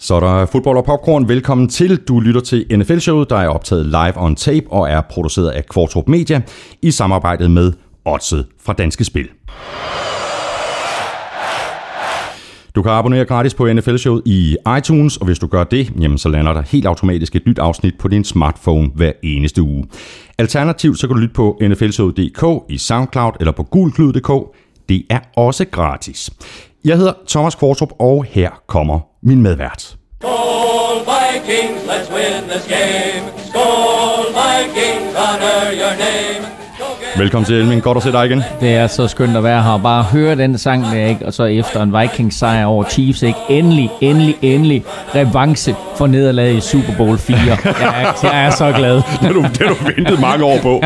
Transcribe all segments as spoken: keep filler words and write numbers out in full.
Så er der fodbold og popcorn. Velkommen til. Du lytter til N F L-showet, der er optaget live on tape og er produceret af Kvartrup Media i samarbejde med Oddset fra Danske Spil. Du kan abonnere gratis på N F L-showet i iTunes, og hvis du gør det, jamen, så lander der helt automatisk et nyt afsnit på din smartphone hver eneste uge. Alternativt så kan du lytte på N F L showet punktum d k, i SoundCloud eller på gulklud punktum d k. Det er også gratis. Jeg hedder Thomas Kvartrup, og her kommer min medvært. Skål Vikings, let's win this game. Skål Vikings, honor your name. Velkommen til Elming. Godt at se dig igen. Det er så skønt at være her og bare høre den sang der, ikke? Og så efter en Vikings sejr over Chiefs, ikke? Endelig, endelig, endelig revanche for nederlaget i Super Bowl fire. Jeg er, jeg er så glad. Det har du, det har du ventet mange år på.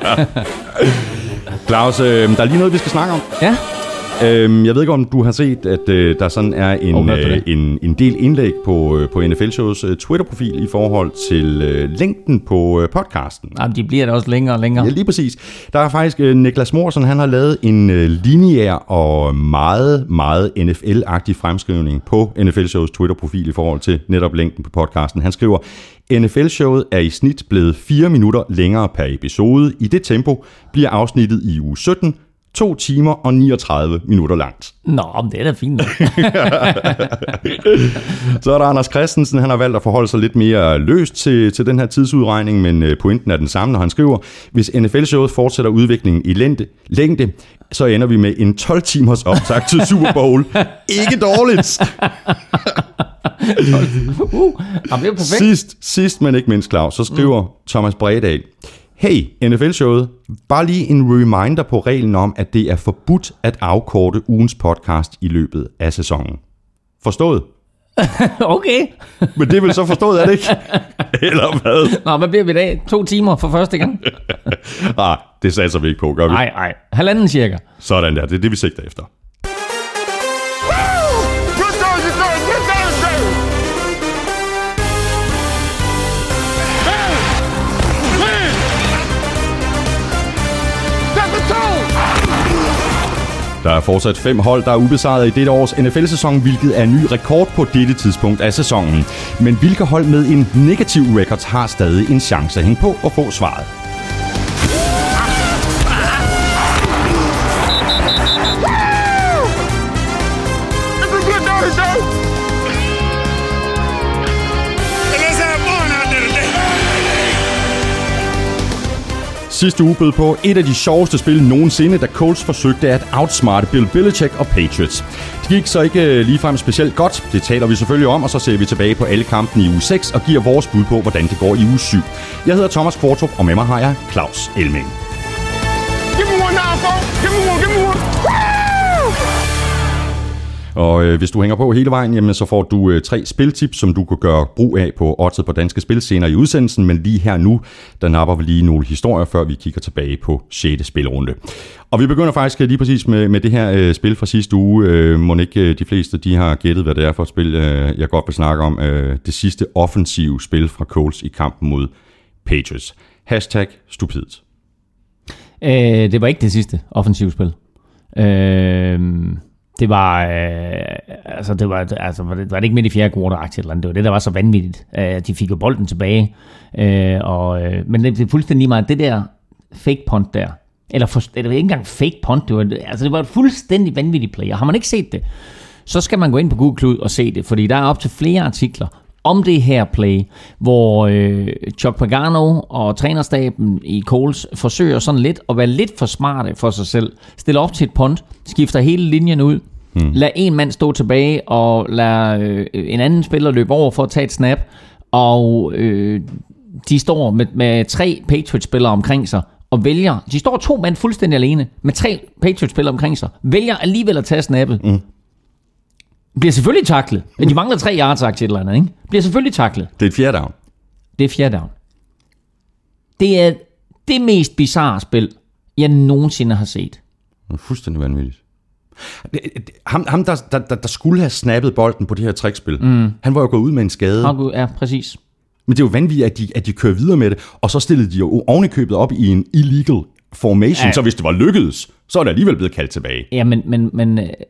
Claus, øh, der er lige noget, vi skal snakke om. Ja. Øhm, jeg ved ikke, om du har set, at øh, der sådan er en, oh, øh, en, en del indlæg på, øh, på N F L-shows øh, Twitter-profil i forhold til øh, længden på øh, podcasten. Jamen, de bliver da også længere og længere. Ja, lige præcis. Der er faktisk øh, Niklas Morsen, han har lavet en øh, lineær og meget, meget N F L-agtig fremskrivning på N F L-shows Twitter-profil i forhold til netop længden på podcasten. Han skriver, N F L-showet er i snit blevet fire minutter længere per episode. I det tempo bliver afsnittet i uge sytten to timer og niogtredive minutter langt. Nå, det er da fint. Så er der Anders Christensen, han har valgt at forholde sig lidt mere løst til, til den her tidsudregning, men pointen er den samme, når han skriver, hvis N F L-showet fortsætter udviklingen i længde, længde, så ender vi med en tolv timers optag til Super Bowl. Ikke dårligt! uh, det er perfekt. Sidst, sidst, men ikke mindst, Claus, så skriver mm. Thomas Bredal, hey, N F L-showet, bare lige en reminder på reglen om, at det er forbudt at afkorte ugens podcast i løbet af sæsonen. Forstået? Okay. Men det er vel så forstået, er det ikke? Eller hvad? Nå, hvad bliver vi i dag? To timer for første gang? ah, det satser vi ikke på, gør vi? Nej, nej. Halvanden cirka. Sådan der, det er det, vi sigter efter. Der er fortsat fem hold, der er ubesejret i dette års N F L-sæson, hvilket er en ny rekord på dette tidspunkt af sæsonen. Men hvilke hold med en negativ record har stadig en chance at hænge på og få svaret? Sidste uge bød på et af de sjoveste spil nogensinde, da Colts forsøgte at outsmarte Bill Belichick og Patriots. Det gik så ikke ligefrem specielt godt, det taler vi selvfølgelig om, og så ser vi tilbage på alle kampene i uge seks og giver vores bud på, hvordan det går i uge syv. Jeg hedder Thomas Kvartrup, og med mig har jeg Claus Elming. Og øh, hvis du hænger på hele vejen, jamen, så får du øh, tre spiltips, som du kan gøre brug af på Oddset på Danske Spil senere i udsendelsen. Men lige her nu, der napper vi lige nogle historier, før vi kigger tilbage på sjette spilrunde. Og vi begynder faktisk lige præcis med, med det her øh, spil fra sidste uge. Øh, må ikke øh, de fleste de har gættet, hvad det er for et spil, øh, jeg godt vil snakke om. Øh, det sidste offensive spil fra Colts i kampen mod Patriots. Hashtag stupidt. Øh, det var ikke det sidste offensive spil. Øh... Det var, øh, altså det var, altså var det, var det ikke midt i fjerde quarter-aktie eller andet. Det var det, der var så vanvittigt. Øh, de fik jo bolden tilbage. Øh, og, øh, men det er fuldstændig meget, det der fake punt der, eller for, det var ikke engang fake punt, det var, altså det var et fuldstændig vanvittigt play. Og har man ikke set det, så skal man gå ind på Google Klud og se det, fordi der er op til flere artikler om det her play, hvor øh, Chuck Pagano og trænerstaben i Colts forsøger sådan lidt at være lidt for smarte for sig selv. Stiller op til et punt, skifter hele linjen ud, hmm. lad en mand stå tilbage og lad øh, en anden spiller løbe over for at tage et snap, og øh, de står med, med tre Patriots-spillere omkring sig og vælger, de står to mand fuldstændig alene med tre Patriots-spillere omkring sig, vælger alligevel at tage snappet. Hmm. Bliver selvfølgelig taklet. Men de mangler tre yards til et eller andet, ikke? Bliver selvfølgelig taklet. Det er et fjerde down. Det er fjerde down. Det er det mest bizarre spil, jeg nogensinde har set. Det er fuldstændig vanvittigt. Ham, ham der, der, der skulle have snappet bolden på det her trickspil, mm. han var jo gået ud med en skade. Ja, præcis. Men det er jo vanvittigt, at de, at de kører videre med det, og så stillede de jo ovenikøbet op i en illegal formation, ja. Så hvis det var lykkedes, så er det alligevel blevet kaldt tilbage. Ja, men, men, men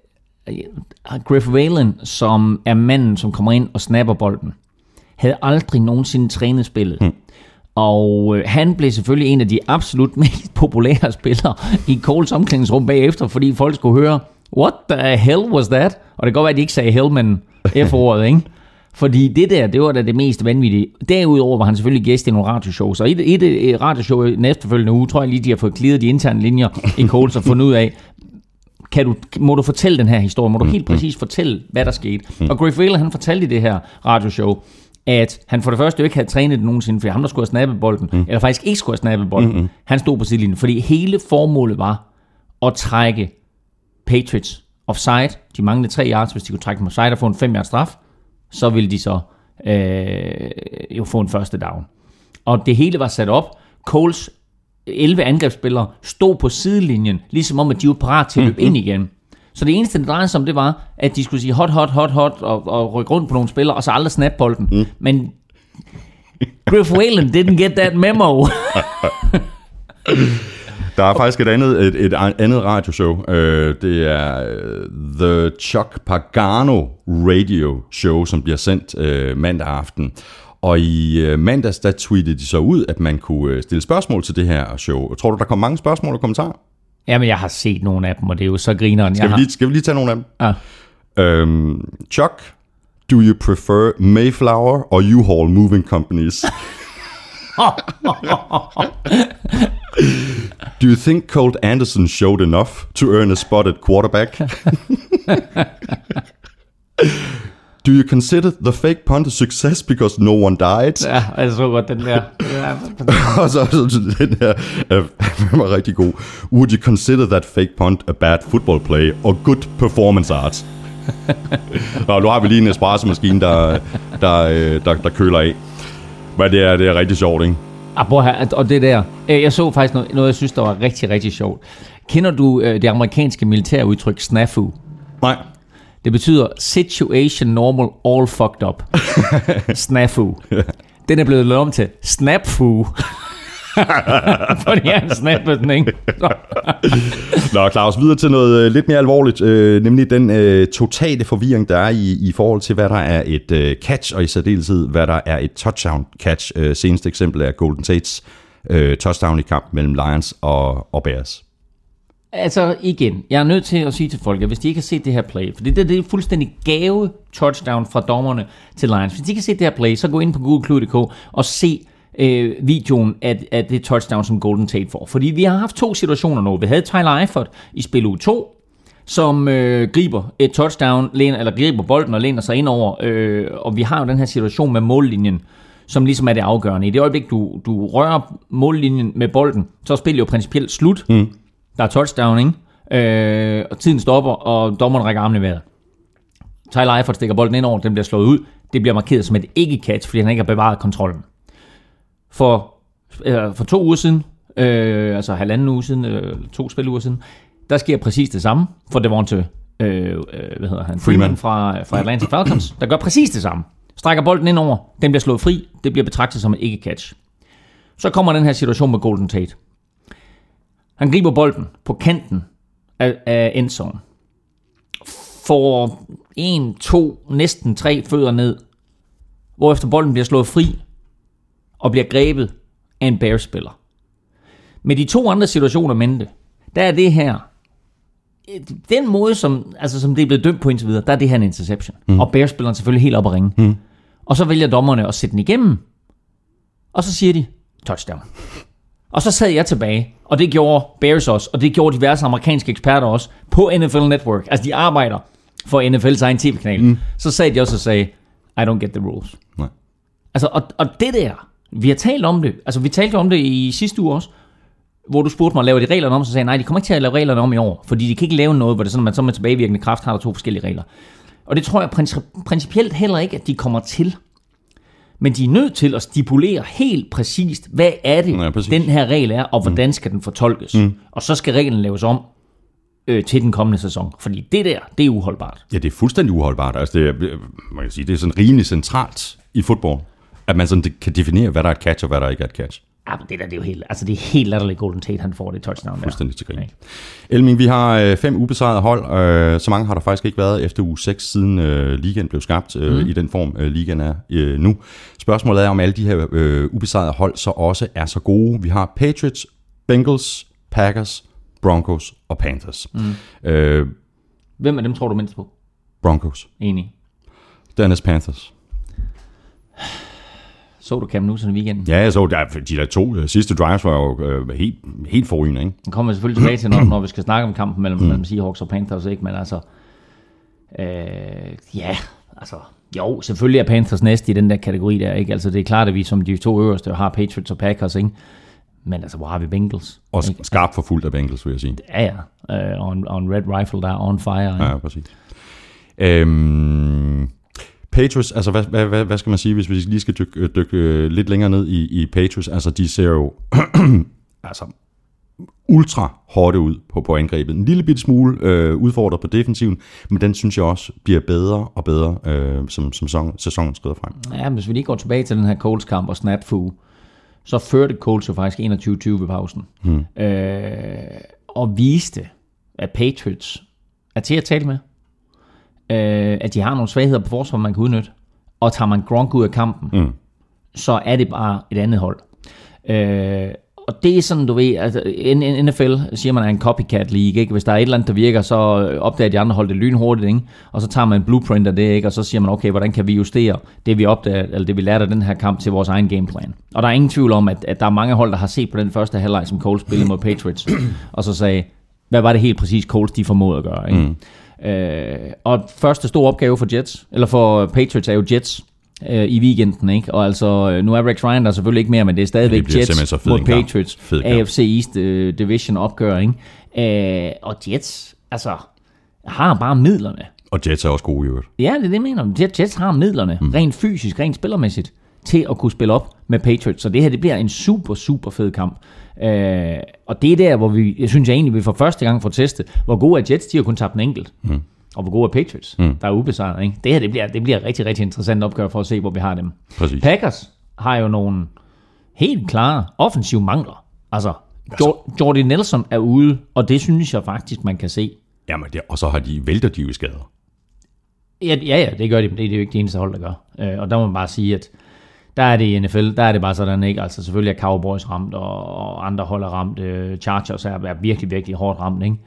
Griff Whalen, som er manden, som kommer ind og snapper bolden, havde aldrig nogensinde trænet spillet. Hmm. Og øh, han blev selvfølgelig en af de absolut mest populære spillere i Coles omklædningsrum bagefter, fordi folk skulle høre, what the hell was that? Og det kan godt være, at de ikke sagde hell, men F-ordet, ikke? Fordi det der, det var da det mest vanvittige. Derudover var han selvfølgelig gæst i nogle radioshows, og i et, et, et radioshow i den efterfølgende uge, tror jeg lige, de har fået clearet de interne linjer i Coles og fundet ud af, kan du, må du fortælle den her historie? Må du helt præcis fortælle, hvad der skete? Og Griff Whalen, han fortalte i det her radioshow, at han for det første jo ikke havde trænet det nogensinde, fordi ham, der skulle have snappet bolden, mm. eller faktisk ikke skulle have snappet bolden, mm-hmm. han stod på sidelinjen, fordi hele formålet var at trække Patriots offside. De manglede tre yards, hvis de kunne trække dem offside og få en fem yards straf, så ville de så øh, jo få en første down. Og det hele var sat op. Coles elleve angrebsspillere stod på sidelinjen, ligesom om, at de var parat til at løbe mm-hmm. ind igen. Så det eneste, det drejede sig om, det var, at de skulle sige hot, hot, hot, hot, og, og rykke rundt på nogle spillere, og så aldrig snappe bolden. Mm. Men Griff Whalen didn't get that memo. Der er faktisk et andet, et, et andet radioshow. Uh, det er The Chuck Pagano Radio Show, som bliver sendt uh, mandag aften. Og i uh, mandags, der tweetede de så ud, at man kunne stille spørgsmål til det her show. Tror du, der kom mange spørgsmål og kommentarer? Jamen, jeg har set nogle af dem, og det er jo så grineren. Skal, vi, lige, skal vi lige tage nogle af dem? Ja. Um, Chuck, do you prefer Mayflower or U-Haul moving companies? Do you think Colt Anderson showed enough to earn a spot at quarterback? Do you consider the fake punt a success because no one died? Ja, jeg så godt den der. Og så, så den her var rigtig god. Would you consider that fake punt a bad football play or good performance art? Nå, nu har vi lige en espresso-maskine, der, der, der, der køler af. Men det er, det er rigtig sjovt, ikke? Og det der, jeg så faktisk noget, noget, jeg synes, der var rigtig, rigtig sjovt. Kender du det amerikanske militærudtryk snafu? Nej. Det betyder situation normal, all fucked up. Snafu. Den er blevet lavet om til snapfu. Fordi han snappede den, ikke? Nå, Claus, videre til noget lidt mere alvorligt, øh, nemlig den øh, totale forvirring, der er i, i forhold til, hvad der er et øh, catch, og i særdeleshed, hvad der er et touchdown catch. Øh, seneste eksempel er Golden Tates øh, touchdown i kamp mellem Lions og, og Bears. Altså igen, jeg er nødt til at sige til folk, at hvis de ikke har set det her play, for det, det, det er fuldstændig gave touchdown fra dommerne til Lions. Hvis de ikke har set det her play, så gå ind på google punktum d k og se øh, videoen af, af det touchdown, som Golden Tate får. Fordi vi har haft to situationer nu. Vi havde Tyler Eifert i spil uge to, som øh, griber et touchdown, læner, eller griber bolden og læner sig ind over. Øh, og vi har jo den her situation med mållinjen, som ligesom er det afgørende. I det øjeblik, du, du rører mållinjen med bolden, så er spillet jo principielt slut. Mm. Der er touchdown, ikke? Øh, og tiden stopper, og dommeren rækker armene i vejret. Tyler Eifert stikker bolden ind over, den bliver slået ud. Det bliver markeret som et ikke-catch, fordi han ikke har bevaret kontrollen. For, øh, for to uger siden, øh, altså halvanden uge siden, øh, to spiluger siden, der sker præcis det samme for Devonta, øh, hvad hedder han? Freeman fra, fra Atlanta Falcons, der gør præcis det samme. Strækker bolden ind over, den bliver slået fri, det bliver betragtet som et ikke-catch. Så kommer den her situation med Golden Tate. Han griber bolden på kanten af, af endzone. Får en, to, næsten tre fødder ned. Hvorefter bolden bliver slået fri og bliver grebet af en Bears-spiller. Med de to andre situationer mente, der er det her, den måde, som, altså, som det er blevet dømt på indtil videre, der er det her en interception. Mm. Og Bears-spilleren selvfølgelig helt op at ringe. Mm. Og så vælger dommerne at sætte den igennem. Og så siger de, touchdown. Og så sad jeg tilbage, og det gjorde Bears også, og det gjorde diverse amerikanske eksperter også, på N F L Network. Altså, de arbejder for N F L's egen tv-kanal. Mm. Så sad de også og sagde, I don't get the rules. Nej. Altså, og, og det der, vi har talt om det, altså vi talte om det i sidste uge også, hvor du spurgte mig, laver de reglerne om, så sagde jeg, nej, de kommer ikke til at lave reglerne om i år, fordi de kan ikke lave noget, hvor det er sådan, at man så med tilbagevirkende kraft har der to forskellige regler. Og det tror jeg princi- principielt heller ikke, at de kommer til. Men de er nødt til at stipulere helt præcist, hvad er det, ja, den her regel er, og hvordan mm. skal den fortolkes. Mm. Og så skal reglen laves om øh, til den kommende sæson. Fordi det der, det er uholdbart. Ja, det er fuldstændig uholdbart. Altså, det er, man kan sige, det er sådan rimelig centralt i fodbold, at man sådan kan definere, hvad der er et catch, og hvad der ikke er et catch. Ja, men det der, det er jo helt, altså det er helt latterligt Golden Tate, han får det touchdown der. Fuldstændig til grin. Elming, vi har øh, fem ubesejrede hold. Øh, så mange har der faktisk ikke været efter uge seks, siden øh, ligaen blev skabt øh, mm. i den form, øh, ligaen er øh, nu. Spørgsmålet er, om alle de her øh, ubesejrede hold så også er så gode. Vi har Patriots, Bengals, Packers, Broncos og Panthers. Mm. Øh, Hvem af dem tror du mindst på? Broncos. Enig. Dennis Panthers. Så du Cam Newton i weekenden? Ja, jeg så der, de der to uh, sidste drives var jo uh, helt, helt forrygende, ikke? Den kommer selvfølgelig tilbage til, når, når vi skal snakke om kampen mellem, mm. mellem Seahawks og Panthers, ikke? Men altså, øh, ja, altså, jo, selvfølgelig er Panthers næste i den der kategori der, ikke? Altså, det er klart, at vi som de to øverste har Patriots og Packers, ikke? Men altså, hvor har vi Bengals? Og skarpt for fuldt af Bengals, vil jeg sige. Ja, ja. Uh, og, en, og en red rifle, der er on fire, ikke? Ja, præcis. Øhm... Patriots, altså hvad, hvad, hvad, hvad skal man sige, hvis vi lige skal dykke, dykke lidt længere ned i, i Patriots, altså de ser jo altså ultra hårde ud på, på angrebet. En lille bitte smule øh, udfordret på defensiven, men den synes jeg også bliver bedre og bedre, øh, som, som sæson, sæsonen skrider frem. Ja, men hvis vi lige går tilbage til den her Colts-kamp og snafu, så førte Colts jo faktisk enogtyve tyve ved pausen, hmm. øh, og viste, at Patriots er til at tale med. At de har nogle svagheder på forsvar, man kan udnytte, og tager man Gronk ud af kampen, mm. så er det bare et andet hold. Øh, og det er sådan, du ved, altså N F L siger man er en copycat league, ikke? Hvis der er et eller andet, der virker, så opdager de andre hold det lynhurtigt, ikke? Og så tager man en blueprint af det, ikke? Og så siger man, okay, hvordan kan vi justere det, vi opdager, eller det, vi lærte af den her kamp til vores egen gameplan. Og der er ingen tvivl om, at, at der er mange hold, der har set på den første halvleg, som Colts spillede mod Patriots, og så sagde, hvad var det helt præcis Colts, de formåede at gøre, ikke? Mm. Øh, og første store opgave for Jets, eller for Patriots er jo Jets øh, i weekenden, ikke? Og altså, nu er Rex Ryan der selvfølgelig ikke mere, men det er stadigvæk det Jets mod Patriots, A F C East uh, Division opgør, ikke? Øh, og Jets, altså, har bare midlerne. Og Jets er også gode i øvrigt. Ja, det er det, jeg mener. Jets, Jets har midlerne, mm. rent fysisk, rent spillermæssigt, til at kunne spille op med Patriots. Så det her, det bliver en super, super fed kamp. Øh, og det er der, hvor vi, jeg synes jeg egentlig, vi for første gang får testet, hvor gode er Jets, de har kun tabt en enkelt. Mm. Og hvor gode er Patriots, mm. der er ubesejret, ikke? Det her, det bliver, det bliver rigtig, rigtig interessant opgør for at se, hvor vi har dem. Præcis. Packers har jo nogle helt klare offensive mangler. Altså, altså. Jordy Nelson er ude, og det synes jeg faktisk, man kan se. Jamen, det, og så har de vælter de jo skader. Ja, ja, ja, det gør de, men det er jo ikke det eneste hold, der gør. Øh, og der må man bare sige, at der er det i N F L, der er det bare sådan, ikke? Altså selvfølgelig er Cowboys ramt, og andre hold er ramt. Chargers er, er virkelig, virkelig hårdt ramt, ikke?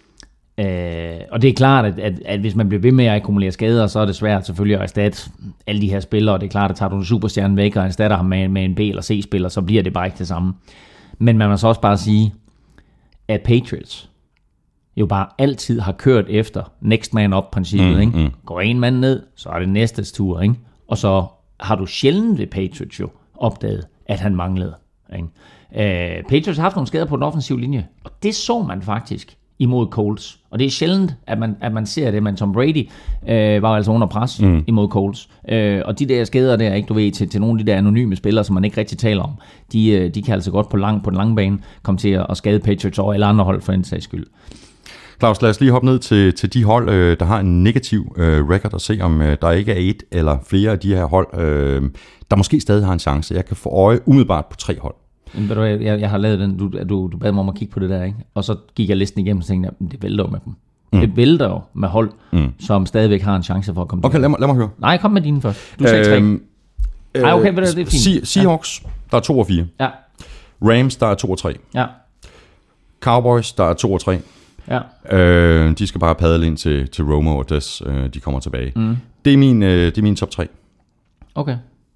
Øh, og det er klart, at, at, at hvis man bliver ved med at akkumulere skader, så er det svært selvfølgelig at erstatte alle de her spillere. Det er klart, at tager du en superstjerne væk og erstatter ham med, med en B- eller C-spiller, så bliver det bare ikke det samme. Men man må så også bare sige, at Patriots jo bare altid har kørt efter next man up-princippet, mm, ikke? Mm. Går en mand ned, så er det næstes tur, ikke? Og så har du sjældent ved Patriots jo opdaget, at han manglede, ikke? Øh, Patriots har haft nogle skader på den offensive linje, og det så man faktisk imod Colts. Og det er sjældent, at man, at man ser det, men Tom Brady øh, var altså under pres mm. imod Colts. Øh, og de der skader der, ikke, du ved, til, til nogle af de der anonyme spillere, som man ikke rigtig taler om, de, de kan altså godt på, lang, på den lange bane komme til at skade Patriots over eller andre hold for en sags skyld. Claus, lad os lige hoppe ned til, til de hold, øh, der har en negativ øh, record, og se om øh, der ikke er et eller flere af de her hold, øh, der måske stadig har en chance. Jeg kan få øje umiddelbart på tre hold. Men ved du, jeg, jeg har lavet den, du, du, du bad mig om at kigge på det der, ikke? Og så gik jeg listen igennem og tænkte, at det vælter jo med dem. Mm. Det vælter jo med hold, mm. som stadigvæk har en chance for at komme okay, til. Okay, lad, lad mig høre. Nej, kom med dine først. Du sagde øhm, tre. Nej, okay, det er fint. Seahawks, ja. Der er to og fire. Ja. Rams, der er to og tre. Ja. Cowboys, der er to og tre. Ja. Øh, de skal bare padle ind til, til Romo og Des, øh, de kommer tilbage. Mm. Det, er min, øh, det er min top tre. Okay.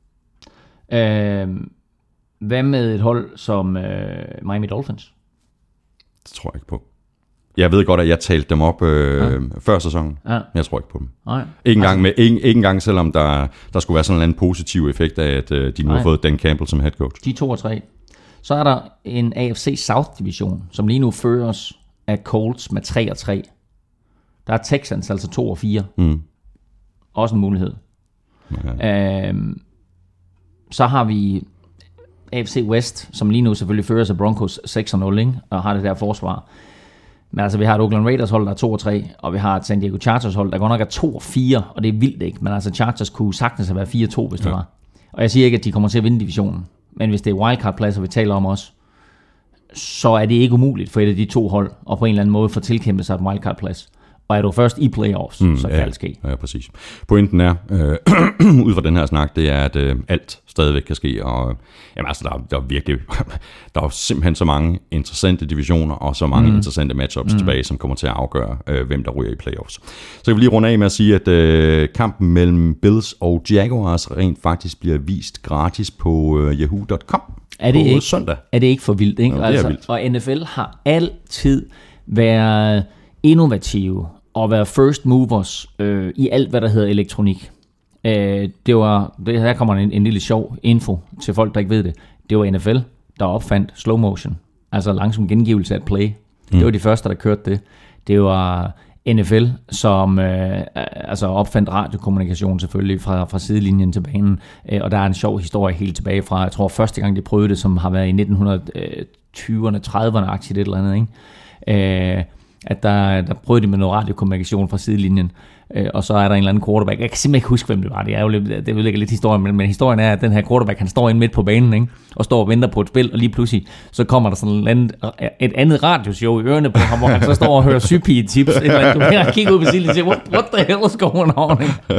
Øh, hvad med et hold som øh, Miami Dolphins? Det tror jeg ikke på. Jeg ved godt, at jeg talte dem op øh, ja. før sæsonen, ja. Men jeg tror ikke på dem. Nej. Ikke engang, med, ikke, ikke engang selvom der, der skulle være sådan en eller anden positiv effekt af, at øh, de nu Nej. har fået Dan Campbell som head coach. De er to og tre. Så er der en A F C South division, som lige nu føres af Colts med tre og tre. Der er Texans altså to og fire. Mm. Også en mulighed. Okay. Øhm, så har vi A F C West, som lige nu selvfølgelig føres af Broncos seks og nul, ikke? Og har det der forsvar. Men altså, vi har et Oakland Raiders hold, der er to og tre, og vi har et San Diego Chargers hold, der godt nok er to og fire, og det er vildt, ikke? Men altså, Chargers kunne sagtens have været fire og to, hvis det ja. var. Og jeg siger ikke, at de kommer til at vinde divisionen, men hvis det er wildcard-pladser, vi taler om også, så er det ikke umuligt for et af de to hold, og på en eller anden måde få tilkæmpet sig et wildcard-plads. Og er du først i playoffs, mm, så kan ja, det ske. Ja, præcis. Pointen er, øh, ud fra den her snak, det er, at øh, alt stadigvæk kan ske, og jamen, altså, der, der er virkelig, der er simpelthen så mange interessante divisioner, og så mange mm. interessante matchups mm. tilbage, som kommer til at afgøre, øh, hvem der ryger i playoffs. Så kan vi lige runde af med at sige, at øh, kampen mellem Bills og Jaguars rent faktisk bliver vist gratis på øh, yahoo punktum com er det på ikke, søndag. Er det ikke for vildt, ikke? Jo, det altså, er vildt. Og N F L har altid været innovative og været first movers øh, i alt, hvad der hedder elektronik. Øh, det var, det, her kommer en, en lille sjov info til folk, der ikke ved det. Det var N F L, der opfandt slow motion, altså langsom gengivelse af et play. Mm. Det var de første, der kørte det. Det var N F L, som øh, altså opfandt radiokommunikation selvfølgelig fra, fra sidelinjen til banen. Øh, og der er en sjov historie helt tilbage fra, jeg tror første gang de prøvede det, som har været i nitten tyverne, trediverne-aktigt et eller andet, ikke? Øh, at der, der prøvede de med noget radiokommunikation fra sidelinjen, øh, og så er der en eller anden quarterback. Jeg kan simpelthen ikke huske, hvem det var. Det er jo lidt, det ødelægger lidt historien, men, men historien er, at den her quarterback, han står inde midt på banen, ikke? Og står og venter på et spil, og lige pludselig, så kommer der sådan et andet, et andet radioshow i ørerne på ham, hvor han så står og hører sypige-tips. Du kan kigge ud på sidelinjen og sige, what, what the hell is going on?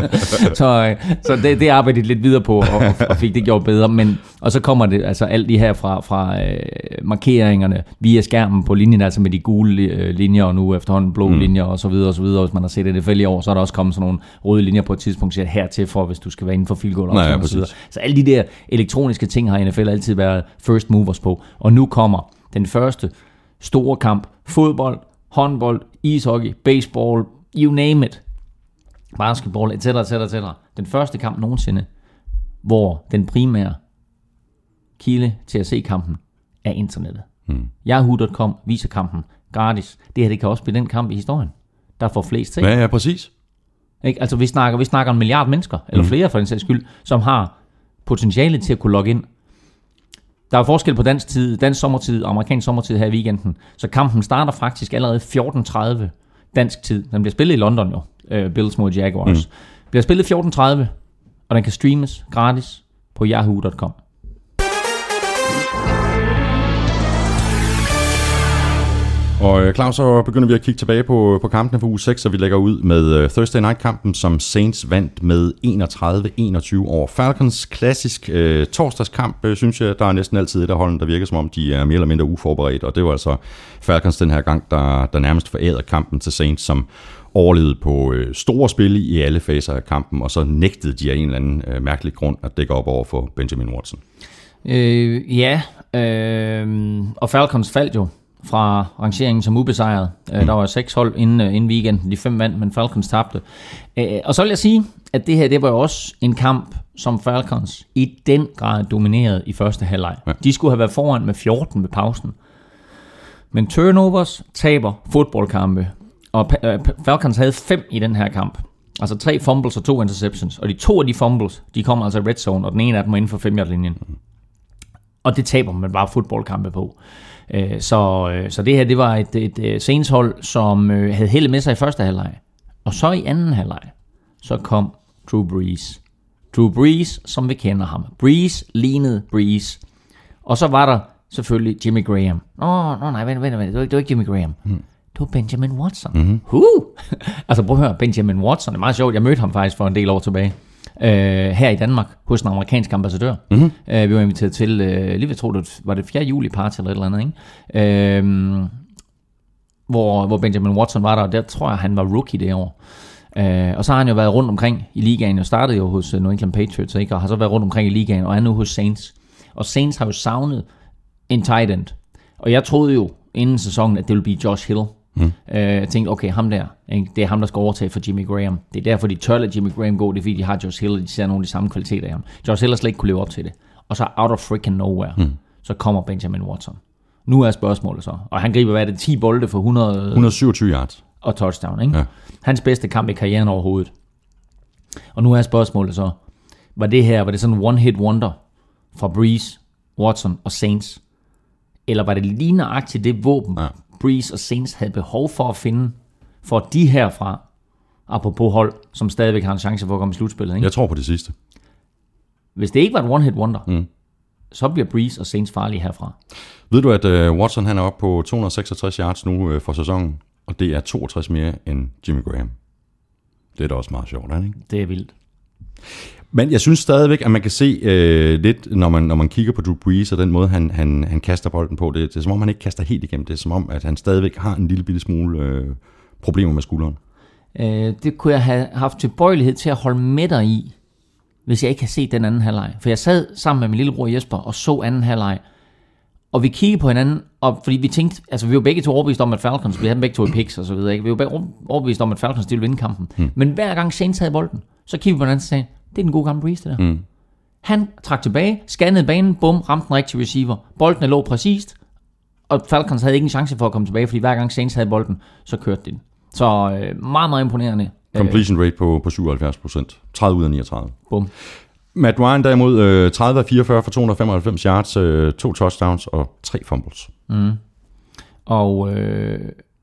så så det, det arbejdede de lidt videre på, og, og fik det gjort bedre. Men, og så kommer det altså alt det her fra, fra øh, markeringerne via skærmen på linjen, altså med de gule øh, linjer, og nu efterhånden blå mm. linjer, og så videre, og så videre. Hvis man har set N F L i år, så er der også kommet sådan nogle røde linjer på et tidspunkt, så hertil for, hvis du skal være inden for field goal. Nej, ja, og så, så alle de der elektroniske ting har N F L altid været first movers på. Og nu kommer den første store kamp. Fodbold, håndbold, ishockey, baseball, you name it. Basketball, et cetera, et cetera, et cetera. Den første kamp nogensinde, hvor den primære kilde til at se kampen er internettet. Hmm. yahoo punktum com viser kampen gratis. Det her, det kan også blive den kamp i historien, der får flest til. Ja, ja, præcis. Ikke? Altså, vi snakker, vi snakker en milliard mennesker, eller mm. flere for den sags skyld, som har potentiale til at kunne logge ind. Der er forskel på dansk tid, dansk sommertid og amerikansk sommertid her i weekenden, så kampen starter faktisk allerede fjorten tredive dansk tid. Den bliver spillet i London jo, uh, Bills mod Jaguars. Mm. Bliver spillet fjorten tredive, og den kan streames gratis på yahoo punktum com. Og Claus, så begynder vi at kigge tilbage på, på kampene for uge seks, så vi lægger ud med uh, Thursday Night-kampen, som Saints vandt med enogtredive enogtyve over Falcons. Klassisk uh, torsdagskamp, uh, synes jeg, der er næsten altid et af holdene, der virker som om, de er mere eller mindre uforberedt, og det var altså Falcons den her gang, der, der nærmest forærede kampen til Saints, som overlevede på uh, store spil i alle faser af kampen, og så nægtede de af en eller anden uh, mærkelig grund at dække op over for Benjamin Watson. Øh, ja, øh, og Falcons faldt jo fra rangeringen som ubesejret. Mm. Der var seks hold inden, inden weekenden. De fem vandt, men Falcons tabte. Og så vil jeg sige, at det her, det var jo også en kamp, som Falcons i den grad dominerede i første halvleg. Ja. De skulle have været foran med fjorten ved pausen. Men turnovers taber fodboldkampe. Og Falcons havde fem i den her kamp. Altså tre fumbles og to interceptions. Og de to af de fumbles, de kom altså i red zone, og den ene af dem var inden for fem-yard-linjen. Og det taber man bare fodboldkampe på. Så, så det her, det var et, et Saints hold, som havde heldet med sig i første halvleg. Og så i anden halvleg, så kom Drew Brees. Drew Brees, som vi kender ham. Brees lignede Brees. Og så var der selvfølgelig Jimmy Graham. Nå, nå nej, vent, vent, vent. Det var, det var ikke Jimmy Graham. Mm. Det var Benjamin Watson. Mm-hmm. Huh! Altså prøv at høre, Benjamin Watson, det er meget sjovt. Jeg mødte ham faktisk for en del år tilbage. Uh, her i Danmark, hos en amerikansk ambassadør. Mm-hmm. Uh, vi var inviteret til, uh, lige ved tro, det var det fjerde juli party eller et eller andet, ikke? Uh, hvor, hvor Benjamin Watson var der, og der tror jeg, han var rookie det år. Uh, og så har han jo været rundt omkring i ligaen, og startede jo hos uh, New England Patriots, ikke? Og har så været rundt omkring i ligaen, og er nu hos Saints. Og Saints har jo savnet en tight end. Og jeg troede jo inden sæsonen, at det ville blive Josh Hill. Mm. Øh, jeg tænkte, okay, ham der, ikke? Det er ham, der skal overtage for Jimmy Graham. Det er derfor, de tør lade Jimmy Graham gå. Det er fordi, de har Josh Hill, og de ser nogle af de samme kvaliteter af ham. Josh Hill har slet ikke kunne leve op til det. Og så out of freaking nowhere, mm. så kommer Benjamin Watson. Nu er spørgsmålet så. Og han griber, hvad er det, ti bolde for hundrede... hundrede syvogtyve yards. Og touchdown, ikke? Ja. Hans bedste kamp i karrieren overhovedet. Og nu er spørgsmålet så, var det her, var det sådan en one-hit wonder fra Brees, Watson og Saints? Eller var det lige nøjagtigt det våben, ja. Brees og Saints havde behov for at finde, for de herfra, apropos hold, som stadigvæk har en chance for at komme i slutspillet, ikke? Jeg tror på det sidste. Hvis det ikke var et one-hit wonder, mm. så bliver Breeze og Saints farlige herfra. Ved du, at uh, Watson han er oppe på to hundrede og seksogtres yards nu uh, for sæsonen, og det er toogtres mere end Jimmy Graham. Det er da også meget sjovt, ikke? Det er vildt. Men jeg synes stadigvæk, at man kan se øh, lidt, når man, når man kigger på Drew Brees og den måde, han, han, han kaster bolden på. Det, det er som om, han ikke kaster helt igennem. Det er som om, at han stadigvæk har en lille bitte smule øh, problemer med skulderen. Øh, det kunne jeg have haft tilbøjelighed til at holde med dig i, hvis jeg ikke havde set den anden halvleg. For jeg sad sammen med min lillebror Jesper og så anden halvleg. Og vi kiggede på hinanden, og fordi vi tænkte, altså vi var begge to overbevist om, at Falcons, vi havde begge to i picks og så videre, ikke? Vi var begge overbevist om, at Falcons ville vinde kampen. Hmm. Men hver gang Saints havde bolden, så kiggede vi på hinanden og sagde, det er den gode gamle Breeze, det der. Hmm. Han trak tilbage, scannede banen, bum, ramte den rigtige receiver. Bolden lå præcist, og Falcons havde ikke en chance for at komme tilbage, fordi hver gang Saints havde bolden, så kørte de den. Så øh, meget, meget imponerende. Completion rate på, på syvoghalvfjerds procent. tredive ud af niogtredive. Bum. Matt Ryan derimod øh, tredive af fireogfyrre for to hundrede og femoghalvfems yards, øh, to touchdowns og tre fumbles. Mm. Og øh,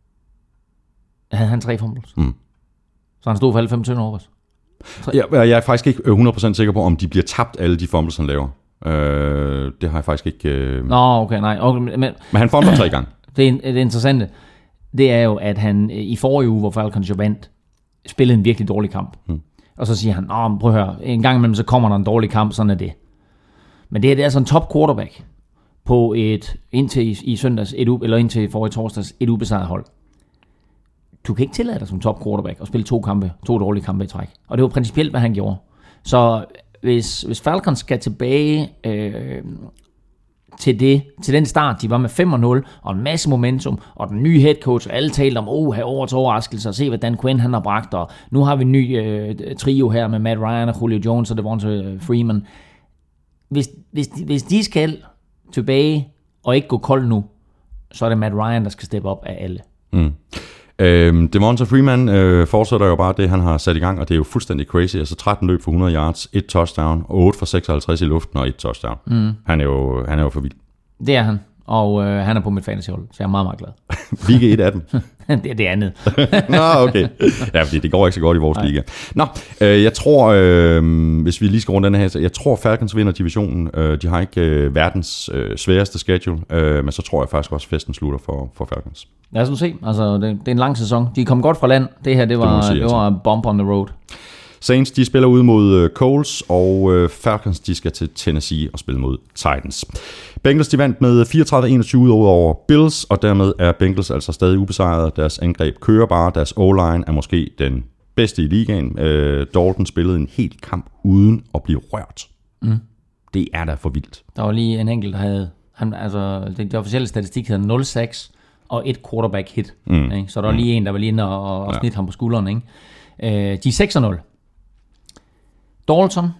havde han tre fumbles? Mm. Så han stod for halvfems turnovers? Jeg, jeg er faktisk ikke hundrede procent sikker på, om de bliver tabt, alle de fumbles, han laver. Øh, det har jeg faktisk ikke... Øh... Nå, okay, nej. Okay, men, men han fumbler tre gange. Det, det interessante, det er jo, at han i forrige uge, hvor Falcons jo vandt, spillede en virkelig dårlig kamp. Mm. Og så siger han, åh, prøv at høre, en gang imellem, så kommer der en dårlig kamp, sådan er det. Men det her, det er altså en top quarterback på et, indtil i, i søndags, et, eller indtil forrige torsdags, et ubesejret hold. Du kan ikke tillade dig som top quarterback at spille to kampe, to dårlige kampe i træk. Og det var principielt, hvad han gjorde. Så hvis, hvis Falcons skal tilbage øh, til, det, til den start, de var med fem og nul, og en masse momentum, og den nye head coach, og alle talte om, åh, her over til overraskelse, og se, hvad Dan Quinn han har bragt, og nu har vi en ny øh, trio her med Matt Ryan og Julio Jones og Devonta Freeman. Hvis, hvis, de, hvis de skal tilbage og ikke gå kold nu, så er det Matt Ryan, der skal steppe op af alle. Mm. Øhm, Devonta Freeman øh, fortsætter jo bare det, han har sat i gang, og det er jo fuldstændig crazy. Altså tretten løb for hundrede yards, et touchdown, og otte for seksoghalvtreds i luften og et touchdown. Mm. Han, er jo, han er jo for vild. Det er han, og øh, han er på mit fantasyhold, så jeg er meget, meget glad. Vi er et af dem. det er det andet. Nå, okay. Ja, fordi det går ikke så godt i vores Nej. liga. Nå, øh, jeg tror, øh, hvis vi lige skal runde den her, jeg tror Falcons vinder divisionen. Øh, de har ikke øh, verdens øh, sværeste schedule, øh, men så tror jeg faktisk også, festen slutter for, for Falcons. Lad os nu se. Altså, det, det er en lang sæson. De kom godt fra land. Det her, det var, det sige, det var bump on the road. Saints, de spiller ud mod Colts, og Falcons, de skal til Tennessee og spille mod Titans. Bengals, de vandt med fireogtredive enogtyve ud over Bills, og dermed er Bengals altså stadig ubesejret. Deres angreb kører bare. Deres O-line er måske den bedste i ligaen. Uh, Dalton spillede en hel kamp uden at blive rørt. Mm. Det er da for vildt. Der var lige en enkelt, der havde... Han, altså, det, det officielle statistik hedder nul seks og et quarterback hit. Mm. Ikke? Så der var lige en, der var lige inde og, og snit ja. ham på skulderen. Ikke? Uh, de er seks og nul. Dalton,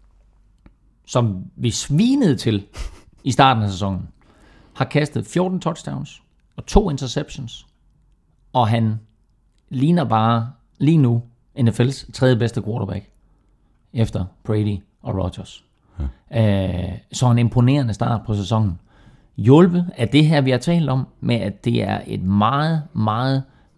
som vi svinede til i starten af sæsonen, har kastet fjorten touchdowns og to interceptions, og han ligner bare lige nu N F L's tredje bedste quarterback efter Brady og Rodgers. Ja. Uh, så en imponerende start på sæsonen. Hjulpet af det her, vi har talt om, med at det er et meget, meget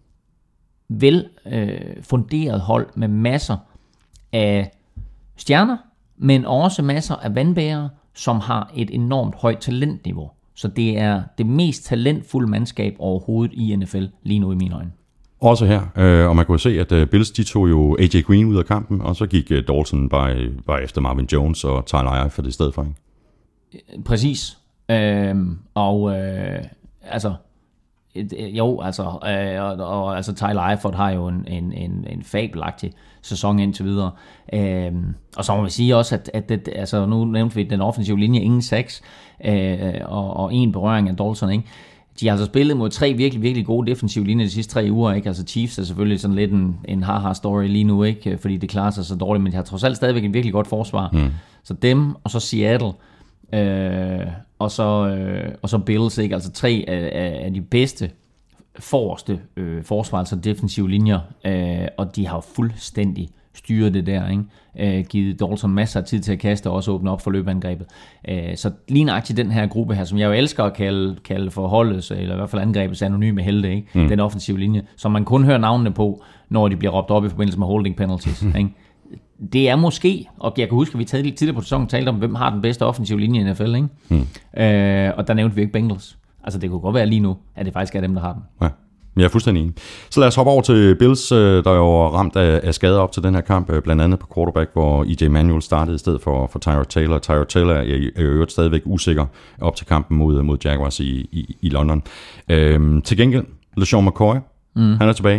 vel øh, funderet hold med masser af stjerner, men også masser af vandbærere, som har et enormt højt talentniveau. Så det er det mest talentfulde mandskab overhovedet i N F L lige nu i mine øjne. Også her, øh, og man kunne se, at uh, Bills, de tog jo A J Green ud af kampen, og så gik uh, Dalton bare, bare efter Marvin Jones og Tyler Eifert for det sted for, ikke? Præcis. Øhm, og øh, altså jo, altså øh, og, og altså Tyler Eifert har jo en, en, en, en fabelagtig sæson indtil videre. Øhm, og så må vi sige også, at, at det, altså, nu nævnte vi den offensive linje, ingen sacks øh, og, og en berøring af Dalton, ikke? De har altså spillet mod tre virkelig, virkelig gode defensive linjer de sidste tre uger, ikke? Altså Chiefs er selvfølgelig sådan lidt en, en haha-story lige nu, ikke? Fordi det klarer sig så dårligt, men de har trods alt stadigvæk en virkelig godt forsvar. Mm. Så dem, og så Seattle, øh, og, så, øh, og så Bills, ikke? Altså tre af, af de bedste forreste øh, forsvar, altså defensive linjer, øh, og de har fuldstændig styret det der, ikke? Øh, givet Dalton masser af tid til at kaste og også åbne op for løbeangrebet. Øh, så lige nøjagtigt den her gruppe her, som jeg jo elsker at kalde, kalde for holdets, eller i hvert fald angrebets anonyme helte, ikke? Mm. Den offensive linje, som man kun hører navnene på, når de bliver råbt op i forbindelse med holding penalties. Ikke? det er måske, og jeg kan huske, at vi tidligere på sæsonen talte om, hvem har den bedste offensive linje i N F L, ikke? Hmm. Øh, og der nævnte vi ikke Bengals. Altså det kunne godt være lige nu, at det faktisk er dem, der har den. Ja. Jeg er fuldstændig enig. Så lad os hoppe over til Bills, der er jo ramt af skader op til den her kamp, blandt andet på quarterback, hvor E J Manuel startede i stedet for, for Tyrod Taylor. Tyrod Taylor er i øvrigt stadigvæk usikker op til kampen mod, mod Jaguars i, i, i London. Øhm, til gengæld, LeSean McCoy, mm. han er tilbage.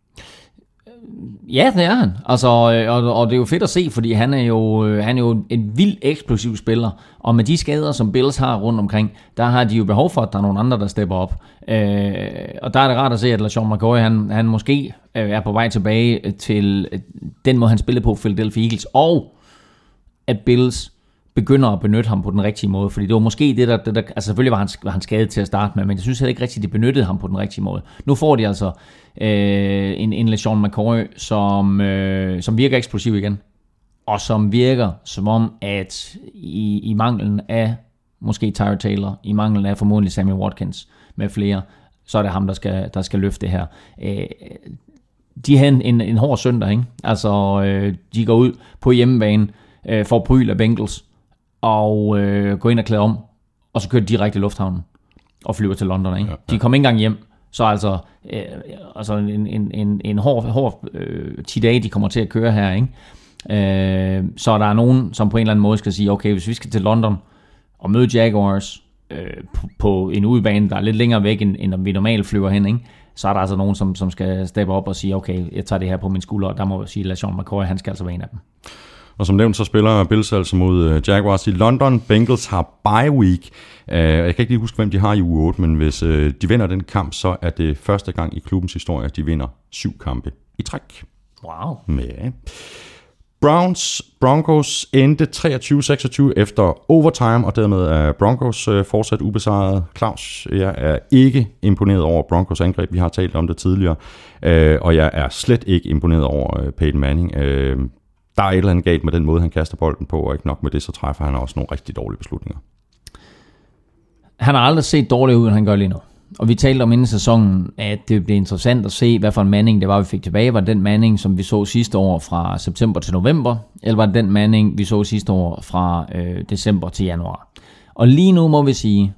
Ja, det er han. Altså, og, og det er jo fedt at se, fordi han er jo, han er jo en vild eksplosiv spiller, og med de skader, som Bills har rundt omkring, der har de jo behov for, at der er nogle andre, der stepper op. Øh, og der er det rart at se, at LeSean McCoy, han, han måske er på vej tilbage til den måde, han spillede på Philadelphia Eagles, og at Bills begynder at benytte ham på den rigtige måde, fordi det var måske det, der... Det der altså selvfølgelig var han, var han skadet til at starte med, men jeg synes heller ikke rigtigt, de benyttede ham på den rigtige måde. Nu får de altså øh, en, en LeSean McCoy, som, øh, som virker eksplosiv igen, og som virker som om, at i, i manglen af måske Tyrod Taylor, i manglen af formodentlig Sammy Watkins med flere, så er det ham, der skal, der skal løfte det her. Øh, de havde en, en, en hård søndag, ikke? Altså, øh, de går ud på hjemmebane, øh, får pryl af Bengals, og øh, går ind og klæder om, og så kører de direkte i lufthavnen og flyver til London. Ikke? Ja, ja. De kommer ikke engang hjem, så altså, øh, altså en, en, en, en hård, hård øh, ti dage, de kommer til at køre her. Ikke? Øh, så der er nogen, som på en eller anden måde skal sige, okay, hvis vi skal til London og møde Jaguars øh, på, på en udebane, der er lidt længere væk, end, end om vi normalt flyver hen, ikke? Så er der altså nogen, som, som skal steppe op og sige, okay, jeg tager det her på min skulder, og der må jeg sige, at LeSean McCoy, han skal altså være en af dem. Og som nævnt, så spiller Bills altså mod Jaguars i London. Bengals har bye week. Jeg kan ikke lige huske, hvem de har i uge otte, men hvis de vinder den kamp, så er det første gang i klubbens historie, at de vinder syv kampe i træk. Wow. Ja. Browns Broncos endte treogtyve seksogtyve efter overtime, og dermed er Broncos fortsat ubesejret. Claus, jeg er ikke imponeret over Broncos angreb. Vi har talt om det tidligere, og jeg er slet ikke imponeret over Peyton Manning. Der er et eller andet galt med den måde, han kaster bolden på, og ikke nok med det, så træffer han også nogle rigtig dårlige beslutninger. Han har aldrig set dårligt ud, end han gør lige nu. Og vi talte om inden sæsonen, at det blev interessant at se, hvad for en Manning det var, vi fik tilbage. Var det den Manning, som vi så sidste år fra september til november, eller var det den Manning, vi så sidste år fra øh, december til januar? Og lige nu må vi sige,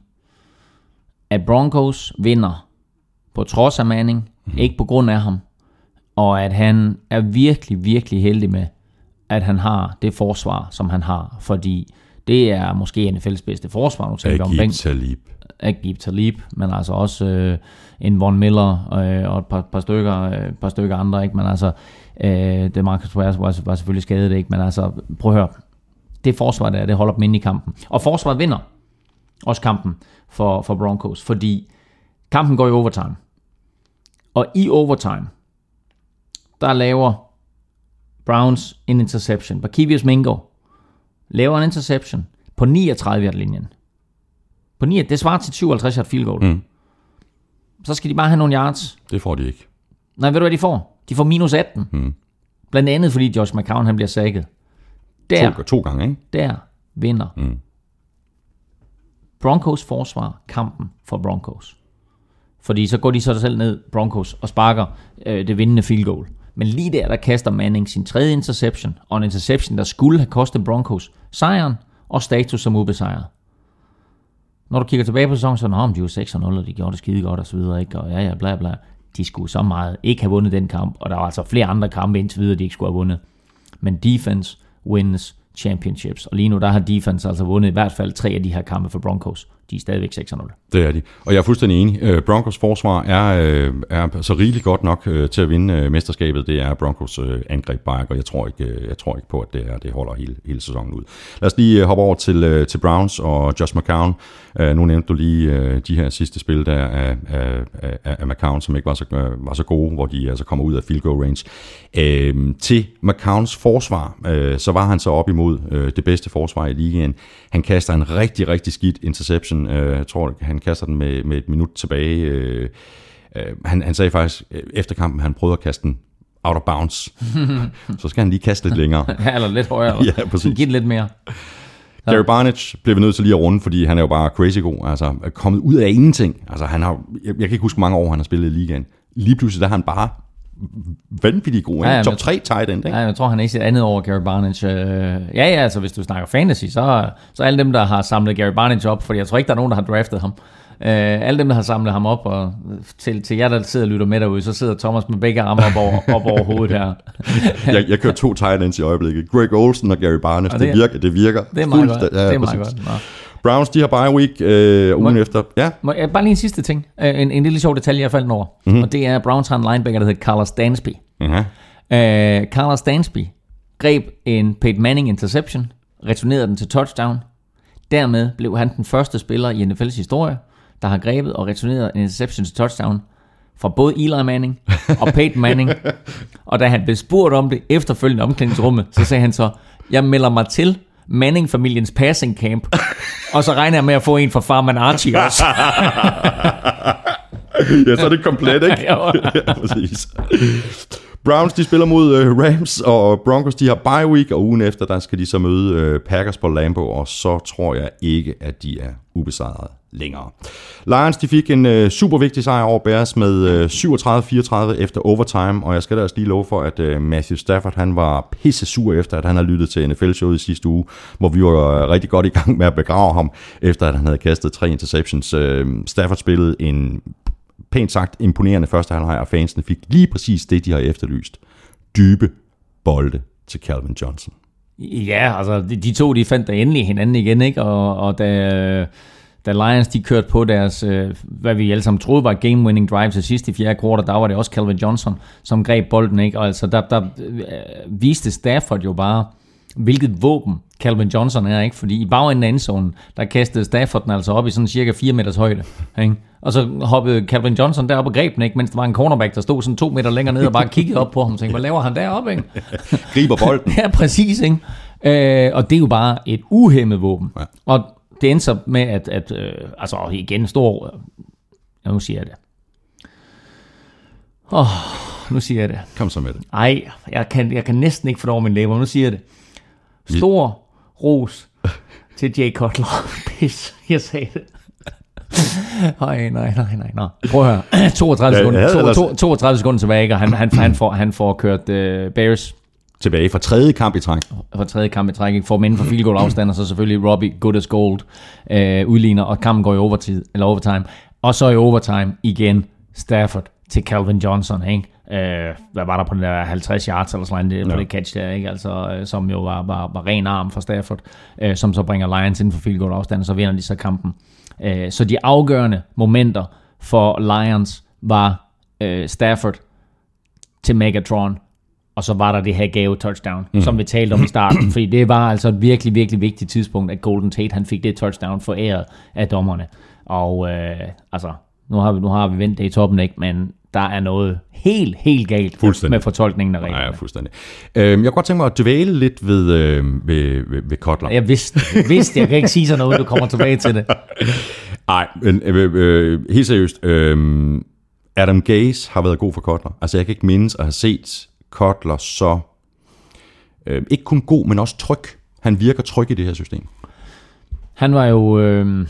at Broncos vinder på trods af Manning, mm. ikke på grund af ham, og at han er virkelig, virkelig heldig med, at han har det forsvar, som han har, fordi det er måske N F L's bedste forsvar. Nu tænker vi om Aqib Talib. Aqib Talib, men altså også øh, en Von Miller øh, og et par, par, stykker, øh, par stykker andre, ikke? Men altså, øh, det Marcus Ware var, var selvfølgelig skadet, ikke? Men altså, prøv at høre, det forsvar der, det holder dem inde i kampen. Og forsvaret vinder også kampen for, for Broncos, fordi kampen går i overtime. Og i overtime, der laver Browns en interception. Barkevius Mingo laver en interception på niogtredive yard linjen. På ni, det svarer til syvoghalvtreds yard field goal. Mm. Så skal de bare have nogle yards. Det får de ikke. Nej, ved du hvad de får? De får minus atten. Mm. Blandt andet fordi Josh McCown han bliver sækket. Der, to, to gange, ikke? Der vinder mm. Broncos forsvar kampen for Broncos. Fordi så går de så selv ned, Broncos, og sparker øh, det vindende field goal. Men lige der, der kaster Manning sin tredje interception, og en interception, der skulle have kostet Broncos sejren og status som ubesejret. Når du kigger tilbage på sæsonen, så om de var seks nul, og de gjorde det skide godt og så videre, ikke? Og ja, ja, bla bla. De skulle så meget ikke have vundet den kamp, og der var altså flere andre kampe indtil videre, de ikke skulle have vundet. Men defense wins championships, og lige nu der har defense altså vundet i hvert fald tre af de her kampe for Broncos. De er stadigvæk seks nul. Det er de, og jeg er fuldstændig enig. Broncos forsvar er, er så rigeligt godt nok til at vinde mesterskabet. Det er Broncos angreb bare, og jeg tror ikke, jeg tror ikke på, at det, er, det holder hele, hele sæsonen ud. Lad os lige hoppe over til, til Browns og Josh McCown. Nu nævnte du lige de her sidste spil der af, af, af, af McCown, som ikke var så, var så gode, hvor de altså kommer ud af field goal range. Øh, til McCowns forsvar, øh, så var han så op imod øh, det bedste forsvar i ligaen. Han kaster en rigtig, rigtig skidt interception. Jeg tror, han kaster den med, med et minut tilbage. Han, han sagde faktisk, efter kampen, han prøvede at kaste den out of bounds. Så skal han lige kaste lidt længere. Ja, eller lidt højere. Ja, præcis. Giv lidt mere. Gary Barnidge bliver vi nødt til lige at runde, fordi han er jo bare crazy god. Altså, er kommet ud af ingenting. Altså, han har, jeg, jeg kan ikke huske, hvor mange år han har spillet i ligaen. Lige pludselig, der har han bare vanvittigt god, ikke? Ja, ja, top tre tight end, ikke? Ja, jeg tror, han er i sit andet år, Gary Barnidge. Ja, ja, altså hvis du snakker fantasy, så, så alle dem, der har samlet Gary Barnidge op, fordi jeg tror ikke, der er nogen, der har draftet ham. Uh, alle dem, der har samlet ham op, og til, til jer, der sidder og lytter med derude, så sidder Thomas med begge arme op over, op over hovedet her. jeg, jeg kører to tight ends i øjeblikket. Greg Olsen og Gary Barnidge. Og det, det virker. Det virker. Det er meget godt. Ja, det er meget godt. Nå. Browns, de har bye week øh, ugen må, efter. Ja. Må, bare lige en sidste ting. En, en lille sjov detalje, jeg faldt over. Mm-hmm. Og det er, Browns har en linebacker, der hedder Carlos Dansby. Mm-hmm. Uh, Carlos Dansby greb en Peyton Manning interception, returnerede den til touchdown. Dermed blev han den første spiller i N F L's historie, der har grebet og returneret en interception til touchdown fra både Eli Manning og Peyton Manning. Og da han blev spurgt om det efterfølgende omklædningsrummet, så sagde han så, jeg melder mig til Manning-familiens passing camp, og så regner jeg med at få en fra Farman Archie også. Ja, så er det komplet, ikke? Ja, præcis. Browns, de spiller mod uh, Rams, og Broncos, de har bye week, og ugen efter, der skal de så møde uh, Packers på Lambeau, og så tror jeg ikke, at de er ubesejret længere. Lions, de fik en uh, super vigtig sejr over Bears med uh, syvogtredive fireogtredive efter overtime, og jeg skal da også lige love for, at uh, Matthew Stafford, han var pisse sur efter, at han har lyttet til N F L-showet i sidste uge, hvor vi var uh, rigtig godt i gang med at begrave ham, efter at han havde kastet tre interceptions. Uh, Stafford spillede en pænt sagt imponerende første halvleg, og fansene fik lige præcis det, de har efterlyst. Dybe bolde til Calvin Johnson. Ja, altså de, de to, de fandt der endelig hinanden igen, ikke? Og, og da, da Lions, de kørte på deres, hvad vi alle sammen troede var game-winning drive til sidst i fjerde kvartal, der var det også Calvin Johnson, som greb bolden, ikke? Og altså der, der viste Stafford jo bare, hvilket våben Calvin Johnson er, ikke? Fordi i bagenden af endzonen, der kastede Stafford den altså op i sådan cirka fire meters højde, ikke? Og så hoppede Calvin Johnson derop og greb den, ikke? Mens der var en cornerback, der stod sådan to meter længere ned og bare kiggede op på ham og tænkte, hvad laver han deroppe, ikke? Griber bolden. Ja, præcis, ikke? Øh, og det er jo bare et uhæmmet våben. Ja. Og det endte så med, at, at øh, altså igen, stor, ja, nu siger jeg det. Åh, oh, nu siger jeg det. Kom så med det. Ej, jeg kan, jeg kan næsten ikke få det over min læber, nu siger jeg det. Stor ros til Jay Cutler. Pis, jeg sagde det. Nej, nej, nej, nej, nej. Prøv at høre. toogtredive sekunder, to, to, toogtredive sekunder tilbage, ikke? Og han, han, han, får, han får kørt uh, Bears tilbage fra tredje kamp i træk. Fra tredje kamp i træk, ikke? Får dem inden for field goal afstand, og så selvfølgelig Robbie good as gold uh, udligner, og kampen går i overtid, eller overtime. Og så i overtime igen Stafford til Calvin Johnson, ikke? Uh, hvad var der på den der halvtreds yards eller sådan noget, på ja. Det catch der, ikke? Altså, uh, som jo var, var, var ren arm for Stafford, uh, som så bringer Lions inden for field goal afstand, og så vinder de så kampen. Uh, så de afgørende momenter for Lions var uh, Stafford til Megatron, og så var der det her gave touchdown, mm. som vi talte om i starten, fordi det var altså et virkelig, virkelig vigtigt tidspunkt, at Golden Tate, han fik det touchdown foræret af dommerne. Og uh, altså, nu har vi, nu har vi vendt det i toppen, ikke? Men der er noget helt, helt galt med fortolkningen af reglerne. Nej, fuldstændig. Øhm, jeg kunne godt tænke mig at dvæle lidt ved, øh, ved, ved, ved Cutler. Jeg vidste, vidste, jeg kan ikke sige sådan noget, du kommer tilbage til det. Nej, men øh, øh, helt seriøst. Øh, Adam Gase har været god for Cutler. Altså, jeg kan ikke mindes at have set Cutler så øh, ikke kun god, men også tryg. Han virker tryg i det her system. Han var jo... Øh,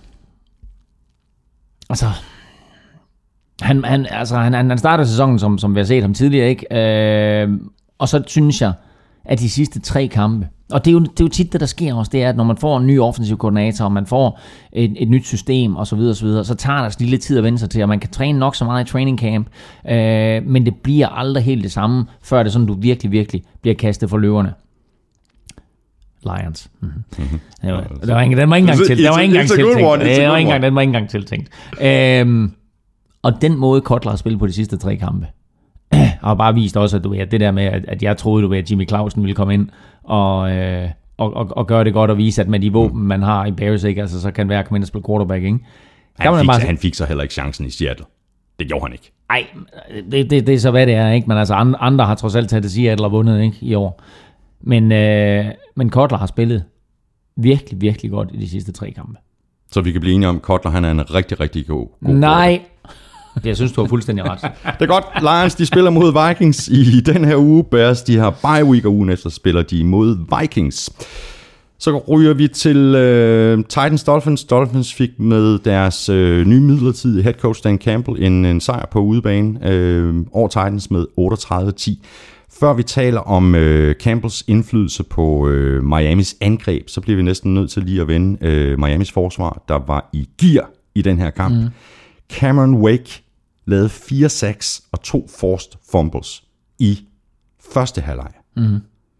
altså... Han, han, altså, han, han startede sæsonen, som, som vi har set ham tidligere, ikke? Øh, og så synes jeg, at de sidste tre kampe, og det er, jo, det er jo tit det, der sker også, det er, at når man får en ny offensiv koordinator, og man får et, et nyt system, og så videre, og så videre, så tager der lige lidt tid at vende sig til, og man kan træne nok så meget i training camp, øh, men det bliver aldrig helt det samme, før det sådan, du virkelig, virkelig bliver kastet for løverne. Lions. Mm-hmm. Mm-hmm. Det var, det var ikke, den var ikke engang til. Den var ikke engang tiltænkt. Det var ikke engang, den var ikke engang tiltænkt. Øh, Og den måde Cutler har spillet på de sidste tre kampe, har bare vist også, at du ved, det der med, at jeg troede, du ved, at Jimmy Clausen ville komme ind og, øh, og, og, og gøre det godt og vise, at med de våben, man har i Bears, ikke, altså, så kan det være at komme ind og spille quarterback, ikke? Han fik, bare... han fik så heller ikke chancen i Seattle. Det gjorde han ikke. Nej, det, det, det er så hvad det er, ikke? Men altså andre har trods alt taget det Seattle og vundet, ikke, i år. Men, øh, men Cutler har spillet virkelig, virkelig godt i de sidste tre kampe. Så vi kan blive enige om, at Cutler, han er en rigtig, rigtig god, god Nej, jeg synes, du har fuldstændig ret. Det er godt. Lions, de spiller mod Vikings i den her uge. Bears, de har bye week, og ugen efter spiller de mod Vikings. Så ryger vi til øh, Titans Dolphins. Dolphins fik med deres øh, nye midlertidige head coach Dan Campbell en, en sejr på udebane øh, over Titans med otteogtredive ti. Før vi taler om øh, Campbells indflydelse på øh, Miamis angreb, så bliver vi næsten nødt til lige at vende øh, Miamis forsvar, der var i gear i den her kamp. Mm. Cameron Wake lavede fire sacks og to forced fumbles i første halvleg. Mm.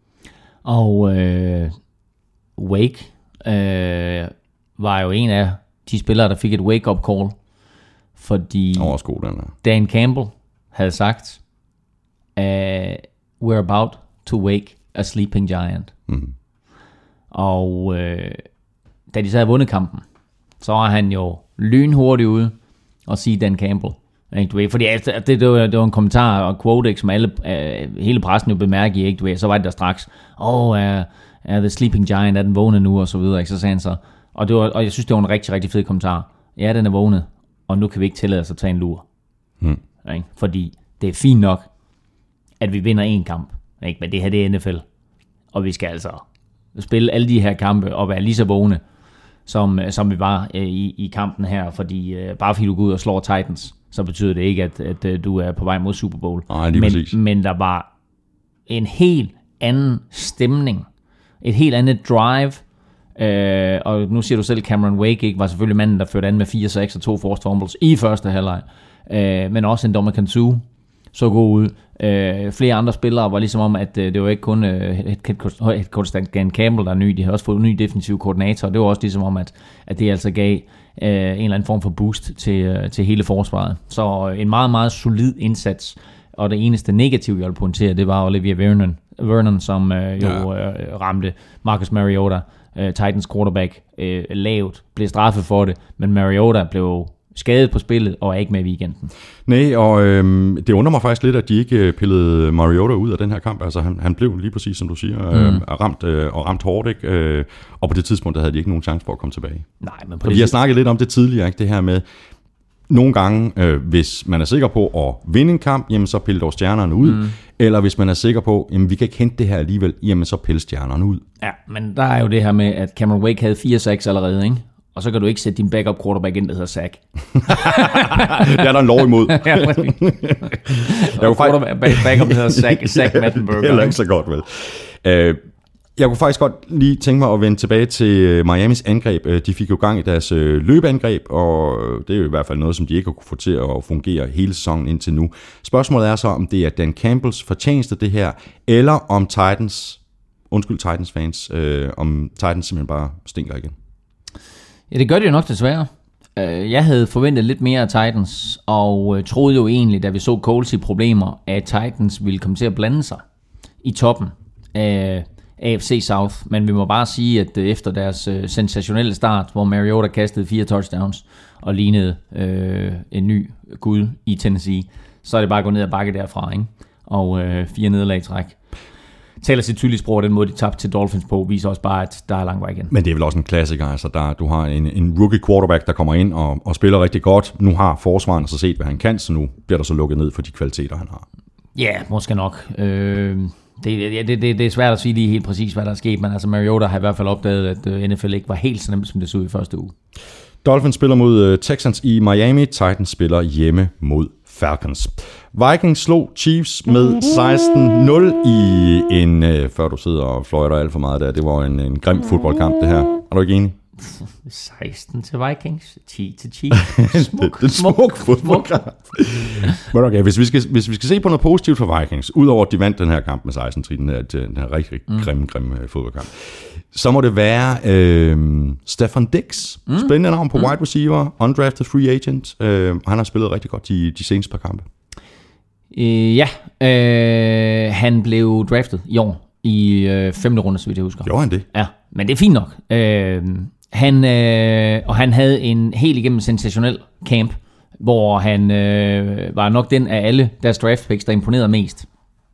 Og øh, Wake øh, var jo en af de spillere, der fik et wake-up call, fordi Overskod, den her. Dan Campbell havde sagt, uh, we're about to wake a sleeping giant. Mm. Og øh, da de så havde vundet kampen, så var han jo lynhurtigt ude og sige Dan Campbell. Ikke? Fordi altså, det, det, var, det var en kommentar og quote, ikke, som alle, uh, hele pressen jo bemærkede, ikke? Du, så var det der straks, åh, oh, uh, uh, the sleeping giant, er den vågnet nu, og så videre. Ikke? Så sagde han så, og, det var, og jeg synes, det var en rigtig, rigtig fed kommentar. Ja, den er vågnet, og nu kan vi ikke tillade os at tage en lur. Hmm. Ikke? Fordi det er fint nok, at vi vinder en kamp. Ikke? Men det her, det er N F L. Og vi skal altså spille alle de her kampe og være lige så vågne, som, som vi var øh, i, i kampen her. Fordi øh, bare fordi du går ud og slår Titans, så betyder det ikke, at, at, at du er på vej mod Super Bowl. Ej, men, men der var en helt anden stemning. Et helt andet drive. Øh, og nu siger du selv, Cameron Wake ikke var selvfølgelig manden, der førte an med fire sacks og to forced fumbles i første halvleg. Øh, men også en Dominican Suh så god ud. Øh, flere andre spillere var ligesom om, at øh, det var ikke kun øh, head coach Dan Campbell, der er ny. De havde også fået en ny defensiv koordinator, og det var også ligesom om, at, at det altså gav øh, en eller anden form for boost til, øh, til hele forsvaret. Så øh, en meget, meget solid indsats. Og det eneste negative, jeg vil pointere, det var Olivia Vernon, Vernon som øh, jo øh, ramte Marcus Mariota, øh, Titans quarterback, øh, lavt, blev straffet for det, men Mariota blev skadet på spillet og er ikke med i weekenden. Nej, og øhm, det undrer mig faktisk lidt, at de ikke pillede Mariota ud af den her kamp. Altså han, han blev lige præcis, som du siger, mm. øh, ramt, øh, og ramt hårdt, ikke? Øh, og på det tidspunkt, der havde de ikke nogen chance for at komme tilbage. Nej, men på og det vi har snakket lidt om det tidligere, ikke? Det her med, nogle gange, øh, hvis man er sikker på at vinde en kamp, jamen så pille dog stjernerne ud. Mm. Eller hvis man er sikker på, jamen vi kan ikke hente det her alligevel, jamen så pille stjernerne ud. Ja, men der er jo det her med, at Cameron Wake havde fire sacks allerede, ikke? Og så kan du ikke sætte din backup quarterback ind, der hedder Zach. Det er der en lov imod. Ja, jeg kunne quarterback backup, der hedder Zach, Zach Mettenberger. Det er ikke så godt, vel. Uh, jeg kunne faktisk godt lige tænke mig at vende tilbage til Miamis angreb. De fik jo gang i deres løbeangreb, og det er jo i hvert fald noget, som de ikke har kunne få til at fungere hele sæsonen indtil nu. Spørgsmålet er så, om det er Dan Campbells fortjeneste det her, eller om Titans, undskyld Titans fans, øh, om Titans simpelthen bare stinker igen. Ja, det gør det jo nok desværre. Jeg havde forventet lidt mere af Titans, og troede jo egentlig, da vi så Colts i problemer, at Titans ville komme til at blande sig i toppen af A F C South. Men vi må bare sige, at efter deres sensationelle start, hvor Mariota kastede fire touchdowns og lignede øh, en ny gud i Tennessee, så er det bare gået ned og bakke derfra, ikke? Og øh, fire nederlag i træk. Taler sit tydelige sprog, den måde de tabte til Dolphins på, viser også bare, at der er lang vej igen. Men det er vel også en klassiker, altså der, du har en, en rookie quarterback, der kommer ind og, og spiller rigtig godt. Nu har forsvaren så set, hvad han kan, så nu bliver der så lukket ned for de kvaliteter, han har. Ja, måske nok. Øh, det, det, det, det er svært at sige lige helt præcis, hvad der er sket, men altså Mariota har i hvert fald opdaget, at N F L ikke var helt så nemt, som det så ud i første uge. Dolphins spiller mod Texans i Miami, Titans spiller hjemme mod Falcons. Vikings slog Chiefs med seksten nul i en, øh, før du sidder og fløjter alt for meget der, det var en, en grim fodboldkamp det her. Er du ikke enig? seksten til Vikings, ti til Chiefs. Smuk, det er smuk, smuk fodboldkamp. Men okay, hvis vi, skal, hvis vi skal se på noget positivt for Vikings, udover at de vandt den her kamp med seksten til den her, den her rigtig mm. grim, grim fodboldkamp, så må det være øh, Stefon Diggs, mm. spændende navn på mm. wide receiver, undrafted free agent. Øh, han har spillet rigtig godt de, de seneste par kampe. Øh, ja, øh, han blev draftet i år i øh, femte runde, så vidt jeg husker. Gjorde han det? Ja, men det er fint nok. Øh, han, øh, og han havde en helt igennem sensationel camp, hvor han øh, var nok den af alle deres draft picks, der imponerede mest.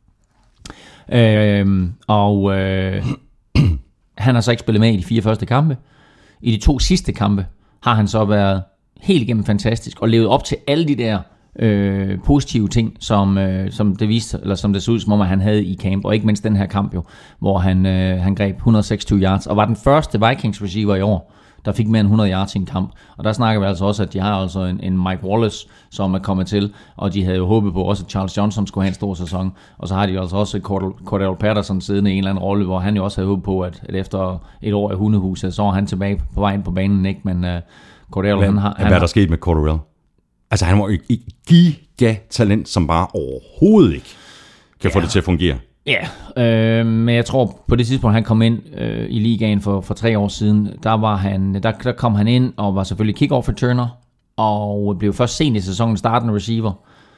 Øh, og øh, han har så ikke spillet med i de fire første kampe. I de to sidste kampe har han så været helt igennem fantastisk og levet op til alle de der øh, positive ting, som, øh, som det viste, eller som det så ud som om, at han havde i camp, og ikke mindst den her kamp jo, hvor han, øh, han greb et hundrede og seksogtyve yards, og var den første Vikings receiver i år, der fik mere end hundrede yards i en kamp. Og der snakker vi altså også, at de har altså en, en Mike Wallace, som er kommet til, og de havde jo håbet på også, at Charles Johnson skulle have en stor sæson. Og så har de altså også Cordell, Cordell Patterson siddende i en eller anden rolle, hvor han jo også havde håbet på, at, at efter et år i hundehuset, så var han tilbage på vej ind på banen, ikke? Men uh, Cordell, hvad, han har... Hvad er der sket med Cordell? Altså, han var jo et gigatalent, som bare overhovedet ikke kan ja. få det til at fungere. Ja, øh, men jeg tror på det tidspunkt, han kom ind øh, i ligaen for, for tre år siden, der, var han, der, der kom han ind og var selvfølgelig kick-off returner, og blev først sent i sæsonen startende receiver.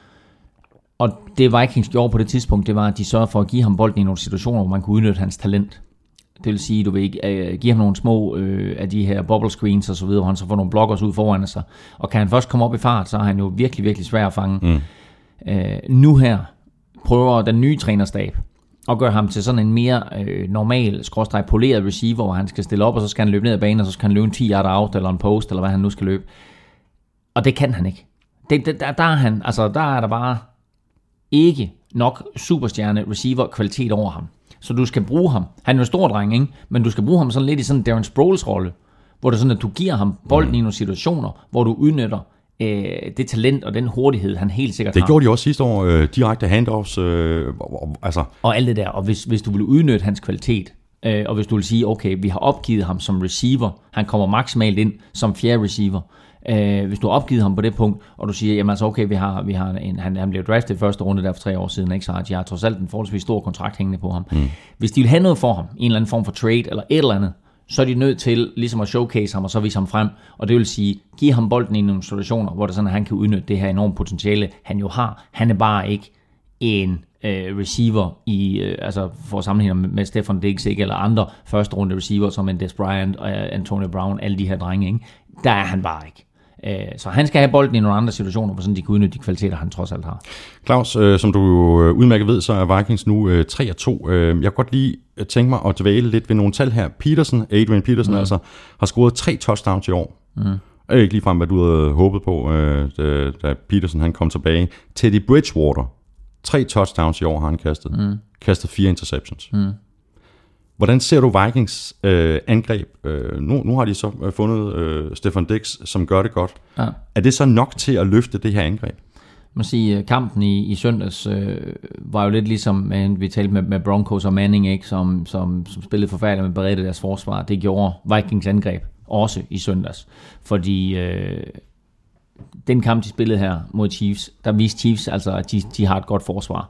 Og det Vikings gjorde på det tidspunkt, det var, at de sørgede for at give ham bolden i nogle situationer, hvor man kunne udnytte hans talent. Det vil sige, du vil ikke uh, give ham nogle små øh, af de her bubble screens og så videre, hvor han så får nogle blockers ud foran sig. Og kan han først komme op i fart, så er han jo virkelig, virkelig svær at fange. Mm. Uh, nu her prøver den nye trænerstab og gør ham til sådan en mere øh, normal, skråstreg poleret receiver, hvor han skal stille op, og så skal han løbe ned ad banen, og så skal han løbe en ti yard out, eller en post, eller hvad han nu skal løbe. Og det kan han ikke. Det, det, der, der, er han, altså, der er der bare ikke nok superstjerne receiver kvalitet over ham. Så du skal bruge ham. Han er jo en stor dreng, ikke? Men du skal bruge ham sådan lidt i sådan Darren Sproles rolle, hvor det er sådan, at du giver ham bolden mm. i nogle situationer, hvor du udnytter øh, det talent og den hurtighed, han helt sikkert det har. Det gjorde de også sidste år, øh, direkte handoffs. Øh, altså. Og alt det der. Og hvis, hvis du vil udnytte hans kvalitet, øh, og hvis du vil sige, okay, vi har opgivet ham som receiver, han kommer maksimalt ind som fjerde receiver. Øh, hvis du har opgivet ham på det punkt, og du siger, jamen altså okay, vi har, vi har en, han, han blev draftet i første runde der for tre år siden, ikke? Så de har trods alt en forholdsvis stor kontrakt hængende på ham. Mm. Hvis de vil have noget for ham, en eller anden form for trade, eller et eller andet, så er de nødt til ligesom at showcase ham, og så vise ham frem, og det vil sige, give ham bolden i nogle situationer, hvor det sådan, at han kan udnytte det her enorme potentiale, han jo har. Han er bare ikke en øh, receiver i, øh, altså for at sammenligne med, med Stefan Diggs, ikke, eller andre første runde receiver, som en Des Bryant og uh, Antonio Brown, alle de her drenge, ikke? Der er han bare ikke. Så han skal have bolden i nogle andre situationer, hvor sådan de kan udnytte de kvaliteter, han trods alt har. Claus, øh, som du udmærket ved, så er Vikings nu øh, tre og to. Jeg kunne godt lige tænke mig at dvæle lidt ved nogle tal her. Peterson, Adrian Peterson mm. altså, har scoret tre touchdowns i år. Mm. Det er ikke ligefrem, hvad du havde håbet på, øh, da, da Peterson han kom tilbage. Teddy Bridgewater, tre touchdowns i år har han kastet. Mm. Kastet fire interceptions. Mm. Hvordan ser du Vikings øh, angreb? Øh, nu, nu har de så fundet øh, Stefan Diggs, som gør det godt. Ja. Er det så nok til at løfte det her angreb? Man siger, kampen i, i søndags øh, var jo lidt ligesom, øh, vi talte med, med Broncos og Manning, ikke, som, som, som spillede forfærdeligt med beredte deres forsvar. Det gjorde Vikings angreb også i søndags. Fordi øh, den kamp, de spillede her mod Chiefs, der viste Chiefs altså, at de, de har et godt forsvar.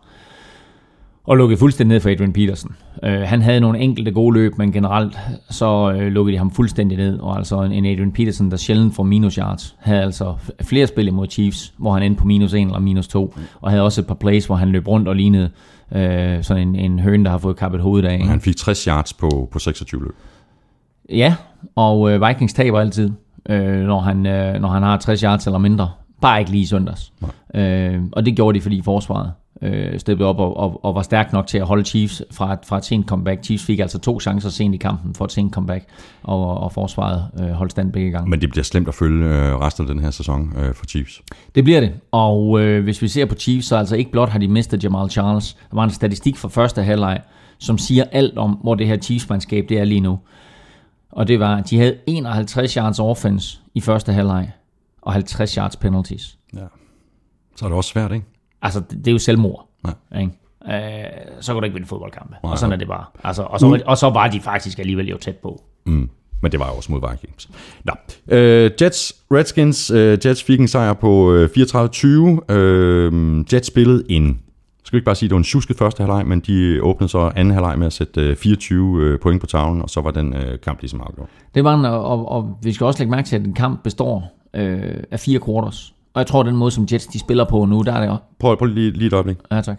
Og lukkede fuldstændig ned for Adrian Peterson. Uh, han havde nogle enkelte gode løb, men generelt så uh, lukkede de ham fuldstændig ned. Og altså en Adrian Peterson, der sjældent får minus yards, havde altså flere spil imod Chiefs, hvor han endte på minus en eller minus to. Og havde også et par plays, hvor han løb rundt og lignede uh, sådan en, en høne, der har fået kappet hovedet af. Han fik tres yards på, på seksogtyve løb. Ja, og uh, Vikings taber altid, uh, når, han, uh, når han har tres yards eller mindre. Bare ikke lige i søndags. Uh, og det gjorde de, fordi forsvaret øh, steppede op og, og, og var stærk nok til at holde Chiefs fra, fra et sent comeback. Chiefs fik altså to chancer sent i kampen for et sent comeback, og, og forsvaret øh, holdt stand begge gange. Men det bliver slemt at følge øh, resten af den her sæson øh, for Chiefs. Det bliver det, og øh, hvis vi ser på Chiefs, så altså ikke blot har de mistet Jamal Charles. Der var en statistik fra første halvleg, som siger alt om, hvor det her Chiefs-mandskab det er lige nu. Og det var, at de havde enoghalvtreds yards offense i første halvleg, og halvtreds yards penalties. Ja. Så er det også svært, ikke? Altså, det, det er jo selvmord. Ja. Ikke? Øh, så kan du ikke vinde fodboldkampe. Nej, og sådan er det bare. Altså, og, så, mm. og så var de faktisk alligevel jo tæt på. Mm. Men det var jo også mod Vikings. Nå. Øh, Jets, Redskins. Øh, Jets fik en sejr på øh, fireogtredive tyve. Øh, Jets spillede en, skal vi ikke bare sige, det var en tjusket første halvleg, men de åbnede så anden halvleg med at sætte øh, fireogtyve øh, point på tavlen, og så var den øh, kamp ligesom afgjort. Det var en, og, og vi skal også lægge mærke til, at en kamp består øh, af fire quarters. Og jeg tror, den måde, som Jets de spiller på nu, der er det også. Prøv, prøv lige, lige et øjeblik. Ja, tak.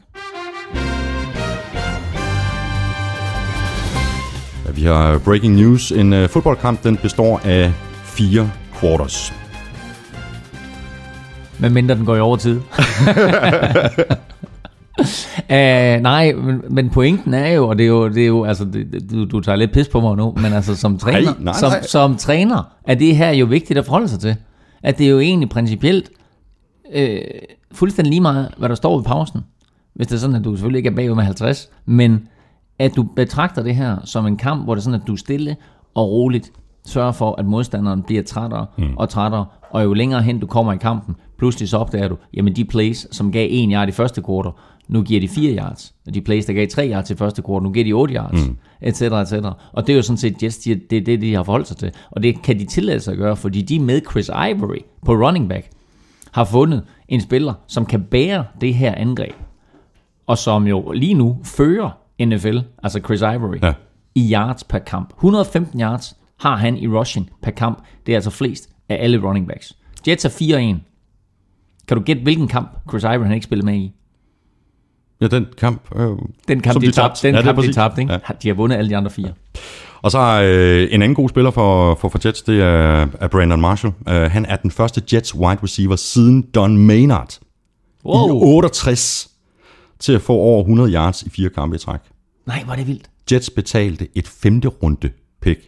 Ja, vi har breaking news. En uh, fodboldkamp, den består af fire quarters. Men mindre den går i overtid. uh, nej, men, men pointen er jo, og det er jo, det er jo altså, det, du, du tager lidt pis på mig nu, men altså som træner, nej, nej, som, nej. som træner, er det her jo vigtigt at forholde sig til. At det er jo egentlig principielt øh, fuldstændig lige meget, hvad der står ved pausen, hvis det er sådan, at du selvfølgelig ikke er bagud med halvtreds, men at du betragter det her som en kamp, hvor det er sådan, at du er stille og roligt sørger for, at modstanderen bliver trættere mm. og trættere, og jo længere hen du kommer i kampen, pludselig så opdager du, jamen de plays, som gav en yard i første kvartal, nu giver de fire yards, og de plays, der gav tre yards i første kvartal, nu giver de otte yards, mm. et cetera, et cetera. Og det er jo sådan set, Jets, det er det, de har forholdt sig til, og det kan de tillade sig at gøre, fordi de med Chris Ivory på running back, har fundet en spiller, som kan bære det her angreb, og som jo lige nu fører N F L, altså Chris Ivory, ja. i yards per kamp. et hundrede og femten yards har han i rushing per kamp. Det er altså flest af alle running backs. Jets er fire en. Kan du gætte, hvilken kamp Chris Ivory han ikke spillet med i? Ja, den kamp. Øh, den kamp, de tabte. Den ja, kamp, de tabte, ikke? Ja. De har vundet alle de andre fire. Og så øh, en anden god spiller for, for, for Jets, det er, er Brandon Marshall. Uh, han er den første Jets wide receiver siden Don Maynard wow. i otteogtres til at få over hundrede yards i fire kampe i træk. Nej, hvor er det vildt. Jets betalte et femte runde pick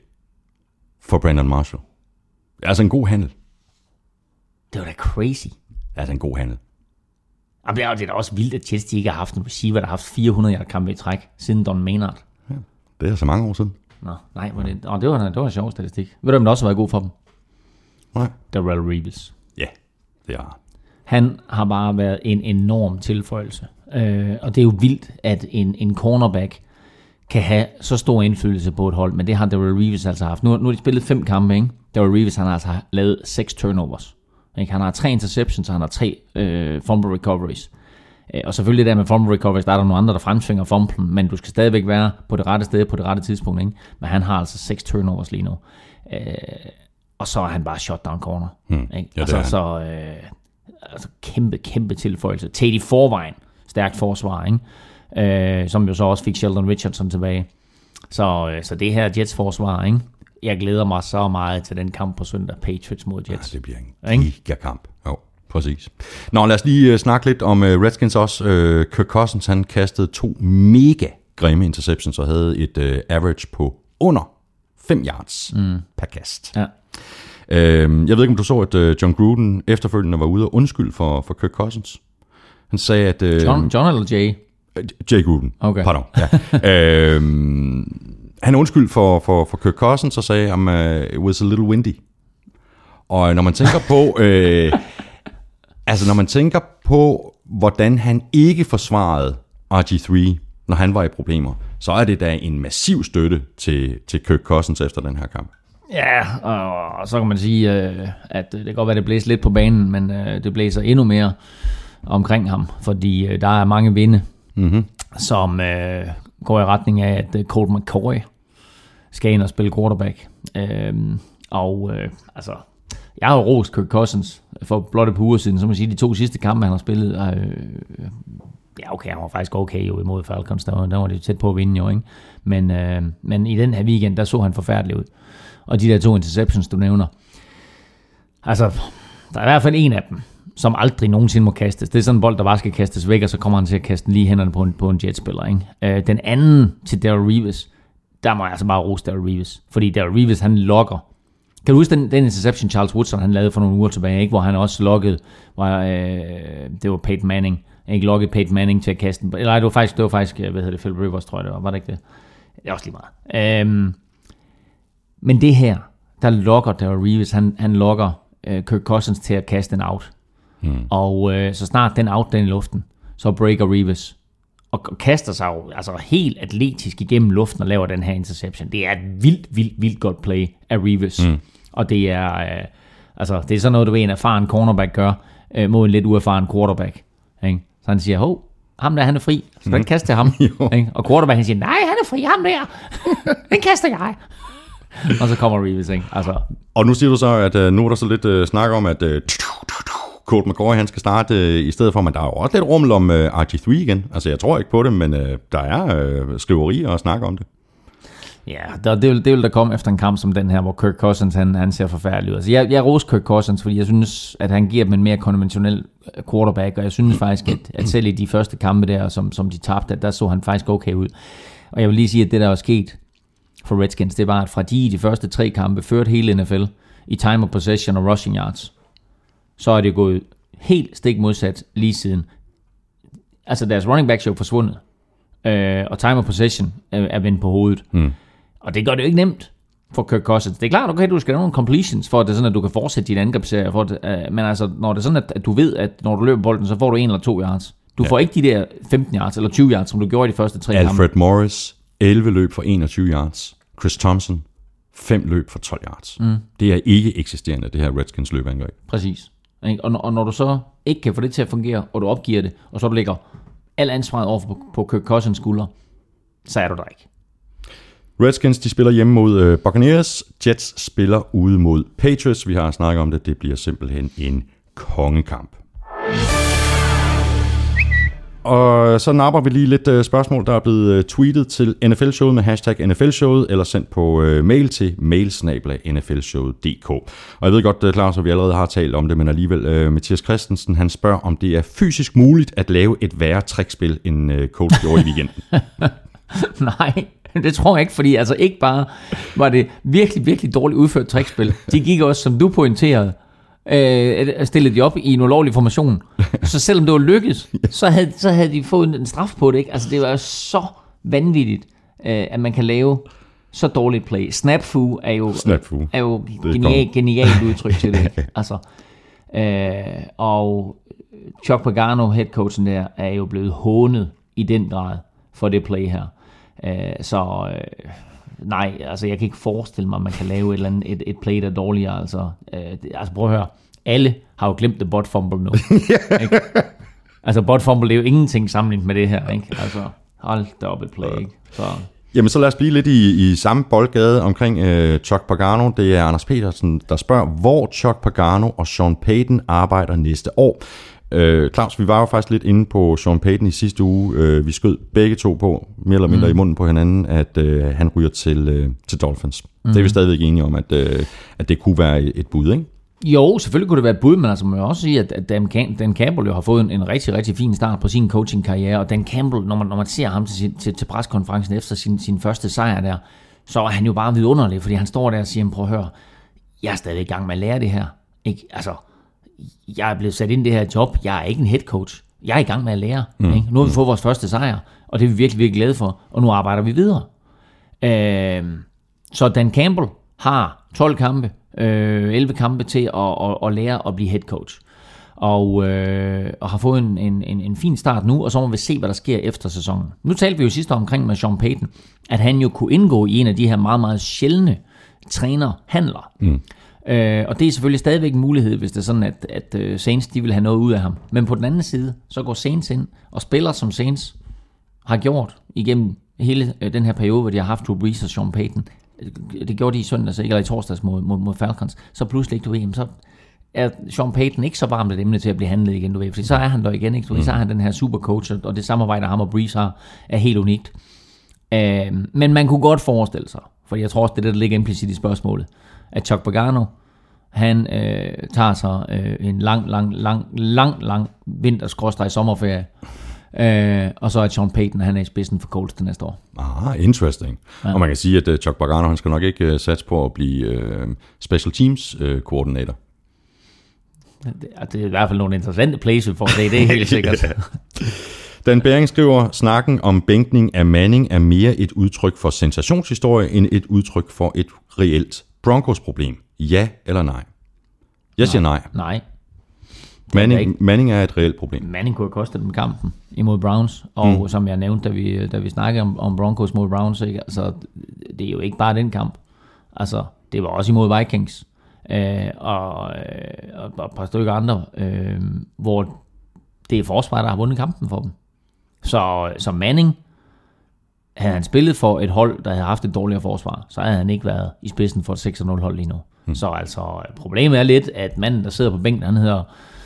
for Brandon Marshall. Det er altså en god handel. Det var da crazy. Det er altså en god handel. Og det er da også vildt, at Jets ikke har haft en receiver, der har haft fire hundrede yard kampe i træk siden Don Maynard. Ja, det er så mange år siden. Nå, nej, var det, åh, det, var, det var en sjov statistik. Ved du, om det også har været god for dem? Nej. Darrelle Reeves. Ja, det er. Han har bare været en enorm tilføjelse. Øh, og det er jo vildt, at en, en cornerback kan have så stor indflydelse på et hold, men det har Darrelle Reeves altså haft. Nu, nu har de spillet fem kampe, ikke? Darrelle Reeves, han har altså lavet seks turnovers. Ikke? Han har tre interceptions, og han har tre øh, fumble recoveries. Øh, og selvfølgelig det der med fumble recoveries, der er der nogle andre, der fremsvinger fumblen, men du skal stadigvæk være på det rette sted, på det rette tidspunkt. Ikke? Men han har altså seks turnovers lige nu. Øh, og så er han bare shutdown corner. Hmm. Ikke? Ja, altså, så øh, altså kæmpe, kæmpe tilføjelse. Tæt i forvejen. Stærkt forsvar, ikke? Øh, som jo så også fik Sheldon Richardson tilbage. Så, øh, så det her Jets forsvar, ikke? Jeg glæder mig så meget til den kamp på søndag, Patriots mod Jets. Ja, det bliver en gigakamp. Jo, præcis. Nå, lad os lige uh, snakke lidt om uh, Redskins også. Uh, Kirk Cousins, han kastede to mega grimme interceptions og havde et uh, average på under fem yards mm. per kast. Ja. Uh, jeg ved ikke, om du så, at uh, John Gruden efterfølgende var ude og undskylde for, for Kirk Cousins. Han sagde, at... Uh, John, John eller Jay? Jay Gruden. Okay. Pardon. Ja. uh, Han er undskyld for, for, for Kirk Cousins og sagde, at uh, it was a little windy. Og når man tænker på, øh, altså når man tænker på, hvordan han ikke forsvarede R G tre, når han var i problemer, så er det da en massiv støtte til, til Kirk Cousins efter den her kamp. Ja, og så kan man sige, at det kan godt være, det blæser lidt på banen, men det blæser endnu mere omkring ham, fordi der er mange vinde, mm-hmm. som øh, går i retning af, at Colt McCoy skal ind og spille quarterback. Øhm, og øh, altså, jeg har jo rost Kirk Cousins for blot et par uger siden, så må jeg sige, de to sidste kampe, han har spillet, øh, ja okay, han var faktisk okay jo imod Falcons, der var, der var det tæt på at vinde jo, ikke? Men, øh, men i den her weekend, der så han forfærdelig ud. Og de der to interceptions, du nævner, altså, der er i hvert fald en af dem, som aldrig nogensinde må kastes. Det er sådan en bold, der bare skal kastes væk, og så kommer han til at kaste den lige hænderne på en, på en Jets-spiller, ikke? Øh, den anden til Darrelle Reeves, der må jeg altså bare rose Darrelle Reeves, fordi Darrelle Reeves, han lokker. Kan du huske den, den interception, Charles Woodson, han lavede for nogle uger tilbage, ikke? Hvor han også lokkede, hvor, øh, det var Peyton Manning, ikke lokkede Peyton Manning til at kaste den. Eller det var faktisk, det var faktisk, hvad hedder det, Philip Rivers, tror jeg det var, var det ikke det? Det er også lige meget. Øhm, men det her, der lokker Darrelle Reeves, han, han lokker øh, Kirk Cousins til at kaste en out. Hmm. Og øh, så snart den out, den i luften, så breaker Reeves og kaster sig jo altså helt atletisk igennem luften og laver den her interception. Det er et vildt, vildt, vildt godt play af Reeves. Mm. Og det er, øh, altså, det er sådan noget, du ved, en erfaren cornerback gør øh, mod en lidt uerfaren quarterback. Ikke? Så han siger, hov, ham der, han er fri. Så den mm. kaster ham. Ikke? Og quarterbacken siger, nej, han er fri, ham der. Den kaster jeg. Og så kommer Reeves. Ikke? Altså. Og nu siger du så, at øh, nu er der så lidt øh, snak om, at... Øh, Colt McCoy, han skal starte øh, i stedet for, men der er jo også lidt rummel om øh, R G tre igen. Altså, jeg tror ikke på det, men øh, der er øh, skriverier og snak om det. Ja, der, det, vil, det vil der komme efter en kamp som den her, hvor Kirk Cousins, han, han ser forfærdelig ud. Altså, jeg, jeg roser Kirk Cousins, fordi jeg synes, at han giver dem en mere konventionel quarterback, og jeg synes faktisk, at, at selv i de første kampe der, som, som de tabte, der så han faktisk okay ud. Og jeg vil lige sige, at det, der er sket for Redskins, det var, at fra de i de første tre kampe førte hele N F L i time of possession og rushing yards, så er det gået helt stik modsat lige siden. Altså deres running backs er jo forsvundet, øh, og time of possession er, er vendt på hovedet. Mm. Og det gør det jo ikke nemt for Kirk Cousins. Det er klart, okay, du skal have nogle completions, for at det er sådan, at du kan fortsætte din angrebsserie. For det, øh, men altså, når det er sådan, at, at du ved, at når du løber bolden, så får du en eller to yards. Du ja. får ikke de der femten yards eller tyve yards, som du gjorde i de første tre kampe. Alfred Morris, elleve løb for enogtyve yards. Chris Thompson, fem løb for tolv yards. Mm. Det er ikke eksisterende, det her Redskins løbeangreb. Præcis. Og, og når du så ikke kan få det til at fungere, og du opgiver det, og så du lægger al ansvaret over på, på Kirk Cousins skulder, så er du der ikke. Redskins, de spiller hjemme mod uh, Buccaneers. Jets spiller ude mod Patriots. Vi har snakket om det. Det bliver simpelthen en kongekamp. Og så napper vi lige lidt uh, spørgsmål, der er blevet uh, tweetet til N F L-showet med hashtag N F L-showet, eller sendt på uh, mail til mailsnabel-a n f l showet punktum d k. Og jeg ved godt, uh, Claus, at vi allerede har talt om det, men alligevel, uh, Mathias Christensen, han spørger, om det er fysisk muligt at lave et værre trickspil, end uh, coach gjorde i weekenden. Nej, det tror jeg ikke, fordi altså ikke bare var det virkelig, virkelig dårligt udført trickspil. De gik også, som du pointerede, øh, stillede de op i en ulovlig formation. Så selvom det var lykkes, så havde, så havde de fået en straf på det, ikke? Altså det var så vanvittigt, øh, at man kan lave så dårligt play. Snapfu er jo, Snapfu. er jo genialt, genialt udtryk til det. Ikke? Altså, øh, og Chuck Pagano, headcoachen der, er jo blevet hånet i den grad for det play her. Uh, så uh, nej, altså jeg kan ikke forestille mig, at man kan lave et, eller andet, et, et play, der er dårligere. Altså, uh, det, altså prøv at høre, alle har jo glemt det butt fumble nu. Ikke? Altså butt fumble, det er jo ingenting sammenlignet med det her. Ikke? Altså hold da op et play. Ikke? Så. Jamen så lad os blive lidt i, i samme boldgade omkring uh, Chuck Pagano. Det er Anders Petersen, der spørger, hvor Chuck Pagano og Sean Payton arbejder næste år. Øh, Claus, vi var jo faktisk lidt inde på Sean Payton i sidste uge. Øh, vi skød begge to på, mere eller mindre mm. i munden på hinanden, at øh, han ryger til, øh, til Dolphins. Mm. Det er vi stadigvæk enige om, at, øh, at det kunne være et bud, ikke? Jo, selvfølgelig kunne det være et bud, men altså man må også sige, at Dan, Dan Campbell jo har fået en, en rigtig, rigtig fin start på sin coaching-karriere, og Dan Campbell, når man, når man ser ham til, til, til preskonferencen efter sin, sin første sejr der, så er han jo bare vidunderlig, fordi han står der og siger, prøv at høre, jeg er stadig i gang med at lære det her, ikke? Altså, jeg er blevet sat ind i det her job, jeg er ikke en head coach, jeg er i gang med at lære, mm. ikke? Nu har vi fået vores første sejr, og det er vi virkelig, virkelig glade for, og nu arbejder vi videre. Øh, så Dan Campbell har tolv kampe, øh, elleve kampe til at, at, at lære at blive head coach, og, øh, og har fået en, en, en fin start nu, og så må vi se, hvad der sker efter sæsonen. Nu talte vi jo sidste omkring med Sean Payton, at han jo kunne indgå i en af de her meget, meget sjældne trænerhandler. Mm. Øh, og det er selvfølgelig stadigvæk en mulighed, hvis det er sådan, at, at uh, Saints de vil have noget ud af ham. Men på den anden side, så går Saints ind og spiller, som Saints har gjort igennem hele uh, den her periode, hvor de har haft Drew Brees og Sean Payton. Det gjorde de i søndags, eller i torsdags mod, mod, mod Falcons. Så pludselig, du ved, så er Sean Payton ikke så varmt et emne til at blive handlet igen, du ved. Fordi så er han der igen, ikke? Mm. Så er han den her supercoach, og det samarbejde, ham og Brees har, er helt unikt. Uh, men man kunne godt forestille sig, for jeg tror også, det er det, der ligger implicit i spørgsmålet, at Chuck Pagano, han øh, tager sig øh, en lang, lang, lang, lang, lang vinterskråstreg sommerferie, øh, og så er Sean Payton, han er i spidsen for Colts til næste år. Ah, interesting. Ja. Og man kan sige, at uh, Chuck Pagano, han skal nok ikke uh, satse på at blive uh, special teams uh, koordinator. Det, det er i hvert fald nogle interessante plays for det, det er helt sikkert. Yeah. Dan Bering skriver, snakken om bænkning af Manning er mere et udtryk for sensationshistorie, end et udtryk for et reelt Broncos-problem. Ja eller nej? Jeg siger nej. Nej. Manning, Manning er et reelt problem. Manning kunne have kostet dem kampen imod Browns, og mm. som jeg nævnte, da vi, da vi snakkede om, om Broncos mod Browns, ikke? Altså, det er jo ikke bare den kamp. Altså, det var også imod Vikings, øh, og, og et par stykker andre, øh, hvor det er forsvaret, der har vundet kampen for dem. Så, så Manning, havde han spillet for et hold, der havde haft et dårligere forsvar, så havde han ikke været i spidsen for et seks nul hold lige nu. Hmm. Så altså, problemet er lidt, at manden, der sidder på bænken, han hedder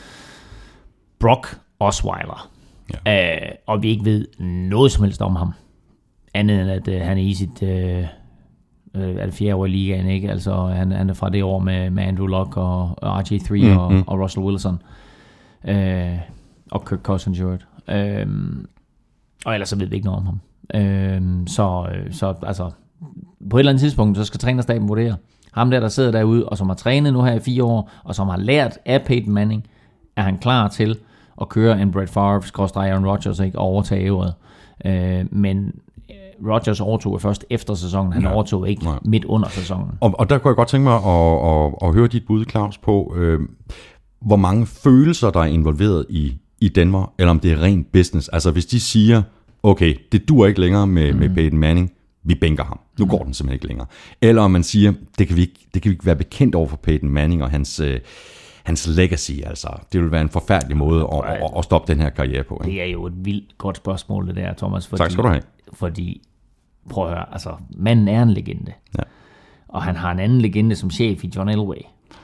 Brock Osweiler. Ja. Øh, og vi ikke ved noget som helst om ham. Andet end, at øh, han er i sit øh, er det fjerde år i ligaen, ikke? Altså, han, han er fra det år med, med Andrew Luck og, og R G tre mm, og, mm. og Russell Wilson. Øh, og Kirk Cousins, øh, og ellers så ved vi ikke noget om ham. Øhm, så, så altså på et eller andet tidspunkt så skal trænerstaben vurdere ham der der sidder derude og som har trænet nu her i fire år og som har lært af Peyton Manning, er han klar til at køre en Brett Favre, skråstreg Aaron Rodgers, ikke, og overtage ævret. Øh, men Rodgers overtog først efter sæsonen. Han ja. overtog ikke ja. midt under sæsonen. Og, og der kunne jeg godt tænke mig at, at, at høre dit bud, Claus, på, øh, hvor mange følelser, der er involveret i, i Denver, eller om det er ren business. Altså hvis de siger, okay, det duer ikke længere med, mm. med Peyton Manning, vi bænker ham. Nu går den simpelthen ikke længere. Eller om man siger, det kan vi ikke, det kan vi ikke være bekendt over for Peyton Manning og hans, øh, hans legacy. Altså, det vil være en forfærdelig måde at, at, at stoppe den her karriere på. Ikke? Det er jo et vildt godt spørgsmål, det der, Thomas. Fordi, tak skal du have. Fordi, prøv at høre, altså, manden er en legende. Ja. Og han har en anden legende som chef i John Elway.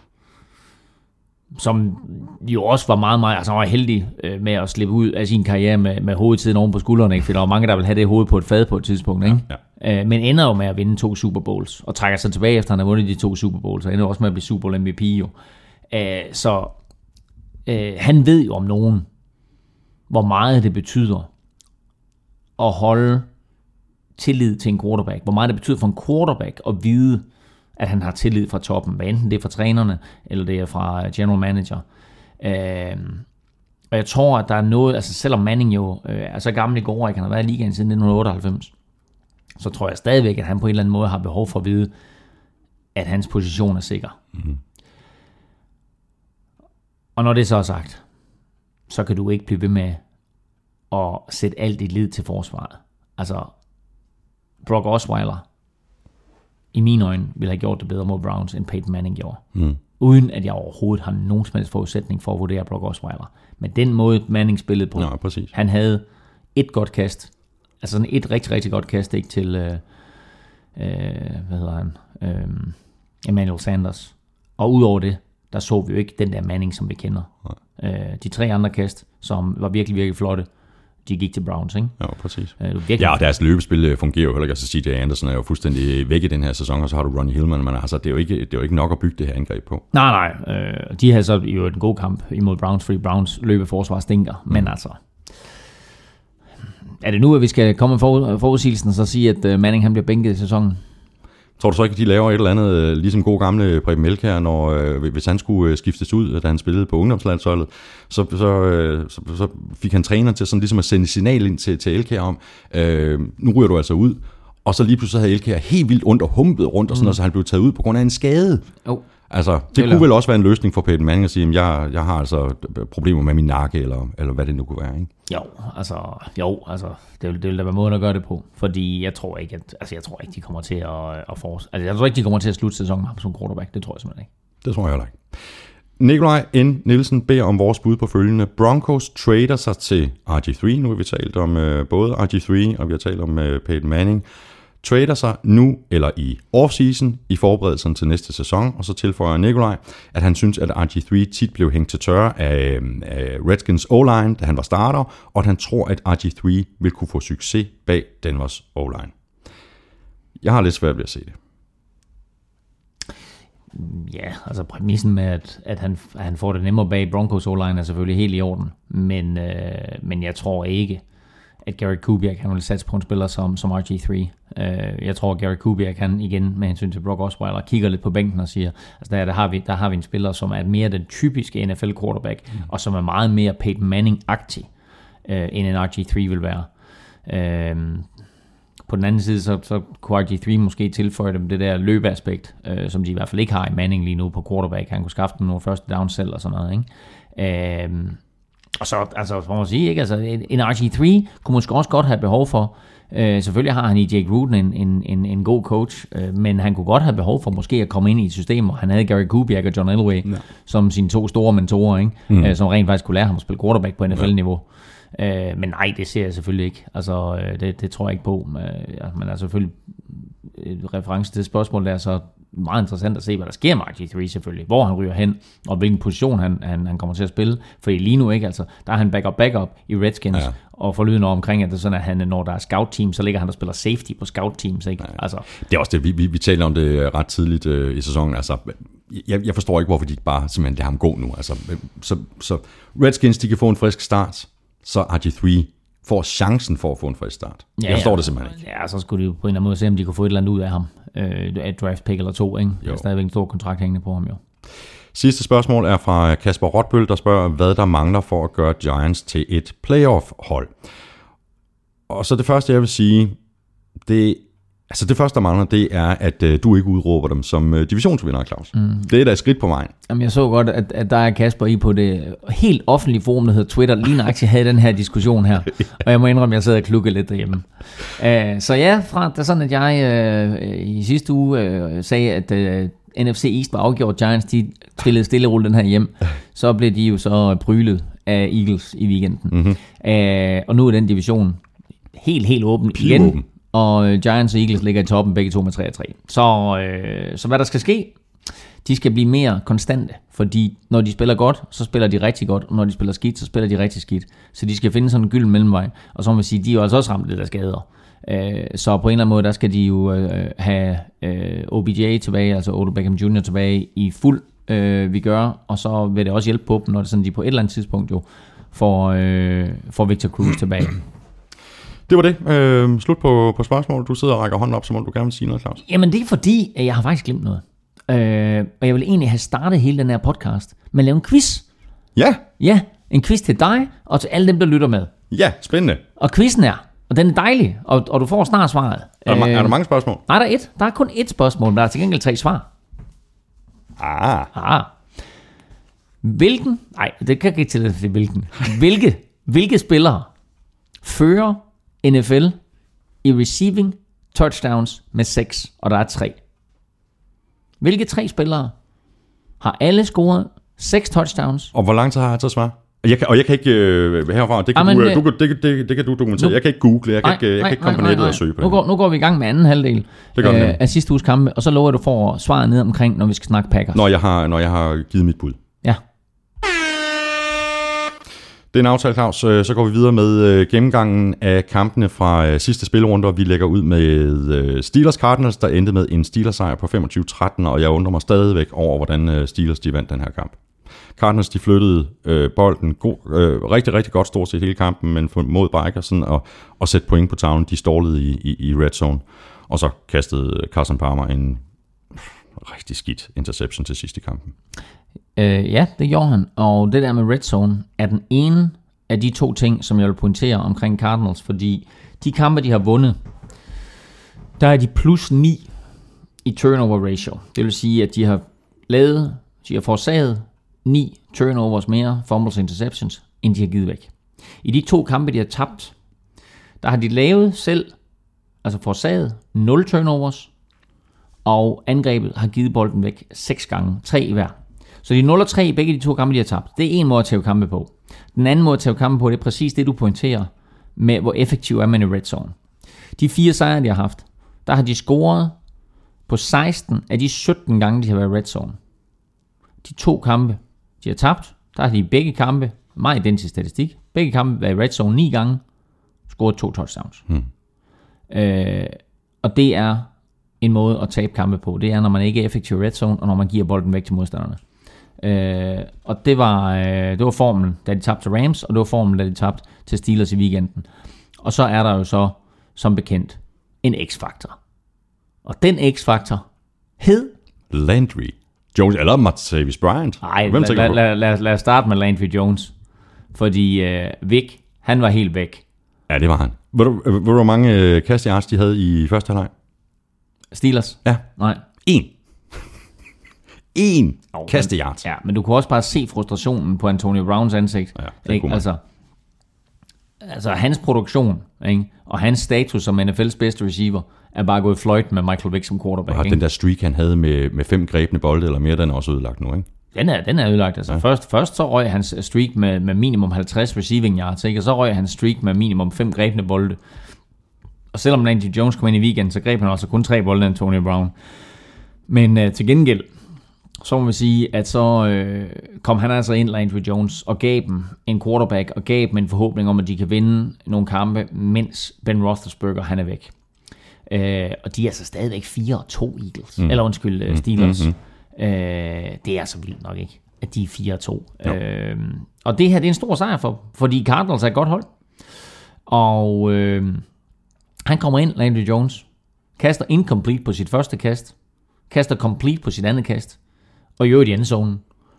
Som jo også var meget, meget altså var heldig øh, med at slippe ud af sin karriere med, med hovedtiden oven på skuldrene, ikke? For der var mange, der ville have det hoved på et fad på et tidspunkt, ikke? Ja. Øh, men ender jo med at vinde to Super Bowls, og trækker sig tilbage efter han har vundet de to Super Bowls, og ender også med at blive Super Bowl M V P jo. Øh, så øh, han ved jo om nogen, hvor meget det betyder at holde tillid til en quarterback, hvor meget det betyder for en quarterback at vide, at han har tillid fra toppen, hvad enten det er fra trænerne, eller det er fra general manager. Øh, og jeg tror, at der er noget, altså selvom Manning jo øh, er så gammel i går, ikke, han har været i ligaen siden nitten otteoghalvfems, så tror jeg stadigvæk, at han på en eller anden måde har behov for at vide, at hans position er sikker. Mm-hmm. Og når det så er sagt, så kan du ikke blive ved med at sætte alt dit lid til forsvaret. Altså, Brock Osweiler, i mine øjne, ville have gjort det bedre mod Browns, end Peyton Manning gjorde. Mm. Uden at jeg overhovedet har nogen som helst forudsætning for at vurdere Brock Osweiler. Men den måde, Manning spillede på, ja, præcis. Han havde et godt kast, altså sådan et rigtig, rigtig godt kast, ikke til, øh, øh, hvad hedder han, øh, Emmanuel Sanders. Og udover det, der så vi jo ikke den der Manning, som vi kender. Øh, de tre andre kast, som var virkelig, virkelig flotte, de gik til Browns, ikke? Ja, præcis. Øh, virkelig... Ja, og deres løbespil fungerer jo heller ikke. Altså C J Anderson er jo fuldstændig væk i den her sæson, og så har du Ronnie Hillman, men altså, det er jo ikke, det er jo ikke nok at bygge det her angreb på. Nej, nej. Øh, de havde så jo en god kamp imod Browns, fordi Browns løbeforsvar stinker, mm. men altså... Er det nu, at vi skal komme med forudsigelsen og så sige, at Manning han bliver bænket i sæsonen? Tror du så ikke, at de laver et eller andet, ligesom god gamle Preben Elkjær, når øh, hvis han skulle skiftes ud, da han spillede på ungdomslandsholdet, så, så, øh, så, så fik han træner til sådan ligesom at sende signal ind til, til Elkjær om, øh, nu ryger du altså ud, og så lige pludselig havde Elkjær helt vildt ondt og humpet rundt, og sådan, mm. og så han blev taget ud på grund af en skade. Oh. Altså, det eller... kunne vel også være en løsning for Peyton Manning at sige, at jeg, jeg har altså problemer med min nakke, eller, eller hvad det nu kunne være, ikke? Jo, altså, jo, altså det vil, det vil da være måden at gøre det på, fordi jeg tror ikke, at, altså jeg tror ikke, de kommer til at, at force, altså jeg tror ikke, de kommer til at slutte sæsonen med ham som quarterback, det tror jeg simpelthen ikke. Det tror jeg heller ikke. Nikolaj N. Nielsen beder om vores bud på følgende. Broncos trader sig til R G tre, nu har vi talt om uh, både R G tre, og vi har talt om uh, Peyton Manning, trader sig nu eller i offseason i forberedelsen til næste sæson, og så tilføjer Nikolaj, at han synes, at R G tre tit blev hængt til tørre af, af Redskins O-line, da han var starter, og at han tror, at R G tre vil kunne få succes bag Denvers O-line. Jeg har lidt svært ved at se det. Ja, altså præmissen med, at, at, han, at han får det nemmere bag Broncos O-line er selvfølgelig helt i orden, men, øh, men jeg tror ikke, at Gary Kubiak han vil satse på en spiller som, som R G tre. Uh, jeg tror, at Gary Kubiak han igen med hensyn til Brock Osweiler kigger lidt på bænken og siger, altså der, der, har vi, der har vi en spiller, som er mere den typiske N F L quarterback, mm. og som er meget mere Peyton Manning-agtig, uh, end en R G tre vil være. Uh, på den anden side, så, så kunne R G tre måske tilføje dem det der løbeaspekt, uh, som de i hvert fald ikke har i Manning lige nu på quarterback. Han kunne skaffe dem nogle første down selv og sådan noget, ikke? Uh, Og så, altså, må man sige, ikke? Altså, en R G tre kunne måske også godt have behov for, øh, selvfølgelig har han i Jake Gruden en, en, en, en god coach, øh, men han kunne godt have behov for måske at komme ind i et system, hvor han havde Gary Kubiak og John Elway ja. som sine to store mentorer, ikke? Mm. Øh, som rent faktisk kunne lære ham at spille quarterback på N F L-niveau. Ja. Øh, men nej, det ser jeg selvfølgelig ikke. Altså, øh, det, det tror jeg ikke på. Øh, ja, men altså selvfølgelig et reference til det spørgsmål, der er så meget interessant at se, hvad der sker med R G tre selvfølgelig, hvor han ryger hen, og hvilken position han, han, han kommer til at spille. Fordi lige nu ikke, altså, der er han backup backup i Redskins, ja. og får lyden omkring, at det er sådan, at han, når der er scout team, så ligger han og spiller safety på scout teams, ikke? Ja. Altså. Det er også det, vi, vi, vi taler om det ret tidligt øh, i sæsonen, altså, jeg, jeg forstår ikke, hvorfor de ikke bare simpelthen lader ham gå nu, altså, så, så Redskins, de kan få en frisk start, så R G tre får chancen for at få en frisk start. Ja, jeg forstår ja. det simpelthen ikke. Ja, så skulle de jo på en eller anden måde se, om de kunne få et eller andet ud af ham. Øh, et draft pick eller to, ikke? Der er stadigvæk en stor kontrakt hængende på ham, jo. Sidste spørgsmål er fra Kasper Rotbøl, der spørger, hvad der mangler for at gøre Giants til et playoff-hold. Og så det første, jeg vil sige, det, altså det første, der mangler, det er, at uh, du ikke udråber dem som uh, divisionsvinder, Claus. Mm. Det er da et skridt på vejen. Jamen, jeg så godt, at, at der er Kasper i på det helt offentlige forum, der hedder Twitter, lige nøjagtigt havde den her diskussion her. Og jeg må indrømme, at jeg sidder og klukker lidt derhjemme. Uh, så ja, fra det er sådan, at jeg uh, i sidste uge uh, sagde, at uh, N F C East var afgjort. Giants, de trillede stille og rulle den her hjem. Så blev de jo så prylet af Eagles i weekenden. Mm-hmm. Uh, og nu er den division helt, helt åben igen. Åben. Og Giants og Eagles ligger i toppen, begge to med tre og tre. Så, øh, så hvad der skal ske? De skal blive mere konstante, fordi når de spiller godt, så spiller de rigtig godt, og når de spiller skidt, så spiller de rigtig skidt. Så de skal finde sådan en gylden mellemvej, og så må man sige, de er jo altså også ramt lidt af skader. Øh, så på en eller anden måde, der skal de jo øh, have øh, O B J tilbage, altså Odell Beckham junior tilbage i fuld øh, vi gør, og så vil det også hjælpe på dem, når det sådan, de på et eller andet tidspunkt jo får, øh, får Victor Cruz tilbage. Det var det. Øh, slut på, på spørgsmål. Du sidder og rækker hånden op, som om du gerne vil sige noget, Claus. Jamen det er fordi, at jeg har faktisk glemt noget. Øh, og jeg vil egentlig have startet hele den her podcast med at lave en quiz. Ja. Ja, en quiz til dig og til alle dem, der lytter med. Ja, spændende. Og quizzen er, og den er dejlig, og, og du får snart svaret. Er der, øh, er der mange spørgsmål? Nej, der er et. Der er kun ét spørgsmål, men der er til gengæld tre svar. Ah. Ah. Hvilken, nej, det kan ikke til at sige hvilken. Hvilke, hvilke spillere fører N F L i receiving touchdowns med seks, og der er tre. Hvilke tre spillere har alle scoret seks touchdowns? Og hvor lang tid har jeg til at svare? Jeg kan, og jeg kan ikke øh, herfra, det kan, Amen, du, du, det, det, det kan du dokumentere. Nu, jeg kan ikke google, jeg kan, nej, ikke, jeg nej, kan ikke komme nej, på nettet nej, og søge på nu går, nu går vi i gang med anden halvdel øh, af sidste uges kampe, og så lover du for svaret ned omkring, når vi skal snakke Packers. Når jeg har, når jeg har givet mit bud. Ja. Det er en aftale, Claus. Så går vi videre med gennemgangen af kampene fra sidste spilrunde, og vi lægger ud med Steelers Cardinals, der endte med en Steelers sejr på femogtyve tretten, og jeg undrer mig stadigvæk over, hvordan Steelers de vandt den her kamp. Cardinals de flyttede øh, bolden go- øh, rigtig, rigtig godt stort set hele kampen, men mod bare ikke sådan at, at sætte point på tavlen. De stålede i, i, i red zone, og så kastede Carson Palmer en rigtig skidt interception til sidst i kampen. Øh, ja, det gjorde han. Og det der med red zone er den ene af de to ting, som jeg vil pointere omkring Cardinals, fordi de kampe, de har vundet, der er de plus ni i turnover ratio. Det vil sige, at de har lavet, de har forsaget ni turnovers mere, fumbles og interceptions, end de har givet væk. I de to kampe, de har tabt, der har de lavet selv, altså forsaget nul turnovers, og angrebet har givet bolden væk seks gange, tre i hver. Så de er nul og tre i begge de to kampe, de har tabt. Det er en måde at tage kampe på. Den anden måde at tage kampe på, det er præcis det, du pointerer med, hvor effektiv er man i red zone. De fire sejre, de har haft, der har de scoret på seksten af de sytten gange, de har været i red zone. De to kampe, de har tabt, der har de i begge kampe, meget identisk statistik, begge kampe været i red zone ni gange, scoret to touchdowns. Hmm. Øh, og det er en måde at tabe kampe på. Det er, når man ikke er effektiv i red zone, og når man giver bolden væk til modstanderne. Øh, og det var, øh, det var formlen, da de tabte til Rams, og det var formlen, da de tabte til Steelers i weekenden. Og så er der jo så, som bekendt, en X-faktor. Og den X-faktor hed Landry Jones, eller Martavis Bryant. Nej, lad, lad, lad, lad, lad os starte med Landry Jones. Fordi øh, Vic, han var helt væk. Ja, det var han. Ved du, ved du hvor mange kast yards de havde i første halvleg? Steelers? Ja. Nej. En. En oh, kaste yards. Ja, men du kunne også bare se frustrationen på Antonio Browns ansigt. Ja, det ikke? Altså, altså hans produktion, ikke? Og hans status som N F L's bedste receiver er bare gået fløjt med Michael Vick som quarterback. Og den der streak, han havde med, med fem grebne bolde eller mere, den er også ødelagt nu, ikke? Den er, den er ødelagt. Altså, ja. først, først så røg hans streak med, med minimum halvtreds receiving yards, ikke? Og så røg hans streak med minimum fem grebne bolde. Og selvom Landry Jones kom ind i weekenden, så greb han altså kun tre bolde af Antonio Brown. Men øh, til gengæld, så må vi sige, at så øh, kom han altså ind, Landry Jones, og gav dem en quarterback, og gav dem en forhåbning om, at de kan vinde nogle kampe, mens Ben Roethlisberger, han er væk. Øh, og de er altså stadigvæk fire og to Eagles, mm. eller undskyld, Steelers. Mm, mm, mm. Øh, det er altså vildt nok, ikke? At de er fire og to. Øh, og det her, det er en stor sejr for, fordi Cardinals er et godt hold. Og øh, han kommer ind, Landry Jones, kaster incomplete på sit første kast, kaster complete på sit andet kast, og i øvrigt i endzonen.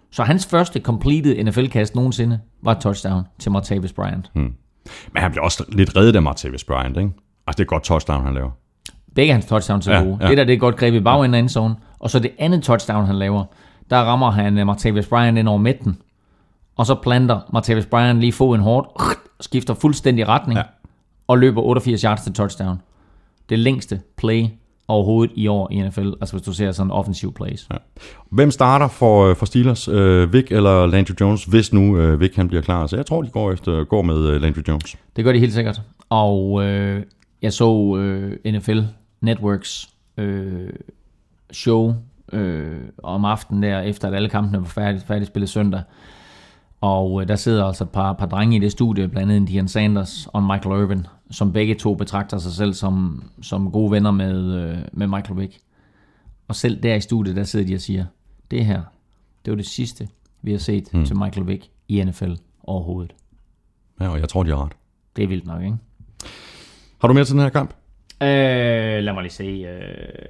Så hans første completed N F L-kast nogensinde var et touchdown til Martavis Bryant. Hmm. Men han bliver også lidt reddet af Martavis Bryant, ikke? Altså, det er et godt touchdown, han laver. Begge hans touchdowns er ja, gode. Ja. Det der, det er godt grebet i bagenden af endzone. Og så det andet touchdown, han laver, der rammer han Martavis Bryant ind over midten. Og så planter Martavis Bryant lige foden hårdt, skifter fuldstændig retning, ja. og løber otteogfirs yards til touchdown. Det længste play overhovedet i år i N F L, altså hvis du ser sådan offensiv plays. Ja. Hvem starter for, for Steelers? Øh, Vic eller Landry Jones, hvis nu øh, Vic han bliver klar? Så jeg tror, de går, efter, går med øh, Landry Jones. Det gør de helt sikkert. Og øh, jeg så øh, N F L Networks øh, show øh, om aftenen der, efter at alle kampene var færdigt, færdigt spillet søndag. Og øh, der sidder altså et par, par drenge i det studie, blandt andet Deion Sanders og Michael Irvin, som begge to betragter sig selv som, som gode venner med, øh, med Michael Vick. Og selv der i studiet, der sidder de og siger, det her, det var det sidste, vi har set hmm. til Michael Vick i N F L overhovedet. Ja, og jeg tror, de har ret. Det er vildt nok, ikke? Har du mere til den her kamp? Øh, lad mig lige se. Øh,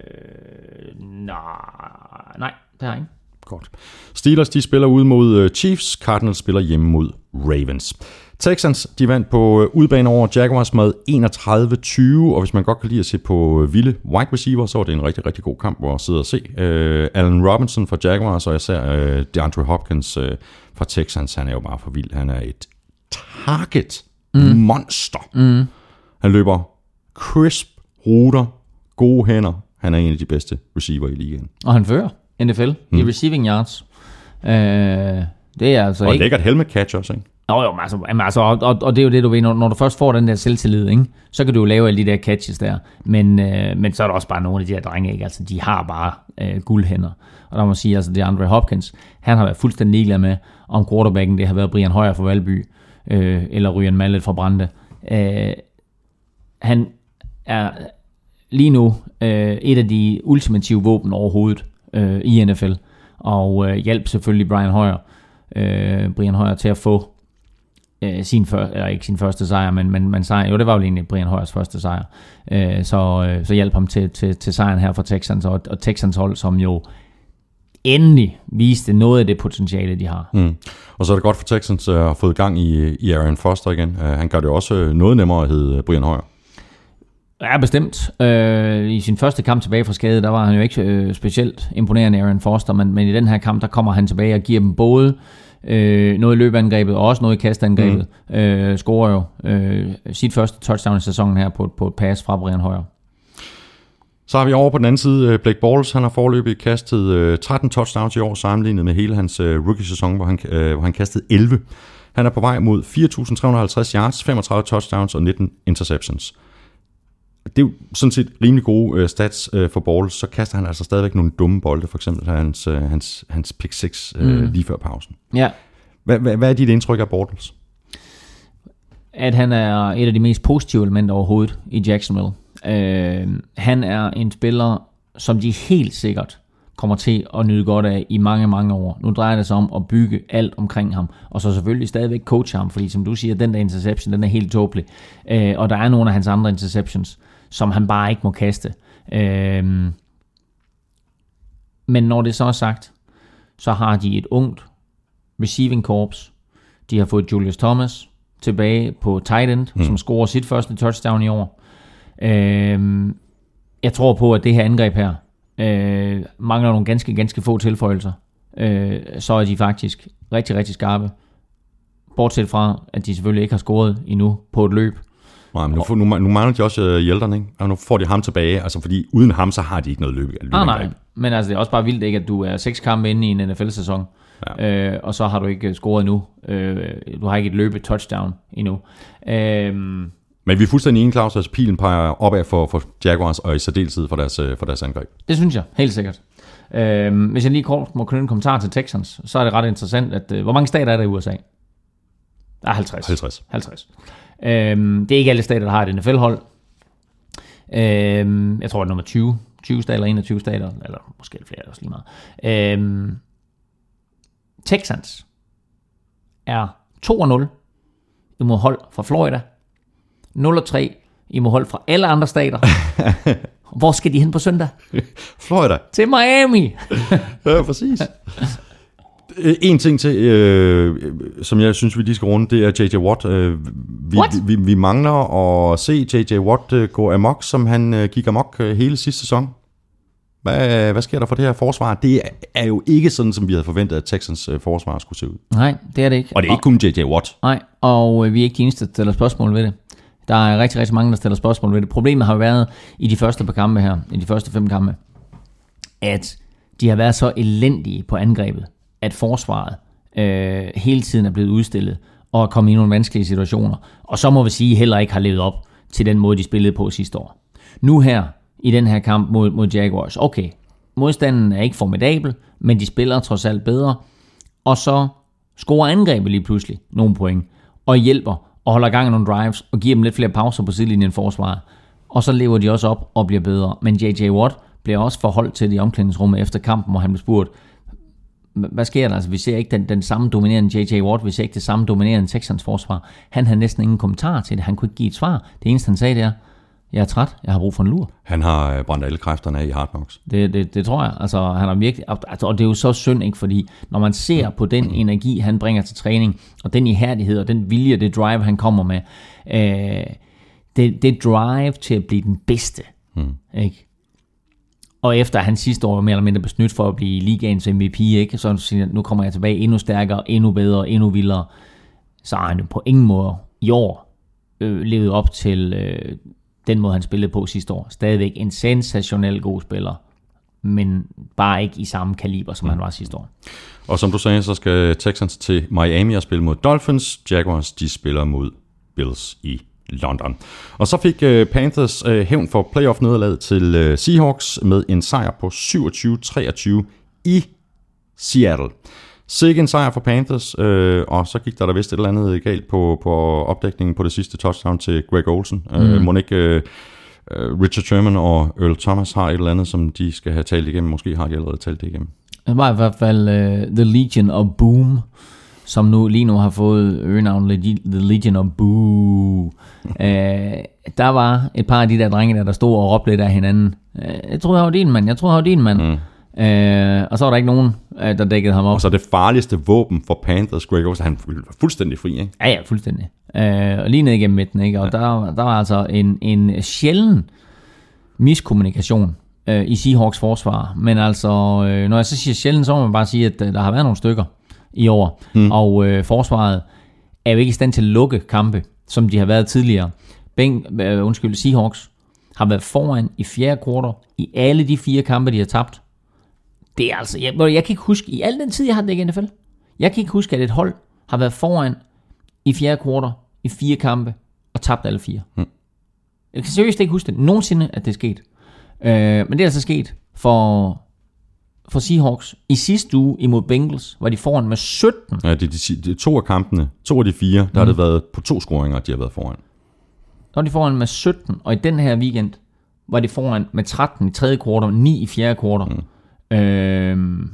nej, nej, det har jeg ikke. Godt. Steelers, de spiller ud mod Chiefs. Cardinals spiller hjemme mod Ravens. Texans, de vandt på udebane over Jaguars med enogtredive tyve, og hvis man godt kan lide at se på vilde wide receiver, så var det en rigtig, rigtig god kamp at sidde og se. Uh, Allen Robinson fra Jaguars, og især uh, DeAndre Hopkins uh, fra Texans, han er jo bare for vild. Han er et target mm. monster. Mm. Han løber crisp ruter, gode hænder. Han er en af de bedste receiver i ligaen. Og han fører N F L mm. i receiving yards. Uh, det er altså og ikke... lækkert helmet catch også, ikke? Nå jo, altså, altså, og, og det er jo det, du ved, når, når du først får den der selvtillid, ikke, så kan du jo lave alle de der catches der, men, øh, men så er der også bare nogle af de her drenge, ikke? Altså, de har bare øh, guldhænder, og der må man sige, altså, det er Andre Hopkins, han har været fuldstændig ligeglad med, om quarterbacken, det har været Brian Hoyer fra Valby, øh, eller Ryan Mallett fra Brande. Øh, han er lige nu øh, et af de ultimative våben overhovedet øh, i N F L, og øh, hjælp selvfølgelig Brian Hoyer, øh, Brian Hoyer til at få sin før, eller ikke sin første sejr, men, men, men sejr, jo det var jo egentlig Brian Hoyers første sejr, øh, så, øh, så hjalp ham til, til, til sejren her for Texans, og, og Texans hold, som jo endelig viste noget af det potentiale, de har. Mm. Og så er det godt for Texans at uh, have fået gang i, i Aaron Foster igen. Uh, han gør det også noget nemmere at hedde Brian Hoyer. Ja, bestemt. Øh, I sin første kamp tilbage fra skade, der var han jo ikke øh, specielt imponerende, Aaron Foster, men, men i den her kamp, der kommer han tilbage og giver dem både Øh, noget i løbeangrebet og også noget i kastangrebet. Mm. Øh, scorer jo øh, sit første touchdown i sæsonen her på, på et pass fra Brian Hoyer. Så har vi over på den anden side Blake Bortles. Han har foreløbig kastet øh, tretten touchdowns i år sammenlignet med hele hans øh, rookie-sæson, hvor han, øh, hvor han kastede elleve. Han er på vej mod fire tusind tre hundrede og halvtreds yards, femogtredive touchdowns og nitten interceptions. Det er jo sådan set rimelig gode øh, stats øh, for Bortles. Så kaster han altså stadigvæk nogle dumme bolde, for eksempel hans, øh, hans, hans pick six øh, mm. lige før pausen. Ja. Hvad, hvad, hvad er dit indtryk af Bortles? At han er et af de mest positive elementer overhovedet i Jacksonville. Øh, han er en spiller, som de helt sikkert kommer til at nyde godt af i mange, mange år. Nu drejer det sig om at bygge alt omkring ham, og så selvfølgelig stadigvæk coache ham, fordi som du siger, den der interception, den er helt tåbelig. Øh, og der er nogle af hans andre interceptions, som han bare ikke må kaste. Øh, men når det så er sagt, så har de et ungt receiving corps. De har fået Julius Thomas tilbage på tight end, mm. som scorer sit første touchdown i år. Øh, jeg tror på, at det her angreb her øh, mangler nogle ganske, ganske få tilføjelser. Øh, så er de faktisk rigtig, rigtig skarpe. Bortset fra, at de selvfølgelig ikke har scoret endnu på et løb. Nej, men nu, nu, nu mangler de også uh, Hjelteren, ikke? Og nu får de ham tilbage, altså fordi uden ham, så har de ikke noget løb. Nej, nej, men altså det er også bare vildt, ikke, at du er seks kampe inde i en N F L-sæson, ja. øh, og så har du ikke scoret endnu. Øh, du har ikke et løbet touchdown endnu. Øh, men vi er fuldstændig enige, Claus, at pilen peger opad for, for Jaguars, og i særdeleshed for deres, for deres angreb. Det synes jeg, helt sikkert. Øh, hvis jeg lige kort må knytte en kommentar til Texans, så er det ret interessant, at øh, hvor mange stater er der i U S A? Der er halvtreds. halvtreds. halvtreds. Øhm, det er ikke alle stater, der har et N F L-hold. Øhm, jeg tror, det er nummer tyve. tyve stater eller enogtyve stater, eller måske flere, også lige meget. Øhm, Texans er to og nul imod hold fra Florida. nul og tre imod hold fra alle andre stater. Hvor skal de hen på søndag? Florida. Til Miami. Ja, præcis. En ting til, øh, som jeg synes, vi lige skal runde, det er J J Watt. Øh, vi, vi, vi mangler at se J J Watt øh, gå amok, som han øh, gik amok øh, hele sidste sæson. Hvad, hvad sker der for det her forsvar? Det er jo ikke sådan, som vi havde forventet, at Texans øh, forsvar skulle se ud. Nej, det er det ikke. Og det er ikke kun J J Watt. Nej, og øh, vi er ikke de eneste, der stiller spørgsmål ved det. Der er rigtig, rigtig mange, der stiller spørgsmål ved det. Problemet har jo været i de første par kampe her, i de første fem kampe, at de har været så elendige på angrebet, at forsvaret øh, hele tiden er blevet udstillet og er kommet i nogle vanskelige situationer. Og så må vi sige, heller ikke har levet op til den måde, de spillede på sidste år. Nu her, i den her kamp mod, mod Jaguars, okay, modstanden er ikke formidabel, men de spiller trods alt bedre, og så scorer angrebet lige pludselig nogle point, og hjælper og holder gang i nogle drives, og giver dem lidt flere pauser på sidelinjen forsvaret. Og så lever de også op og bliver bedre. Men J J Watt bliver også forholdt til det i omklædningsrummet efter kampen, hvor han blev spurgt, hvad sker der? Altså, vi ser ikke den, den samme dominerende J J Watt, vi ser ikke det samme dominerende Texans forsvar. Han havde næsten ingen kommentar til det. Han kunne ikke give et svar. Det eneste, han sagde, det er, jeg er træt, jeg har brug for en lur. Han har brændt alle kræfterne af i Hard Knocks. Det, det, det tror jeg. Altså, han har virkelig, altså, og det er jo så synd, ikke? Fordi når man ser på den energi, han bringer til træning, og den ihærdighed, og den vilje, det drive, han kommer med, øh, det, det drive til at blive den bedste, hmm. ikke? Og efter han sidste år mere eller mindre besnydt for at blive ligaens M V P, ikke? Så siger, nu kommer jeg tilbage endnu stærkere, endnu bedre, endnu vildere. Så har han jo på ingen måde i år øh, levet op til øh, den måde, han spillede på sidste år. Stadigvæk en sensationel god spiller, men bare ikke i samme kaliber, som mm. han var sidste år. Og som du sagde, så skal Texans til Miami og spille mod Dolphins. Jaguars, de spiller mod Bills i London. Og så fik uh, Panthers uh, hævn for playoff-nederlaget til uh, Seahawks med en sejr på syvogtyve treogtyve i Seattle. Sikke en sejr for Panthers, uh, og så gik der der vist et eller andet galt på, på opdækningen på det sidste touchdown til Greg Olsen. Mm. Uh, må ikke uh, Richard Sherman og Earl Thomas har et eller andet, som de skal have talt igennem. Måske har de allerede talt det igennem. Det var i hvert fald uh, The Legion of Boom, som nu lige nu har fået øgenavnet The Legion of Boo. øh, der var et par af de der drenge der, der stod og råbte lidt af hinanden. Øh, jeg tror jeg var din mand, jeg tror jeg var din mand. Mm. Øh, og så var der ikke nogen, der dækkede ham op. Og så det farligste våben for Panthers, Greg Olsen, han var fuldstændig fri, ikke? Ja, ja, fuldstændig. Øh, og lige ned igennem midten, ikke? Og ja. der, der var altså en, en sjælden miskommunikation øh, i Seahawks forsvar. Men altså, øh, når jeg så siger sjælden, så må man bare sige, at der har været nogle stykker i år, mm. og øh, forsvaret er jo ikke i stand til at lukke kampe, som de har været tidligere. Beng, øh, undskyld, Seahawks har været foran i fjerde kvartal i alle de fire kampe, de har tabt. Det er altså, jeg, jeg kan ikke huske, i al den tid, jeg har det ikke i N F L, jeg kan ikke huske, at et hold har været foran i fjerde kvartal i fire kampe og tabt alle fire. Mm. Jeg kan seriøst ikke huske det nogensinde, at det er sket. Øh, men det er altså sket for... for Seahawks. I sidste uge imod Bengals var de foran med sytten. Ja, det er de, de, to af kampene, to af de fire, der mm. har det været på to scoringer, de har været foran. Der var de foran med sytten, og i den her weekend var de foran med tretten i tredje kvartal, ni i fjerde kvartal. Mm. Øhm,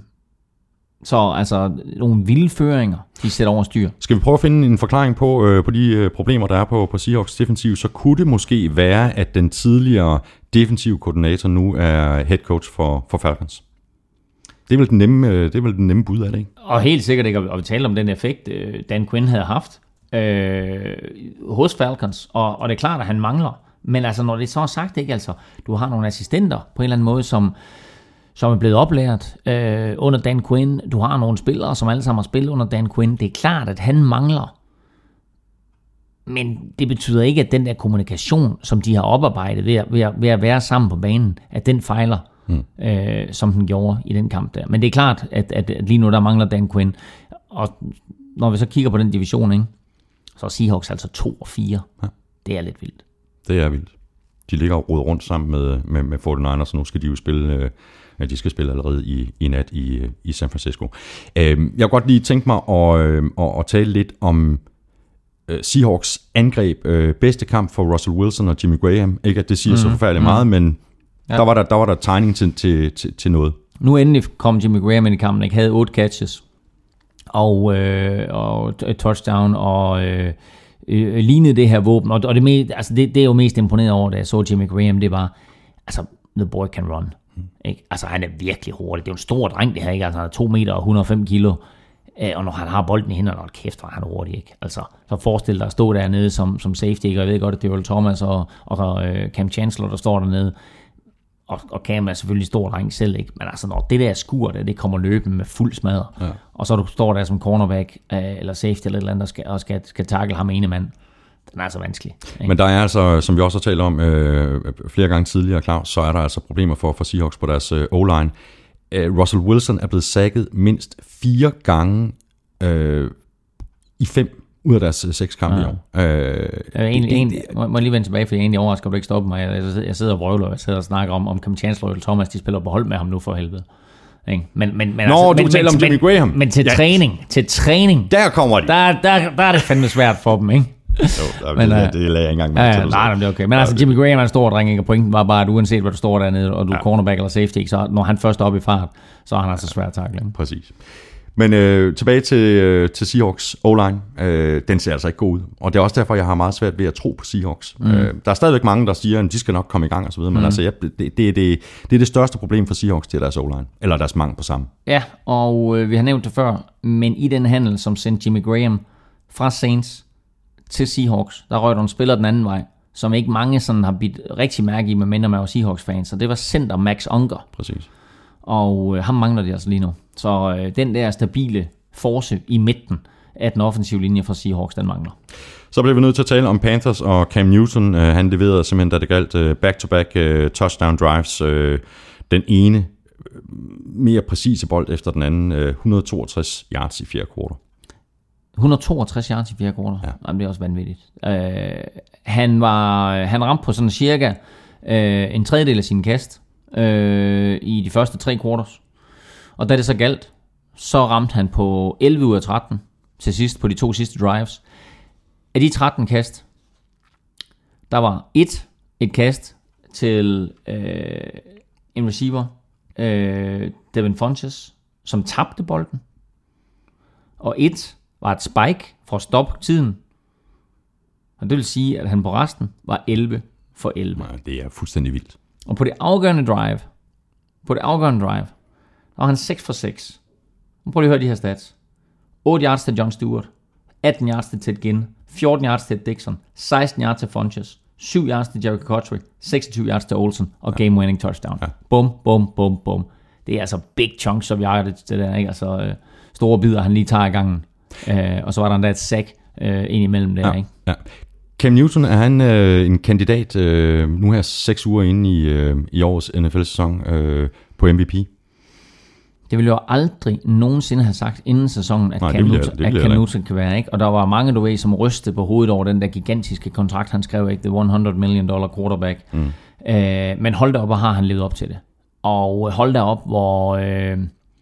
så altså nogle vilde føringer, de sætter over styr. Skal vi prøve at finde en forklaring på, øh, på de øh, problemer, der er på, på Seahawks defensiv, så kunne det måske være, at den tidligere defensive koordinator nu er head coach for, for Falcons. Det er vel den nemme, det er vel den nemme bud af det, ikke? Og helt sikkert ikke, og vi taler om den effekt, Dan Quinn havde haft øh, hos Falcons, og, og det er klart, at han mangler. Men altså, når det så er sagt, ikke altså, du har nogle assistenter på en eller anden måde, som, som er blevet oplært øh, under Dan Quinn. Du har nogle spillere, som alle sammen har spillet under Dan Quinn. Det er klart, at han mangler. Men det betyder ikke, at den der kommunikation, som de har oparbejdet ved at, ved at, ved at være sammen på banen, at den fejler. Hmm. Øh, som den gjorde i den kamp der. Men det er klart, at, at, at lige nu der mangler Dan Quinn. Og når vi så kigger på den division, ikke, så er Seahawks altså to og fire. Ja. Det er lidt vildt. Det er vildt. De ligger og roder rundt sammen med, med, med forty-niners, så nu skal de jo spille, øh, de skal spille allerede i, i nat i, i San Francisco. Øh, jeg kunne godt lige tænke mig at, øh, at, at tale lidt om øh, Seahawks angreb. Øh, bedste kamp for Russell Wilson og Jimmy Graham. Ikke at det siger mm. så forfærdeligt mm. meget, men ja. Der var der, der var der tegning til, til, til, til noget. Nu endelig kom Jimmy Graham ind i kampen, ikke? Havde otte catches og, øh, og et touchdown og øh, øh, lignede det her våben. Og, og det, med, altså det, det er jo mest imponeret over, da jeg så Jimmy Graham, det var, altså, the boy can run. Mm. Ikke? Altså han er virkelig hurtig. Det er jo en stor dreng, det her, ikke? Altså han er to meter og et hundrede og fem kilo. Og når han har bolden i hænderne, og kæft, hvor han er hurtig, ikke? Altså, så forestil dig at stå dernede som, som safety, ikke? Og jeg ved godt, at det er Earl Thomas og, og uh, Cam Chancellor, der står dernede. Og, og Cam er selvfølgelig stor dreng selv, ikke? Men altså, når det der skur, der, det kommer løbende med fuld smadre, ja. Og så du står der som cornerback, uh, eller safety, eller et eller andet, der skal, og skal, skal tackle ham ene mand. Den er altså vanskelig. Ikke? Men der er altså, som vi også har talt om øh, flere gange tidligere, Claus, så er der altså problemer for, for Seahawks på deres øh, O-line. Uh, Russell Wilson er blevet sacket mindst fire gange øh, i fem ud af deres seks kampe ja. i år. Øh, jeg egentlig, det, egentlig, må, må lige vende tilbage, for jeg er egentlig overrasket, at du ikke stopper mig. Jeg, jeg sidder og vrøvler, jeg sidder og snakker om, om Cam Chancellor og Thomas, de spiller på hold med ham nu for helvede. Men, men, men, Nå, altså, du men, taler men, om Jimmy men, Graham. Men til ja. træning, til træning, der kommer de. Der, der, der er det fandme svært for dem, ikke? Jo, der, men, det, det lader jeg ikke engang med. Ja, ja, nej, det er okay. Men altså, Jimmy Graham er en stor dreng, ikke? Og pointen var bare, at uanset hvad du står dernede, og du er ja. cornerback eller safety, ikke? Så når han først er oppe i fart, så er han altså svært at tackle. Præcis. Men øh, tilbage til, øh, til Seahawks O-line, øh, den ser altså ikke god ud. Og det er også derfor, jeg har meget svært ved at tro på Seahawks. Mm. Øh, der er stadigvæk mange, der siger, at de skal nok komme i gang og så videre, men mm. altså, ja, det, det, det, det er det største problem for Seahawks til deres O-line, eller deres mangel på sammen. Ja, og øh, vi har nævnt det før, men i den handel, som sendte Jimmy Graham fra Saints til Seahawks, der røg der en spiller den anden vej, som ikke mange sådan har bidt rigtig mærke i, med mindre man var Seahawks-fans, og det var center Max Unger. Præcis. Og øh, ham mangler de altså lige nu. Så øh, den der stabile force i midten af den offensive linje fra Seahawks, den mangler. Så bliver vi nødt til at tale om Panthers og Cam Newton. Uh, han leverede simpelthen, da det galt uh, back-to-back uh, touchdown drives. Uh, den ene mere præcise bold efter den anden. Uh, et hundrede og toogtres yards i fjerde kvartal. et hundrede og toogtres yards i fjerde kvartal? Ja. Jamen, det er også vanvittigt. Uh, han, var, han ramte på sådan cirka uh, en tredjedel af sine kast uh, i de første tre quarters. Og da det så galt, så ramte han på elleve ud af tretten til sidst på de to sidste drives. Af de tretten kast, der var et, et kast til øh, en receiver, øh, Devin Funchess, som tabte bolden. Og et var et spike for at stoppe tiden. Og det vil sige, at han på resten var elleve for elleve. Nej, det er fuldstændig vildt. Og på det afgørende drive, på det afgørende drive, der var han seks for seks. Prøv lige at høre de her stats. otte yards til John Stewart, atten yards til Ted Ginn, fjorten yards til Dixon, seksten yards til Funchess, syv yards til Jericho Cotchery, seksogtyve yards til Olsen og ja. game winning touchdown. Ja. Bum, bum, bum, bum. Det er altså big chunks of yards, det der, ikke? Altså øh, store bidder, han lige tager i gangen. Øh, og så var der endda et sack øh, ind imellem der, ja. ikke? Ja. Cam Newton, er han øh, en kandidat øh, nu her seks uger inde i, øh, i årets N F L-sæson øh, på M V P? Det ville jo aldrig nogensinde have sagt inden sæsonen, at, Nej, Cam, Newton, jeg, at Cam Newton kan være, ikke? Og der var mange, du ved, som rystede på hovedet over den der gigantiske kontrakt, han skrev, ikke? The hundrede million dollar quarterback. Mm. Øh, men hold da op, og har han levet op til det. Og hold da op, hvor, øh,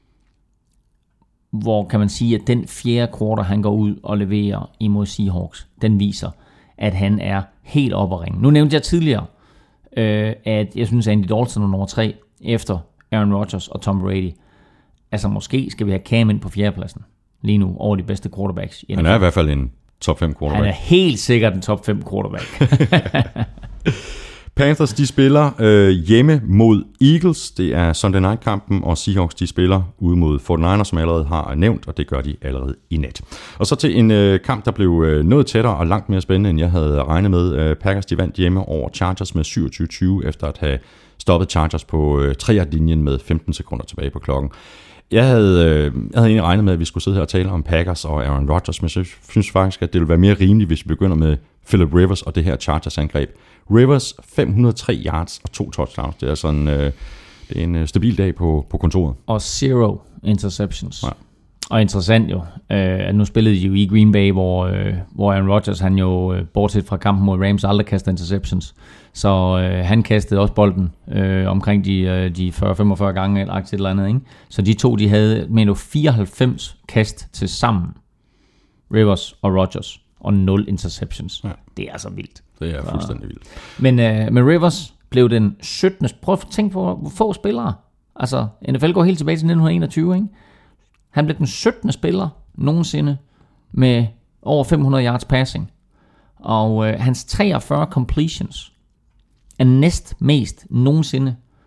hvor kan man sige, at den fjerde quarter, han går ud og leverer imod Seahawks, den viser, at han er helt oppe at ringe. Nu nævnte jeg tidligere, øh, at jeg synes, at Andy Dalton er nummer tre efter Aaron Rodgers og Tom Brady. Altså måske skal vi have Cam ind på fjerdepladsen lige nu over de bedste quarterbacks. Han er i hvert fald en top fem quarterback. Han er helt sikkert en top fem quarterback. Panthers, de spiller øh, hjemme mod Eagles. Det er Sunday Night-kampen, og Seahawks, de spiller ude mod forty-niners, som jeg allerede har nævnt, og det gør de allerede i nat. Og så til en øh, kamp, der blev øh, noget tættere og langt mere spændende, end jeg havde regnet med. Øh, Packers, de vandt hjemme over Chargers med syvogtyve tyve, efter at have stoppet Chargers på øh, tre-yard-linjen med femten sekunder tilbage på klokken. Jeg havde, øh, jeg havde egentlig regnet med, at vi skulle sidde her og tale om Packers og Aaron Rodgers, men jeg synes faktisk, at det ville være mere rimeligt, hvis vi begynder med Philip Rivers og det her Chargers-angreb. Rivers fem hundrede og tre yards og to touchdowns. Det er sådan øh, det er en øh, stabil dag på, på kontoret. Og zero interceptions. Ja. Og interessant jo, øh, at nu spillede de jo i Green Bay, hvor, øh, hvor Aaron Rodgers, han jo, øh, bortset fra kampen mod Rams, aldrig kastede interceptions. Så øh, han kastede også bolden øh, omkring de, øh, de fyrre til femogfyrre gange, eller et eller andet, ikke? Så de to, de havde med fireoghalvfems kast til sammen. Rivers og Rodgers. Og nul interceptions. Ja. Det er altså vildt. Det er fuldstændig vildt. Men øh, med Rivers blev den syttende Prøv at tænke på, hvor få spillere. Altså, N F L går helt tilbage til nitten enogtyve, ikke? Han blev den syttende spiller nogensinde med over fem hundrede yards passing. Og øh, hans treogfyrre completions er næst mest nogensinde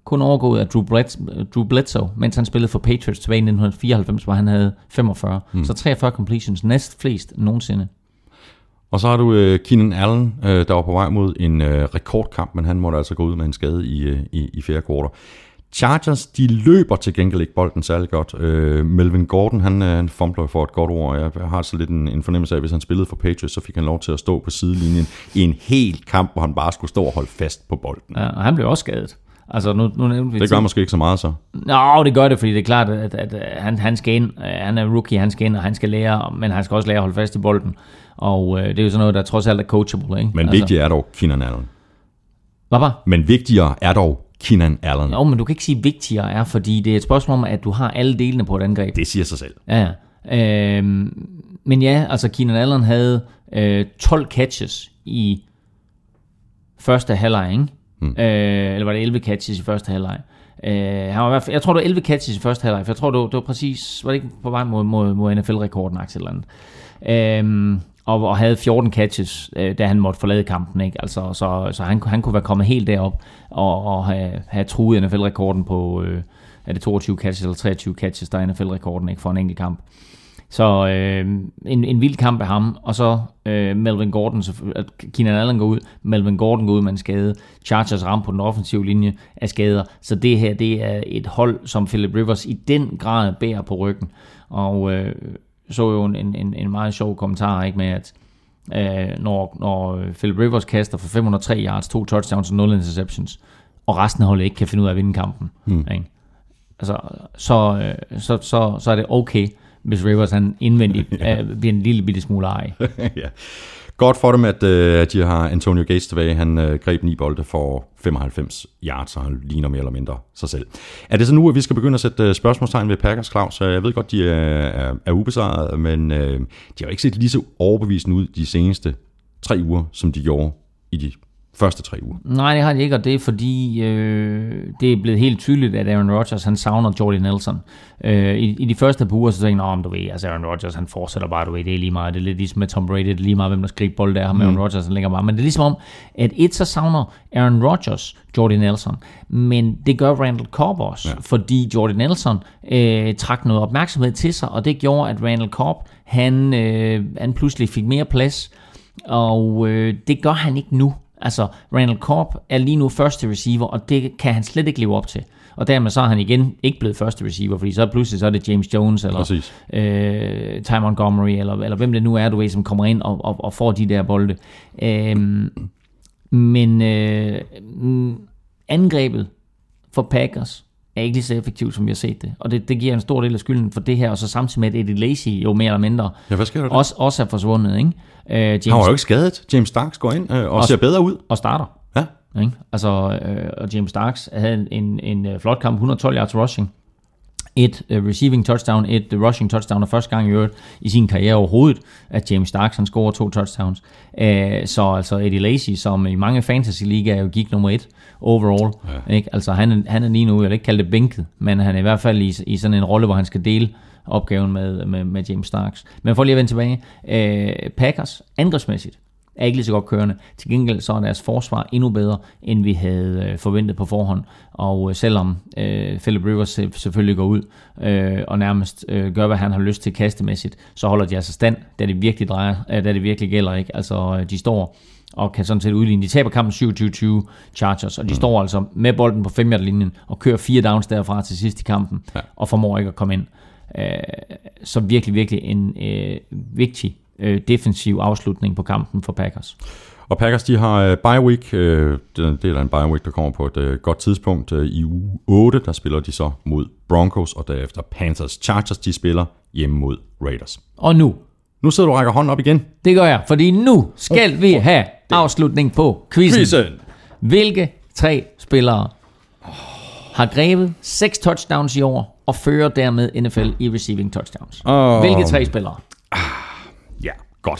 kun overgået af Drew, Bledsoe, Drew Bledsoe, mens han spillede for Patriots tilbage i nitten fireoghalvfems, hvor han havde femogfyrre. Mm. Så treogfyrre completions, næst flest nogensinde. Og så har du uh, Keenan Allen, uh, der var på vej mod en uh, rekordkamp, men han måtte altså gå ud med en skade i, uh, i, i fjerde kvartal. Chargers, de løber til gengæld ikke bolden særlig godt. Uh, Melvin Gordon, han, uh, han fumbler for et godt ord. Jeg har så lidt en, en fornemmelse af, at hvis han spillede for Patriots, så fik han lov til at stå på sidelinjen i en hel kamp, hvor han bare skulle stå og holde fast på bolden. Ja, og han blev også skadet. Altså, nu, nu nævnte vi det gør måske ikke så meget så. Nå, det gør det, fordi det er klart, at, at, at han, han skal ind. Han er rookie, han skal ind, og han skal lære, men han skal også lære at holde fast i bolden. Og øh, det er jo sådan noget, der trods alt er coachable, ikke? Men altså, vigtigere er dog Keenan Allen. Hvad var? Men vigtigere er dog Keenan Allen. Jo, men du kan ikke sige vigtigere er, fordi det er et spørgsmål om, at du har alle delene på et angreb. Det siger sig selv. Ja, ja. Øhm, men ja, altså Keenan Allen havde øh, tolv catches i første halvleg, ikke? Hmm. Øh, eller var det elleve catches i første halvleg? Øh, han var i hvert fald, jeg tror, det var elleve catches i første halvleg, for jeg tror, det var, det var præcis, var det ikke på vej mod, mod, mod N F L-rekorden, eller andet. Øhm, og, og havde fjorten catches, øh, da han måtte forlade kampen, ikke? Altså, så, så han, han kunne være kommet helt derop og, og have, have truet N F L-rekorden på, øh, er det toogtyve catches eller treogtyve catches, der er N F L-rekorden, ikke, for en enkelt kamp. Så øh, en, en vild kamp af ham, og så øh, Melvin Gordon, at Keenan Allen går ud, Melvin Gordon går ud med en skade, Chargers rammer på den offensive linje af skader, så det her, det er et hold, som Philip Rivers i den grad bærer på ryggen, og øh, så jo en, en, en meget sjov kommentar, ikke, med at øh, når, når Philip Rivers kaster for fem hundrede og tre yards, to touchdowns og nul interceptions, og resten af holdet ikke kan finde ud af at vinde kampen, hmm. ikke? Altså, så, øh, så, så, så er det okay, hvis Rivers han indvendigt ja. bliver en lille bitte smule ej. Ja. Godt for dem, at, øh, at de har Antonio Gates tilbage. Han øh, greb ni bolde for femoghalvfems yards, så han ligner mere eller mindre sig selv. Er det så nu, at vi skal begynde at sætte spørgsmålstegn ved Packers, Claus? Jeg ved godt, de er, er, er ubesejret, men øh, de har jo ikke set lige så overbevisende ud de seneste tre uger, som de gjorde i de første tre uger. Nej, det har de ikke, og det er fordi, øh, det er blevet helt tydeligt, at Aaron Rodgers, han savner Jordy Nelson. Øh, i, I de første par uger, så tænkte jeg, du ved, altså Aaron Rodgers, han fortsætter bare, du ved, det er lige meget, det er lidt ligesom med Tom Brady, det er lige meget, hvem der skriger bold der, ham mm. Aaron Rodgers, han ligger bare. Men det er ligesom om, at et så savner Aaron Rodgers Jordy Nelson, men det gør Randall Cobb også, ja. Fordi Jordy Nelson øh, trak noget opmærksomhed til sig, og det gjorde, at Randall Cobb, han, øh, han pludselig fik mere plads, og øh, det gør han ikke nu. Altså, Randall Cobb er lige nu første receiver, og det kan han slet ikke leve op til. Og dermed så er han igen ikke blevet første receiver, fordi så pludselig så er det James Jones, eller øh, Ty Montgomery, eller, eller hvem det nu er, du ved, som kommer ind og, og, og får de der bolde. Øh, men øh, angrebet for Packers er ikke lige så effektivt, som vi har set det. Og det, det giver en stor del af skylden for det her, og så samtidig med, at Eddie Lacy jo mere eller mindre ja, hvad sker der også, også er forsvundet. Ikke? Uh, James, han var jo ikke skadet. James Starks går ind uh, og, og ser bedre ud. Og starter. Ja. Ikke? Altså, uh, og James Starks havde en, en, en flot kamp, et hundrede og tolv yards rushing. Et uh, receiving touchdown, et uh, rushing touchdown, og første gang i øvrigt i sin karriere overhovedet, at James Starks han scorer to touchdowns. Uh, så altså Eddie Lacy, som i mange fantasy-ligaer jo gik nummer et overall. Ja. Ikke? Altså han, han er lige nu, jeg vil ikke kalde det bænket, men han er i hvert fald i, i sådan en rolle, hvor han skal dele opgaven med, med, med James Starks. Men for lige at vende tilbage, uh, Packers angrebsmæssigt er ikke lige så godt kørende. Til gengæld så er deres forsvar endnu bedre, end vi havde øh, forventet på forhånd. Og øh, selvom øh, Philip Rivers selvfølgelig går ud øh, og nærmest øh, gør, hvad han har lyst til kastemæssigt, så holder de altså stand, da det virkelig drejer, øh, da det virkelig gælder, ikke? Altså øh, de står og kan sådan set udligne. De taber kampen syvogtyve tyve Chargers, og de mm. står altså med bolden på fem yard linjen og kører fire downs derfra til sidst i kampen, ja. Og formår ikke at komme ind. Øh, så virkelig, virkelig en øh, vigtig defensiv afslutning på kampen for Packers. Og Packers, de har uh, bye week. Uh, det er en bye week, der kommer på et uh, godt tidspunkt. Uh, I uge otte, der spiller de så mod Broncos, og derefter Panthers. Chargers, de spiller hjemme mod Raiders. Og nu? Nu sidder du og rækker hånden op igen. Det gør jeg, fordi nu skal oh, vi have det. Afslutning på quizzen. quizzen. Hvilke tre spillere har grebet seks touchdowns i år, og fører dermed N F L i receiving touchdowns? Oh. Hvilke tre spillere? Ja, godt.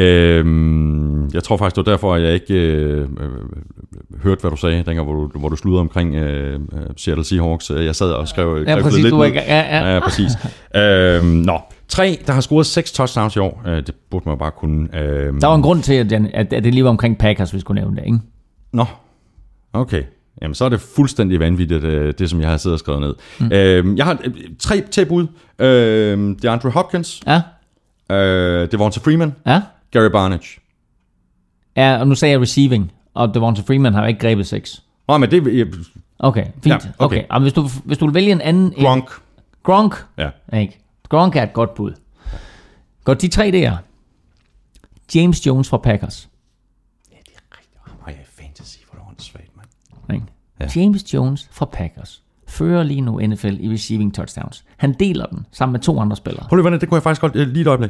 Øhm, jeg tror faktisk, det var derfor, at jeg ikke øh, øh, hørte, hvad du sagde, dengang, hvor du, hvor du sludrede omkring øh, Seattle Seahawks. Jeg sad og skrev, ja, præcis, lidt du ikke, ja, ja. ja, præcis. øhm, nå, tre, der har scoret seks touchdowns i år. Øh, det burde man bare kunne. Øh, der var en grund til, at, at det lige var omkring Packers, vi skulle nævne det, ikke? Nå, okay. jamen så er det fuldstændig vanvittigt, det, det som jeg har siddet og skrevet ned. Mm. Øh, jeg har tre tilbud. Øh, DeAndre Hopkins. Ja. Øh, Devonta Freeman. Ja. Gary Barnidge. Ja, og nu sagde jeg receiving, og Devonta Freeman har jo ikke grebet seks. Nej, men det... Jeg, okay, fint. Ja, okay. okay. okay. Hvis, du, hvis du vil vælge en anden... Gronk. En, Gronk? Ja. Ikke? Gronk er et godt bud. Godt, de tre der. James Jones fra Packers. Ja, det er rigtigt. Oh, jeg er fantasy, hvor det er åndssvagt, mand. Ja. James Jones fra Packers fører lige nu N F L i receiving touchdowns. Han deler den sammen med to andre spillere. Prøv lige, det kunne jeg faktisk godt lige et øjeblik.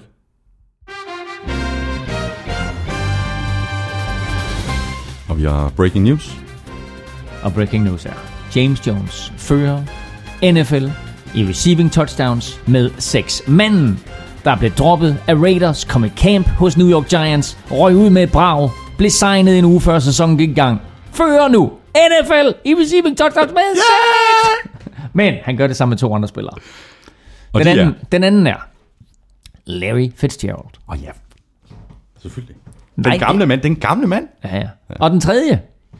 Og vi har breaking news. Og breaking news er, James Jones fører N F L i receiving touchdowns med seks. Manden, der blev droppet af Raiders, kom i camp hos New York Giants, røg ud med et brag, blev signet en uge før sæsonen gik i gang. Fører nu N F L i receiving touchdowns med yeah! seks. Men han gør det sammen med to andre spillere. Og den, de anden, den anden er Larry Fitzgerald. Åh oh, ja, selvfølgelig. Den Nej, gamle mand, den gamle mand. Ja, ja. Og den tredje,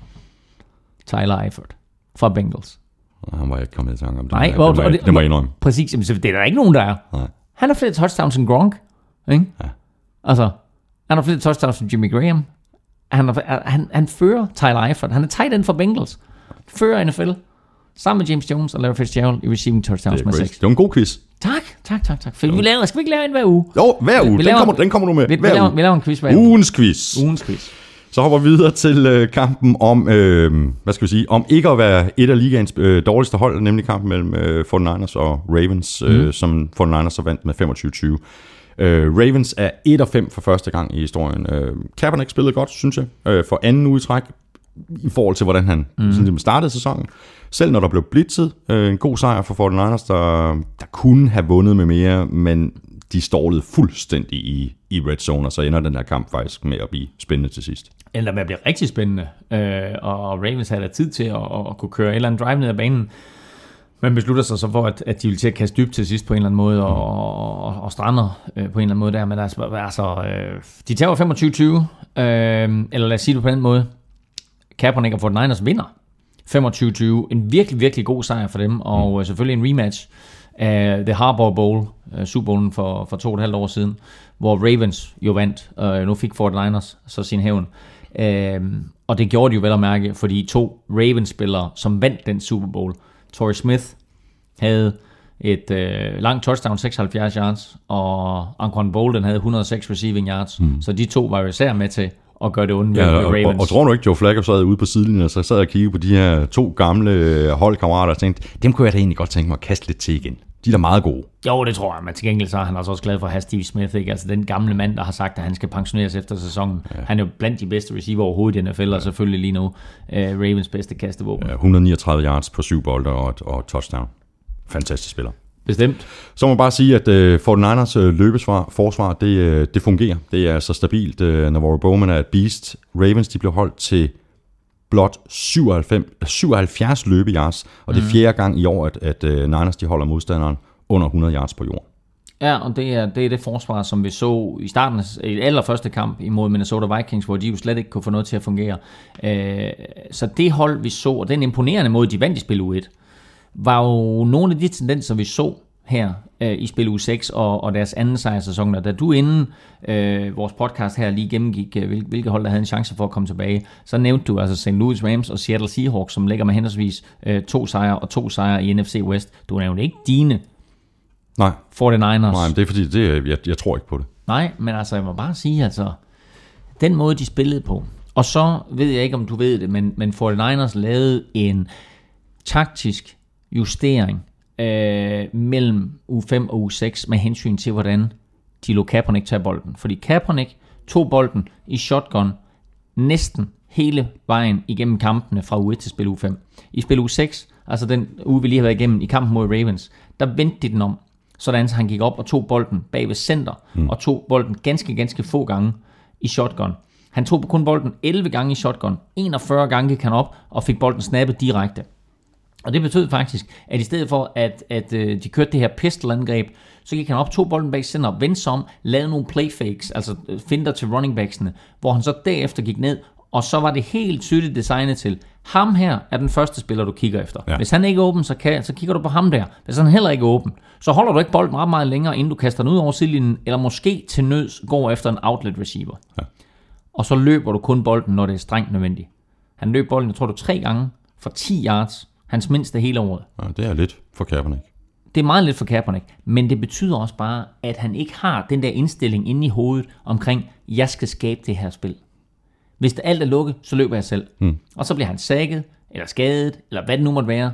Tyler Eifert fra Bengals. Han var ikke kommet i tanke om det. Nej, det, var, det, det må jeg indrømme. Præcis, det er der ikke nogen, der er. Nej. Han har flere touchdowns end Gronk. Ikke? Ja. Altså, han har flere touchdowns end Jimmy Graham. Han, har, han, han fører Tyler Eifert. Han er tight end for Bengals. Fører N F L. Sammen med James Jones og Larry Fitzgerald i receiving touchdowns med seks. Det var en god quiz. Tak, tak, tak, tak. For vi laver, skal vi ikke lave en hver uge? Jo, hver uge. Den, laver, kommer, den kommer du med. Vi, vi, laver, vi laver en quiz hver uge. Ugens quiz. Ugens quiz. Så hopper vi videre til øh, kampen om, øh, hvad skal vi sige, om ikke at være et af ligaens øh, dårligste hold, nemlig kampen mellem øh, forty-niners og Ravens, øh, mm. som forty-niners så vandt med femogtyve tyve. Øh, Ravens er et og fem for første gang i historien. Øh, Kaepernick spillede godt, synes jeg, øh, for anden uge i træk, i forhold til, hvordan han mm. sådan, startede sæsonen. Selv når der blev blitzet, øh, en god sejr for forty-niners, der, der kunne have vundet med mere, men de stålede fuldstændig i, i red zone, og så ender den her kamp faktisk med at blive spændende til sidst. Eller med at blive rigtig spændende, øh, og Ravens havde der tid til at, at kunne køre et eller andet drive ned ad banen, men beslutter sig så for, at, at de vil til at kaste dybt til sidst på en eller anden måde, og, og, og, og strander øh, på en eller anden måde der, men altså, altså øh, de tager femogtyve tyve, øh, eller lad os sige det på den måde, Kaepernick og forty-niners vinder femogtyve tyve, en virkelig, virkelig god sejr for dem, og mm. selvfølgelig en rematch af The Harbaugh Bowl, uh, Super Bowlen for, for to og et halvt år siden, hvor Ravens jo vandt, og uh, nu fik forty-niners så sin hævn. Uh, og det gjorde de jo vel at mærke, fordi to Ravens-spillere, som vandt den Super Bowl, Torrey Smith havde et uh, langt touchdown, seksoghalvfjerds yards, og Anquan Bolden havde et hundrede og seks receiving yards, mm. så de to var jo især med til og gør det ondt ja, med og, Ravens. Og, og tror du ikke, Joe Flacco sad ude på sidelinjen, og så sad og kiggede på de her to gamle holdkammerater og tænkte, dem kunne jeg da egentlig godt tænke mig at kaste lidt til igen. De er da meget gode. Jo, det tror jeg, men til gengæld så er han også glad for at have Steve Smith, ikke? Altså den gamle mand, der har sagt, at han skal pensioneres efter sæsonen. Ja. Han er jo blandt de bedste receiver overhovedet i N F L, ja. Og selvfølgelig lige nu uh, Ravens bedste kastevåben. Ja, et hundrede og niogtredive yards på syv bolde og, og touchdown. Fantastisk spiller. Bestemt. Så må man bare sige, at uh, forty-niners uh, løbesvar, forsvar, det, uh, det fungerer. Det er så stabilt. Uh, Navarro Bowman er et beast. Ravens, de blev holdt til blot syvoghalvfjerds løbeyards, og det er fjerde gang i år, at, at uh, Niners, de holder modstanderen under hundrede yards på jorden. Ja, og det er, det er det forsvar, som vi så i starten af i allerførste kamp imod Minnesota Vikings, hvor de jo slet ikke kunne få noget til at fungere. Uh, så det hold, vi så, og den imponerende måde, de vandt i spil uge et, var jo nogle af de tendenser, vi så her øh, i spil uge seks og, og deres anden sejrsæson. Da du inden øh, vores podcast her lige gennemgik, øh, hvil, hvilke hold, der havde en chance for at komme tilbage, så nævnte du altså Saint Louis Rams og Seattle Seahawks, som ligger med henholdsvis øh, to sejre og to sejre i N F C West. Du nævnte ikke dine Nej. forty-niners. Nej, men det er fordi, det, jeg, jeg tror ikke på det. Nej, men altså, jeg må bare sige, altså, den måde, de spillede på, og så ved jeg ikke, om du ved det, men, men forty-niners lavede en taktisk justering øh, mellem uge fem og uge seks med hensyn til, hvordan de lå Kaepernick tage bolden. Fordi Kaepernick tog bolden i shotgun næsten hele vejen igennem kampene fra uge et til spil uge fem. I spil uge seks, altså den uge, vi lige har været igennem i kampen mod Ravens, der vendte de den om, sådan så han gik op og tog bolden bag ved center, mm. og tog bolden ganske, ganske få gange i shotgun. Han tog kun bolden elleve gange i shotgun, enogfyrre gange gik han op og fik bolden snappet direkte. Og det betød faktisk, at i stedet for, at, at uh, de kørte det her pistol-angreb, så gik han op, tog bolden bag center, vendte sig om, lavede nogle playfakes, altså finter til running backsene, hvor han så derefter gik ned Og så var det helt tydeligt designet til, ham her er den første spiller, du kigger efter. Ja. Hvis han ikke er åben, så, kan, så kigger du på ham der. Hvis han heller ikke er åben, så holder du ikke bolden ret meget længere, inden du kaster den ud over sidelinjen, eller måske til nøds går efter en outlet receiver. Ja. Og så løber du kun bolden, når det er strengt nødvendigt. Han løb bolden, jeg tror du, tre gange for ti yards. Hans mindste hele året. Ja, det er lidt for Kaepernick. Det er meget lidt for Kaepernick, men det betyder også bare, at han ikke har den der indstilling inde i hovedet omkring, jeg skal skabe det her spil. Hvis det alt er lukket, så løber jeg selv. Hmm. Og så bliver han sækket, eller skadet, eller hvad det nu måtte være.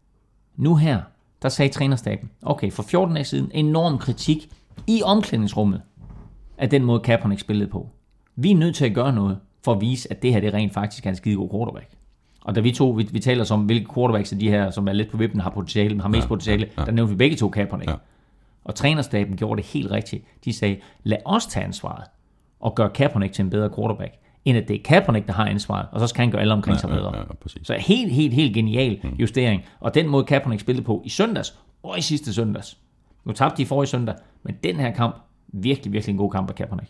Nu her, der sagde trænerstaben, okay, for fjorten dage siden, enorm kritik i omklædningsrummet af den måde, Kaepernick spillede på. Vi er nødt til at gøre noget, for at vise, at det her det rent faktisk er en skide god quarterback. Og da vi to, vi, vi taler som, hvilke quarterbacks af de her, som er lidt på vippen, har potentiale, har mest ja, potentiale, ja, ja. Der nævnte vi begge to Kaepernick. Ja. Og trænerstaben gjorde det helt rigtigt. De sagde, lad os tage ansvaret, og gøre Kaepernick til en bedre quarterback, end at det er Kaepernick, der har ansvaret, og så skal han gøre alle omkring ja, sig bedre. Ja, ja, så helt, helt, helt genial mm. justering. Og den måde Kaepernick spillede på i søndags, og i sidste søndags. Nu tabte de forrige søndag, men den her kamp, virkelig, virkelig en god kamp af Kaepernick.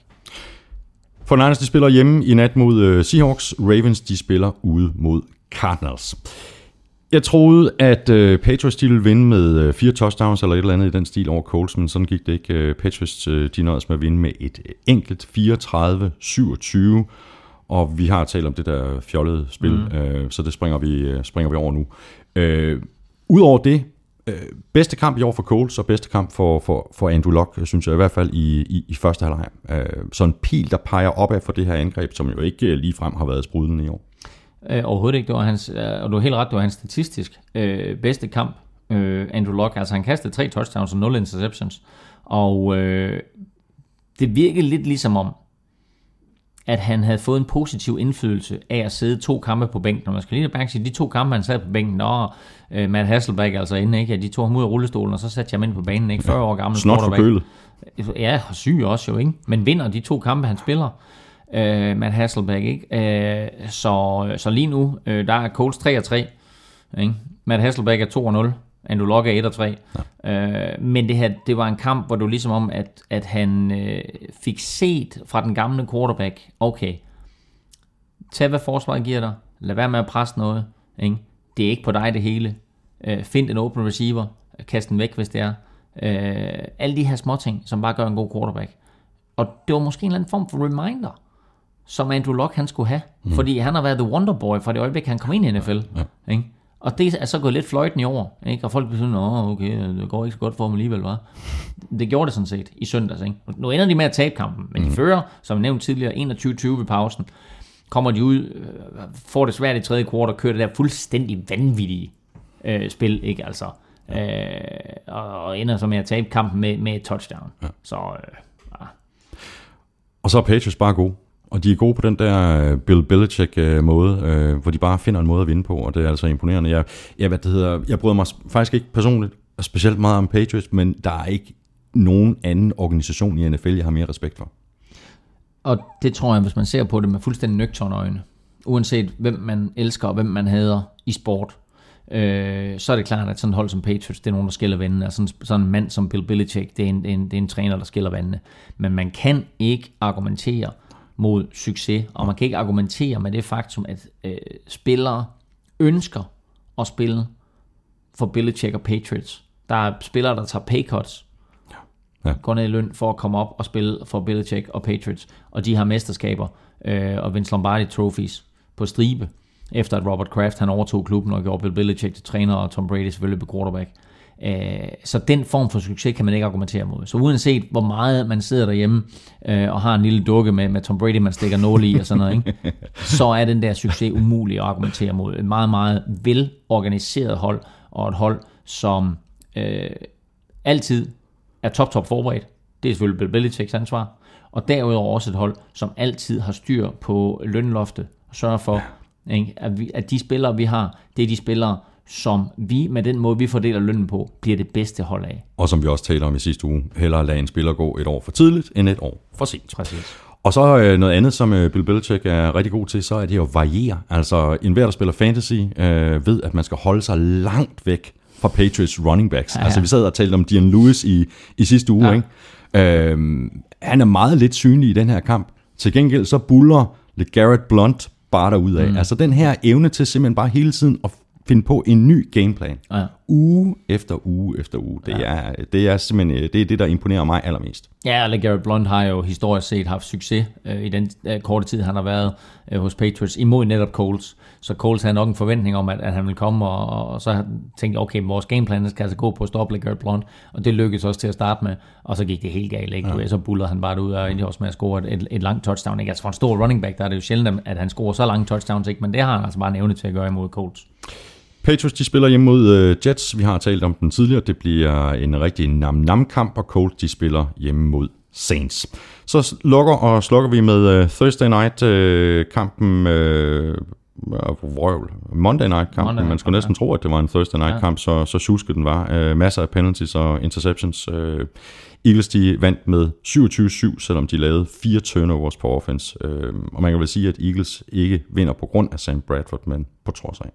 For Niners, de spiller hjemme i nat mod uh, Seahawks. Ravens, de spiller ude mod Cardinals. Jeg troede, at uh, Patriots de ville vinde med uh, fire touchdowns eller et eller andet i den stil over Colts, men sådan gik det ikke. Uh, Patriots uh, de nåede med at vinde med et enkelt fireogtredive syvogtyve, og vi har talt om det der fjollede spil, mm. uh, så det springer vi, uh, springer vi over nu. Uh, Udover det, uh, bedste kamp i år for Colts og bedste kamp for, for, for Andrew Luck, synes jeg i hvert fald i, i, i første halvleg. Uh, så en pil, der peger opad for det her angreb, som jo ikke uh, ligefrem har været sprudlende i år. Øh, overhovedet ikke, det var hans, og du er helt ret, det var hans statistisk øh, bedste kamp, øh, Andrew Luck. Altså han kastede tre touchdowns og nul interceptions, og øh, det virkede lidt ligesom om, at han havde fået en positiv indflydelse af at sidde to kampe på bænken. Og man skal lige tilbage sige, de to kampe, han sad på bænken, og øh, Matt Hasselbeck altså inde, ikke? Ja, de tog ham ud af rullestolen, og så satte jeg ham ind på banen, ikke? fyrre år gammel. Snot forkølet. Ja, og syg også jo, ikke? Men vinder de to kampe, han spiller. Uh, Matt Hasselbeck, ikke? Uh, så, så lige nu, uh, der er Colts tre og tre, ikke? Matt Hasselbeck er to og nul, Andrew Luck er et og tre. Ja. Uh, men det her, det var en kamp, hvor du ligesom om, at, at han uh, fik set fra den gamle quarterback, okay, tag hvad forsvaret giver dig, lad være med at presse noget, ikke? Det er ikke på dig det hele. Uh, find en open receiver, kast den væk, hvis det er. Uh, alle de her små ting, som bare gør en god quarterback. Og det var måske en eller anden form for reminder, som Andrew Luck han skulle have. Mm. Fordi han har været the wonder boy fra det øjeblik, han kom ind i N F L. Ja. Ikke? Og det er så gået lidt fløjten i år. Ikke? Og folk bliver sådan, åh, okay, det går ikke så godt for ham alligevel, hva'? Det gjorde det sådan set i søndags. Ikke? Nu ender de med at tabe kampen, men mm. de fører, som nævnt tidligere, enogtyve tyve ved pausen. Kommer de ud, får det svært i tredje kvartal, kører det der fuldstændig vanvittige øh, spil, ikke altså? Øh, og ender så med at tabe kampen med, med et touchdown. Ja. Så, øh, ja. Og så er Patriots bare gode. Og de er gode på den der Bill Belichick-måde, øh, hvor de bare finder en måde at vinde på, og det er altså imponerende. Jeg, jeg, hvad det hedder, jeg bryder mig faktisk ikke personligt specielt meget om Patriots, men der er ikke nogen anden organisation i N F L, jeg har mere respekt for. Og det tror jeg, hvis man ser på det med fuldstændig nøgterne øjne, uanset hvem man elsker og hvem man hader i sport, øh, så er det klart, at sådan et hold som Patriots, det er nogen, der skiller vandene. Altså sådan, sådan en mand som Bill Belichick, det er en, en, det er en træner, der skiller vandene. Men man kan ikke argumentere mod succes, og man kan ikke argumentere med det faktum, at øh, spillere ønsker at spille for Belichick og Patriots. Der er spillere, der tager pay cuts, ja. går ned i løn for at komme op og spille for Belichick og Patriots, og de har mesterskaber øh, og Vince Lombardi trophies på stribe, efter at Robert Kraft han overtog klubben og gjorde Bill Belichick til træner, og Tom Brady selvfølgelig på quarterback. Så den form for succes kan man ikke argumentere mod. Så uanset hvor meget man sidder derhjemme øh, og har en lille dukke med, med Tom Brady, man stikker nåle i og sådan noget, ikke? Så er den der succes umulig at argumentere mod. Et meget, meget velorganiseret hold, og et hold, som øh, altid er top, top forberedt. Det er selvfølgelig Bill Belichicks ansvar. Og derudover også et hold, som altid har styr på lønloftet og sørger for, ikke, at, vi, at de spillere, vi har, det er de spillere, som vi, med den måde, vi fordeler lønnen på, bliver det bedste hold af. Og som vi også taler om i sidste uge, hellere lade en spiller gå et år for tidligt, end et år for sent. Præcis. Og så øh, noget andet, som øh, Bill Belichick er rigtig god til, så er det jo at variere. Altså, enhver, der spiller fantasy, øh, ved, at man skal holde sig langt væk fra Patriots running backs. Ja, ja. Altså, vi sad og talte om Dion Lewis i, i sidste uge, ja. ikke? Øh, han er meget lidt synlig i den her kamp. Til gengæld så buller LeGarrette Blount bare derudad. Mm. Altså den her evne til simpelthen bare hele tiden at finde på en ny gameplan. Ja. Uge efter uge efter uge. Det, ja. er, det er simpelthen det, er det, der imponerer mig allermest. Ja, og Garrett Blount har jo historisk set haft succes øh, i den øh, korte tid, han har været øh, hos Patriots, imod netop Coles. Så Coles havde nok en forventning om, at, at han ville komme, og, og så tænkte jeg, okay, vores gameplan skal altså gå på at stoppe Garrett Blount, og det lykkedes også til at starte med, og så gik det helt galt, ikke? Ja. Så bullede han bare ud og endte også med at score et, et langt touchdown, ikke? Altså for en stor running back, der er det jo sjældent, at han scorer så lange touchdowns, ikke? Men det har han altså bare en evne til at gøre imod Coles. Patriots, de spiller hjemme mod uh, Jets. Vi har talt om den tidligere. Det bliver en rigtig nam-nam-kamp, og Colts, de spiller hjemme mod Saints. Så lukker og slukker vi med uh, Thursday Night-kampen, uh, uh, Monday Night-kampen. Man skulle næsten tro, at det var en Thursday Night-kamp, så, så tjusket den var. Uh, masser af penalties og interceptions. Uh, Eagles, de vandt med syvogtyve syv, selvom de lavede fire turnovers på offense. Uh, og man kan vel sige, at Eagles ikke vinder på grund af Sam Bradford, men på trods af.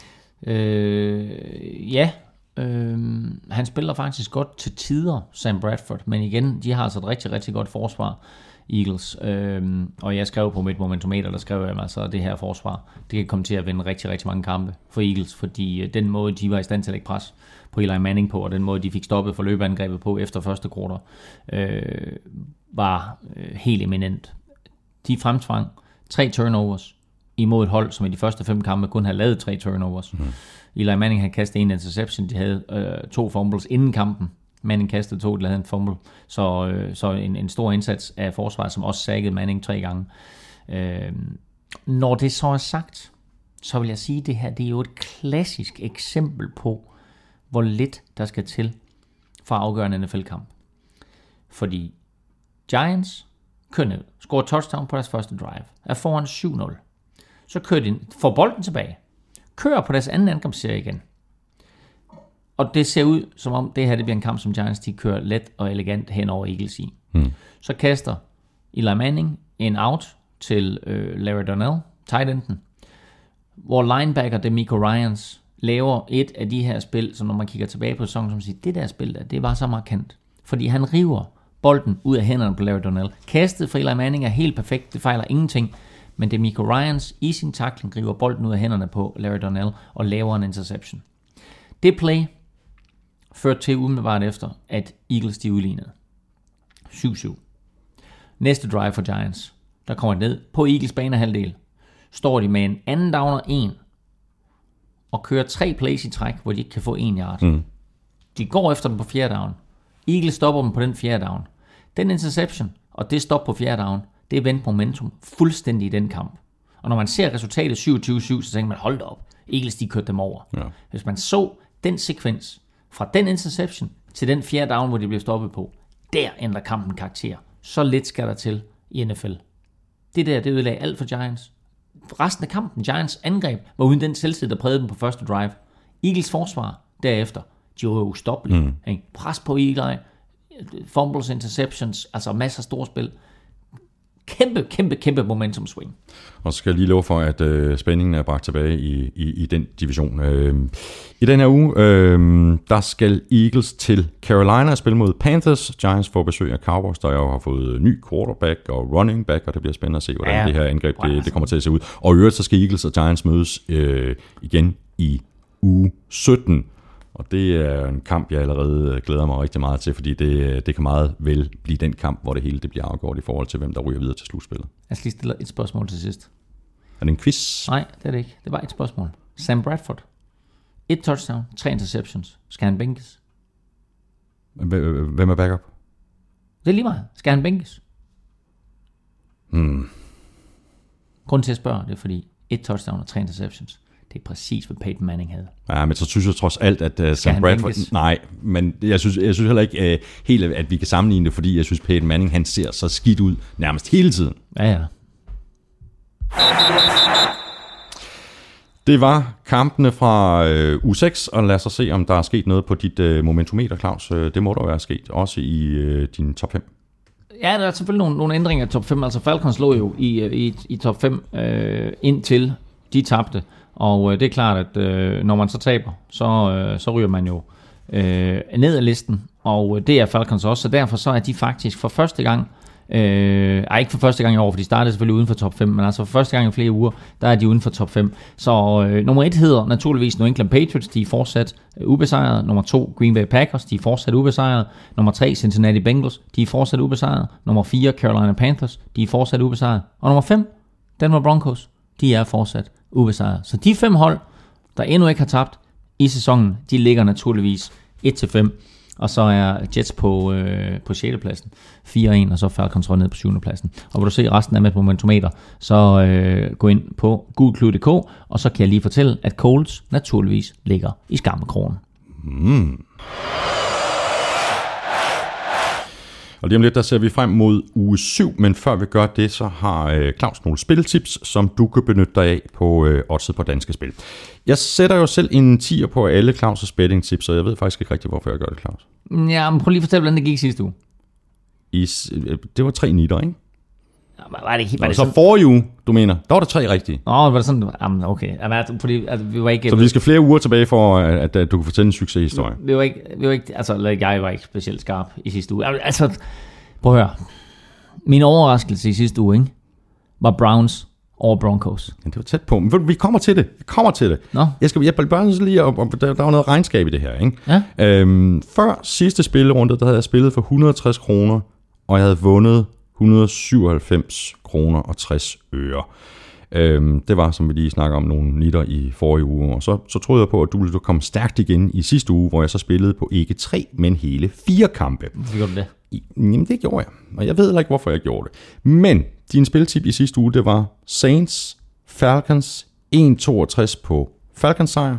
Øh, ja, øh, han spiller faktisk godt til tider, Sam Bradford, men igen, de har altså et rigtig, rigtig godt forsvar, Eagles, øh, og jeg skrev på mit momentometer, der skrev jeg altså, at det her forsvar, det kan komme til at vinde rigtig, rigtig mange kampe for Eagles, fordi den måde, de var i stand til at lægge pres på Eli Manning på, og den måde, de fik stoppet for løbeangrebet på efter første kvartal, øh, var øh, helt eminent. De fremtvang tre turnovers imod et hold, som i de første fem kampe kun havde lavet tre turnovers. Mm. Eli Manning havde kastet en interception, de havde øh, to fumbles inden kampen. Manning kastede to, de havde en fumble. Så, øh, så en, en stor indsats af forsvaret, som også saggede Manning tre gange. Øh, når det så er sagt, så vil jeg sige, at det her det er jo et klassisk eksempel på, hvor lidt der skal til for at afgøre en N F L-kamp. Fordi Giants kører ned, scorer touchdown på deres første drive, er foran syv nul. Så kører de, får bolden tilbage, kører på deres anden angrebsserie igen. Og det ser ud, som om det her det bliver en kamp, som Giants de kører let og elegant hen over Eagles i. Hmm. Så kaster Eli Manning en out til øh, Larry Donnell, tight enden, hvor linebacker DeMeco Ryans laver et af de her spil, som når man kigger tilbage på sæsonen, som siger, det der spil der, det var så markant. Fordi han river bolden ud af hænderne på Larry Donnell. Kastet for Eli Manning er helt perfekt, det fejler ingenting. Men DeMeco Ryans i sin tackling griber bolden ud af hænderne på Larry Donnell og laver en interception. Det play førte til umiddelbart efter, at Eagles de udlignede. syv syv. Næste drive for Giants, der kommer ned på Eagles banehalvdel. Står de med en anden down og en, og kører tre plays i træk, hvor de ikke kan få en yard. Mm. De går efter dem på fjerde down. Eagles stopper dem på den fjerde down. Den interception og det stop på fjerde down, det vendte momentum fuldstændig i den kamp. Og når man ser resultatet syvogtyve syv, så tænker man, hold da op, Eagles de kørte dem over. Ja. Hvis man så den sekvens, fra den interception til den fjerde down, hvor de blev stoppet på, der ændrer kampen karakter. Så lidt skal der til i N F L. Det der, det ødelagde alt for Giants. Resten af kampen, Giants angreb, var uden den selvtid, der prægede dem på første drive. Eagles forsvar derefter, de var jo ustoppelige. Mm. Pres på Eli, fumbles, interceptions, altså masser af store spil. Kæmpe, kæmpe, kæmpe momentum swing. Og så skal jeg lige love for, at øh, spændingen er bragt tilbage i, i, i den division. Øh, I den her uge, øh, der skal Eagles til Carolina og spille mod Panthers. Giants får besøg af Cowboys, der jo har fået ny quarterback og running back, og det bliver spændende at se, hvordan ja. det her angreb det, det kommer til at se ud. Og i øvrigt, så skal Eagles og Giants mødes øh, igen i uge sytten. Og det er en kamp, jeg allerede glæder mig rigtig meget til, fordi det, det kan meget vel blive den kamp, hvor det hele det bliver afgjort i forhold til, hvem der ryger videre til slutspillet. Jeg skal lige stille et spørgsmål til sidst. Er det en quiz? Nej, det er det ikke. Det var et spørgsmål. Sam Bradford. Et touchdown, tre interceptions. Skal han bænkes? Hvem er backup? Det er lige meget. Skal han bænkes? Hmm. Grunden til at spørge, det er fordi et touchdown og tre interceptions. Det er præcis, hvad Peyton Manning havde. Ja, men så synes jeg trods alt, at uh, Sam Bradford... Bænkes? Nej, men jeg synes, jeg synes heller ikke uh, helt, at vi kan sammenligne det, fordi jeg synes, Peyton Manning, han ser så skidt ud nærmest hele tiden. Ja, ja. Det var kampene fra uh, uge seks, og lad os se, om der er sket noget på dit uh, momentometer, Claus. Uh, det må der være sket, også i uh, din top fem. Ja, der er selvfølgelig nogle, nogle ændringer i top fem. Altså Falcons lå jo i, i, i top fem uh, indtil de tabte. Og øh, det er klart, at øh, når man så taber, så, øh, så ryger man jo øh, ned ad listen, og øh, det er Falcons også, så derfor så er de faktisk for første gang Øh, er ikke for første gang i år, for de startede selvfølgelig uden for top fem, men altså for første gang i flere uger, der er de uden for top fem. Så øh, nummer et hedder naturligvis New England Patriots, de er fortsat øh, ubesejret. Nummer to, Green Bay Packers, de er fortsat ubesejret. Nummer tre, Cincinnati Bengals, de er fortsat ubesejret. Nummer fire, Carolina Panthers, de er fortsat ubesejret. Og nummer fem, Denver Broncos, de er fortsat ubesejret. Så de fem hold, der endnu ikke har tabt i sæsonen, de ligger naturligvis et til fem. Og så er Jets på, øh, på sjette pladsen, fire en, og så Falcons ned på syvende pladsen. Og vil du se resten af med momentometer, så øh, gå ind på gulklud punktum d k, og så kan jeg lige fortælle, at Colts naturligvis ligger i skammekrogen. Mm. Og lige om lidt, der ser vi frem mod uge syv, men før vi gør det, så har øh, Claus nogle spiltips, som du kan benytte dig af på øh, Oddset på Danske Spil. Jeg sætter jo selv en tier på alle Claus' betting-tips, så jeg ved faktisk ikke rigtig, hvorfor jeg gør det, Claus. Ja, men prøv lige at fortælle, hvordan det gik sidste uge. I, det var tre nitter, ikke? Ja, var det, var Nå, det så sådan? forrige uge, du mener, der var der tre rigtige. Nå, var det sådan? Jamen, okay. Jamen, fordi, altså, vi var ikke... Så vi skal flere uger tilbage for, at, at du kan fortælle en succeshistorie. Vi var ikke, vi var ikke, altså, jeg var ikke specielt skarp i sidste uge. Altså, prøv at høre. Min overraskelse i sidste uge, ikke, var Browns over Broncos. Ja, det var tæt på. Men vi kommer til det. Vi kommer til det. Nå. Jeg skal jeg bare lige, og, og der, der var noget regnskab i det her, ikke? Ja. Øhm, før sidste spillerunde, der havde jeg spillet for et hundrede og tres kroner, og jeg havde vundet et hundrede og syvoghalvfems kroner og tres øre. Øhm, det var, som vi lige snakker om, nogle nitter i forrige uge, og så, så troede jeg på, at du ville komme stærkt igen i sidste uge, hvor jeg så spillede på ikke tre, men hele fire kampe. Hvorfor gjorde du det? Jamen, det gjorde jeg, og jeg ved heller ikke, hvorfor jeg gjorde det. Men din spiltip i sidste uge, det var Saints, Falcons, en komma toogtres på Falcons sejr.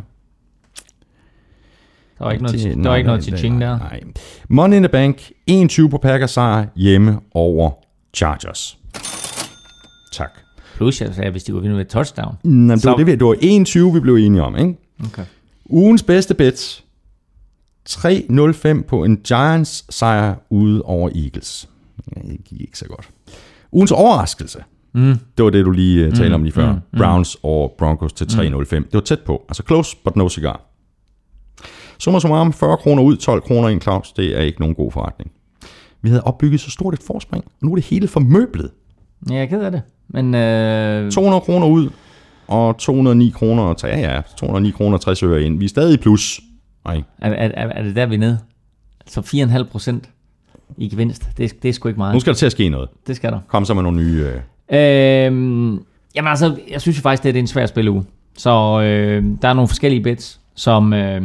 Der var ikke noget, det, der var ikke noget til ching der. Nej. Money in the Bank, en komma tyve på Packers sejr hjemme over Chargers. Tak. Plus, jeg sagde, hvis de var vinde med et touchdown. Nå, det, var det, det var en komma tyve, vi blev enige om, ikke? Okay. Ugens bedste bet. tre komma nul fem på en Giants sejr ude over Eagles. Ja, det gik ikke så godt. Ugens overraskelse. Mm. Det var det, du lige uh, talte mm. om lige før. Mm. Mm. Browns over Broncos til tre komma nul fem. Det var tæt på. Altså close, but no cigar. Summa summarum, fyrre kroner ud, tolv kroner ind, Claus. Det er ikke nogen god forretning. Vi havde opbygget så stort et forspring, og nu er det hele formøblet. Ja, jeg er ked af det. Men, øh... to hundrede kroner ud, og to hundrede og ni kroner og ja, ja, to hundrede og ni kroner og tres øre ind. Vi er stadig i plus. Nej. Er, er, er det der, vi er nede? Så fire komma fem procent i gevinst. Det, det er sgu ikke meget. Nu skal der til at ske noget. Det skal der. Kom så med nogle nye... Øh... Øhm, jamen altså, jeg synes jo faktisk, det er en svær spilleuge. Så øh, der er nogle forskellige bets, som, øh,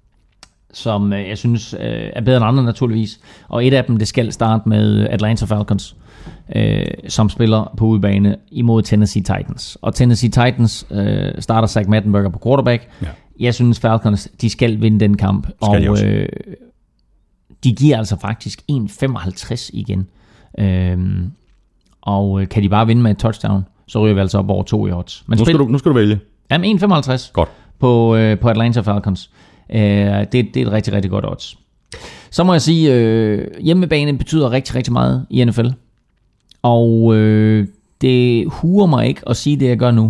som øh, jeg synes øh, er bedre end andre naturligvis. Og et af dem, det skal starte med Atlanta Falcons, øh, som spiller på udebane imod Tennessee Titans. Og Tennessee Titans øh, starter Zach Mettenberger på quarterback. Ja. Jeg synes Falcons, de skal vinde den kamp. Skal og de, øh, de giver altså faktisk en komma femoghalvtreds igen. Øhm, og kan de bare vinde med et touchdown, så ryger vi altså op over to i odds. Men nu, skal spil, du, nu skal du vælge. Jamen en komma femoghalvtreds. Godt. På, øh, på Atlanta Falcons. Øh, det, det er et rigtig, rigtig godt odds. Så må jeg sige, øh, hjemmebane betyder rigtig, rigtig meget i N F L. Og øh, det huer mig ikke at sige det, jeg gør nu.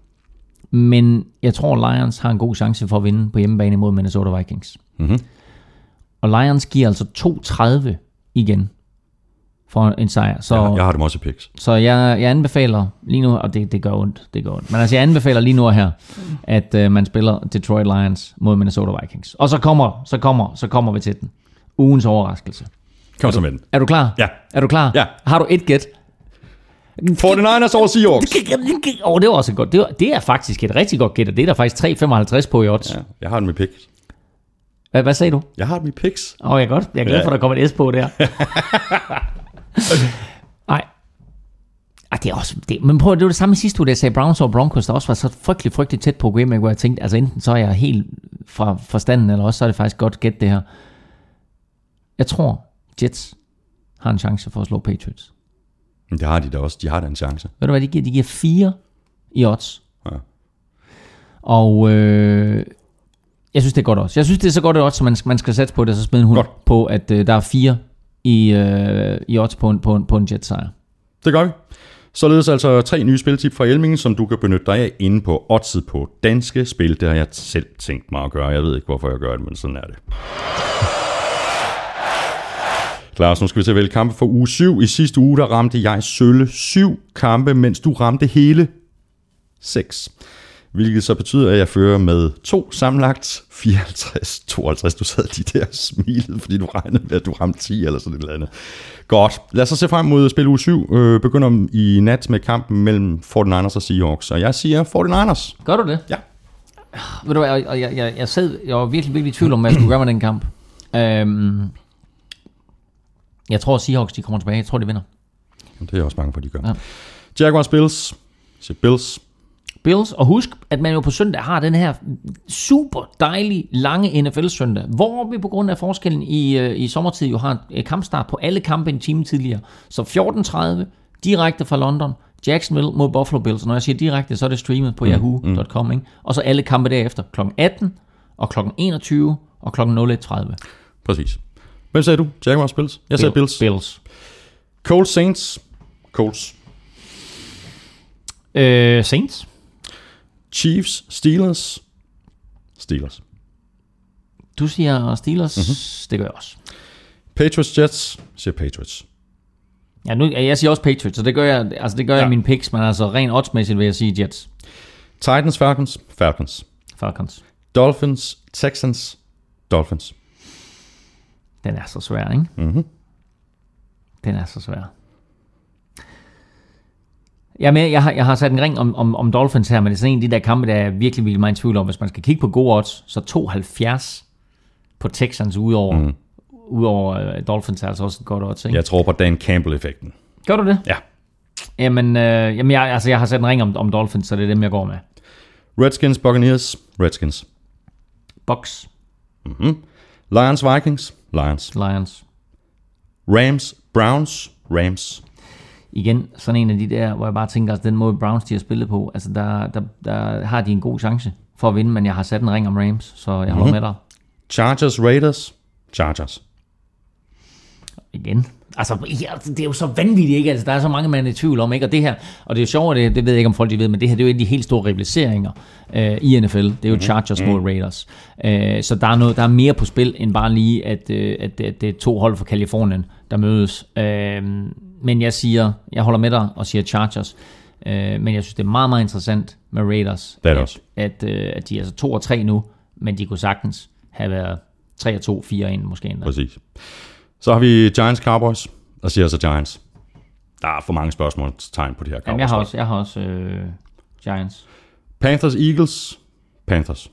Men jeg tror, Lions har en god chance for at vinde på hjemmebane imod Minnesota Vikings. Mm-hmm. Og Lions giver altså to tredive igen for en sejr. Så, ja, jeg har dem også i picks. Så jeg, jeg anbefaler lige nu, og det, det gør ondt, det gør ondt. Men altså jeg anbefaler lige nu her, at uh, man spiller Detroit Lions mod Minnesota Vikings. Og så kommer, så kommer, så kommer vi til den. Ugens overraskelse. Kom så med den. Er du klar? Ja. Er du klar? Ja. Har du et gæt? forty-niners over Seahawks. Åh, oh, det var også godt. Det, var, det er faktisk et rigtig godt gæt, og det er der faktisk tre komma femoghalvtreds på i odds. Ja, jeg har dem i picks. Hvad, hvad sagde du? Jeg har dem i picks. Åh, oh, jeg er godt. Jeg er glad for, at der kommer et S på der. Nej. Ah, det er også, det, men prøv, det var det samme sidste uge, da jeg sagde Browns og Broncos, der også var så frygtelig, frygtelig tæt på game, hvor jeg tænkte, altså enten så er jeg helt fra forstanden, eller også så er det faktisk godt gæt det her. Jeg tror, Jets har en chance for at slå Patriots. Det har de da også. De har da en chance. Ved du hvad, de giver? De giver fire i odds. Ja. Og øh, jeg synes, det er godt odds. Jeg synes, det er så godt et odds, så man, man skal sætte på det, så smide en hund godt på, at øh, der er fire i, øh, i odds på en, på en, på en Jets-sejr. Det gør vi. Således altså tre nye spiltip fra Elming, som du kan benytte dig af inde på oddset på Danske Spil. Det har jeg selv tænkt mig at gøre. Jeg ved ikke, hvorfor jeg gør det, men sådan er det. Klaus, nu skal vi til at vælge kampe for uge syv. I sidste uge, der ramte jeg sølle syv kampe, mens du ramte hele seks. Hvilket så betyder, at jeg fører med to sammenlagt fireoghalvtreds tooghalvtreds. Du sad de der smilet, fordi du regnede med, at du ramte ti eller sådan et eller andet. Godt. Lad os så se frem mod spil uge syv. Øh, begynder i nat med kampen mellem forty-niners og Seahawks. Og jeg siger forty-niners. Gør du det? Ja. Ved du hvad, jeg, jeg, jeg, jeg, sad, jeg var virkelig, virkelig i tvivl om, hvad jeg skulle gøre med den kamp. Øhm, jeg tror, at Seahawks de kommer tilbage. Jeg tror, de vinder. Det er jeg også bange for, de gør. Ja. Jaguars Bills. Jeg siger Bills. Bills, og husk, at man jo på søndag har den her super dejlige, lange N F L-søndag, hvor vi på grund af forskellen i, øh, i sommertid jo har en kampstart på alle kampe en time tidligere. Så fjorten tredive direkte fra London, Jacksonville mod Buffalo Bills. Når jeg siger direkte, så er det streamet på mm, yahoo punktum com, mm. ikke? Og så alle kampe derefter, klokken atten og klokken enogtyve og klokken nul et tredive. Præcis. Hvem sagde du? Jaguars Bills? Jeg sagde Bills. Bills. Colts Saints. Colts. Øh, Saints. Chiefs, Steelers. Steelers. Du siger Steelers, mm-hmm. Det gør jeg også. Patriots, Jets. Siger Patriots. Ja, nu, jeg siger også Patriots, så det gør jeg, altså det gør ja. jeg mine picks, men altså rent oddsmæssigt vil jeg sige Jets. Titans, Falcons. Falcons. Falcons. Dolphins, Texans. Dolphins. Den er så svær, ikke? Mm-hmm. Den er så svær. Ja, men jeg har, jeg har sat en ring om, om, om Dolphins her, men det er sådan en af de der kampe, der er virkelig, virkelig meget i tvivl om. Hvis man skal kigge på gode odds, så tooghalvfjerds på Texans udover, mm. udover uh, Dolphins er altså også et godt odds, ikke? Jeg tror på Dan Campbell-effekten. Gør du det? Ja. Jamen, øh, jamen jeg, altså, jeg har sat en ring om, om Dolphins, så det er dem, jeg går med. Redskins, Buccaneers. Redskins. Bucks. Mm-hmm. Lions, Vikings. Lions. Lions. Rams, Browns. Rams. Igen, sådan en af de der, hvor jeg bare tænker, at altså, den måde Browns de har spillet på, altså der, der, der har de en god chance for at vinde, men jeg har sat en ring om Rams, så jeg holder mm-hmm. med dig. Chargers, Raiders. Chargers. Igen. Altså, ja, det er jo så vanvittigt, ikke? Altså, der er så mange, man er i tvivl om, ikke? Og det her, og det er jo sjovt, det, det ved jeg ikke, om folk de ved, men det her, det er jo en af de helt store rivaliseringer øh, i N F L. Det er jo mm-hmm. Chargers mod Raiders. Øh, så der er, noget, der er mere på spil, end bare lige, at, øh, at, at det er to hold fra Kalifornien, der mødes. Øh, men jeg siger, jeg holder med dig og siger Chargers. Øh, men jeg synes, det er meget, meget interessant med Raiders. Det er det også. At, at, øh, at de er altså to og tre nu, men de kunne sagtens have været tre og to, fire og en måske endda. Præcis. Så har vi Giants Cowboys, og siger så Giants. Der er for mange spørgsmålstegn på det her Cowboys. Jamen, jeg har også, jeg har også øh, Giants. Panthers Eagles, Panthers.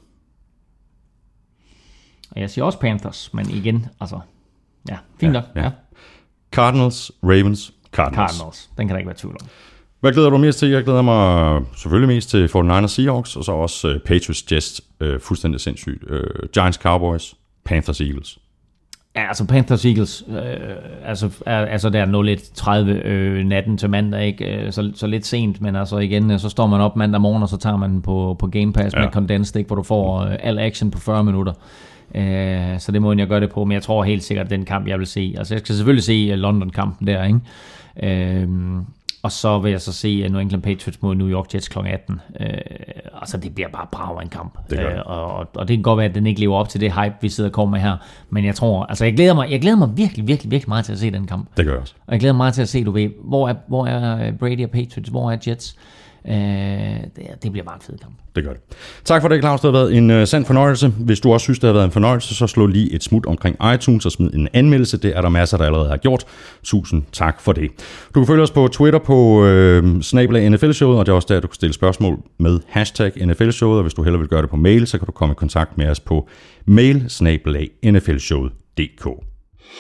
Og jeg siger også Panthers, men igen, altså, ja, fint nok. Ja, ja. Cardinals, Ravens, Cardinals. Cardinals, den kan der ikke være tvivl om. Hvad glæder du mest til? Jeg glæder mig selvfølgelig mest til forty-niners Seahawks, og så også uh, Patriots Jets, uh, fuldstændig sindssygt. Uh, Giants Cowboys, Panthers Eagles. Ja, altså Panthers Eagles, øh, altså, altså der nul et tredive øh, natten til mandag, ikke? Så, så lidt sent, men altså igen, så står man op mandag morgen, og så tager man på, på Game Pass ja. med condensed, ikke? Hvor du får øh, al action på fyrre minutter. Øh, så det må jeg gøre det på, men jeg tror helt sikkert, at den kamp, jeg vil se. Altså jeg skal selvfølgelig se London-kampen der, ikke? Øh, og så vil jeg så se New England Patriots mod New York Jets klokken atten. Øh, altså det bliver bare brav en kamp. Det øh, og, og det kan godt være, at den ikke lever op til det hype, vi sidder og kommer med her. Men jeg tror, altså jeg glæder mig, jeg glæder mig virkelig, virkelig, virkelig meget til at se den kamp. Det gør jeg også. Og jeg glæder mig meget til at se, du ved, hvor er, hvor er Brady og Patriots, hvor er Jets? Øh, det, det bliver bare en fed kamp. Det gør det. Tak for det, Claus. Det har været en uh, sand fornøjelse. Hvis du også synes, det har været en fornøjelse, så slå lige et smut omkring iTunes og smid en anmeldelse. Det er der masser, der allerede har gjort. Tusind tak for det. Du kan følge os på Twitter på øh, snabel-a N F L-showet, og det er også der, du kan stille spørgsmål med hashtag N F L-showet. Og hvis du hellere vil gøre det på mail, så kan du komme i kontakt med os på mail snabel-a N F L showet punktum d k.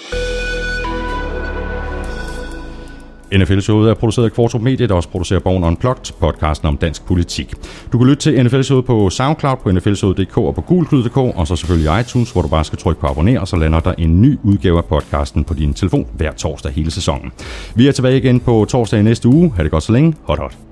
N F L-showet er produceret af Kvartrup Media, der også producerer Born Unplugged, podcasten om dansk politik. Du kan lytte til N F L-showet på SoundCloud, på N F L showet punktum d k og på gulklyd punktum d k, og så selvfølgelig iTunes, hvor du bare skal trykke på abonner, og så lander der en ny udgave af podcasten på din telefon hver torsdag hele sæsonen. Vi er tilbage igen på torsdag i næste uge. Ha' det godt så længe. Hot hot.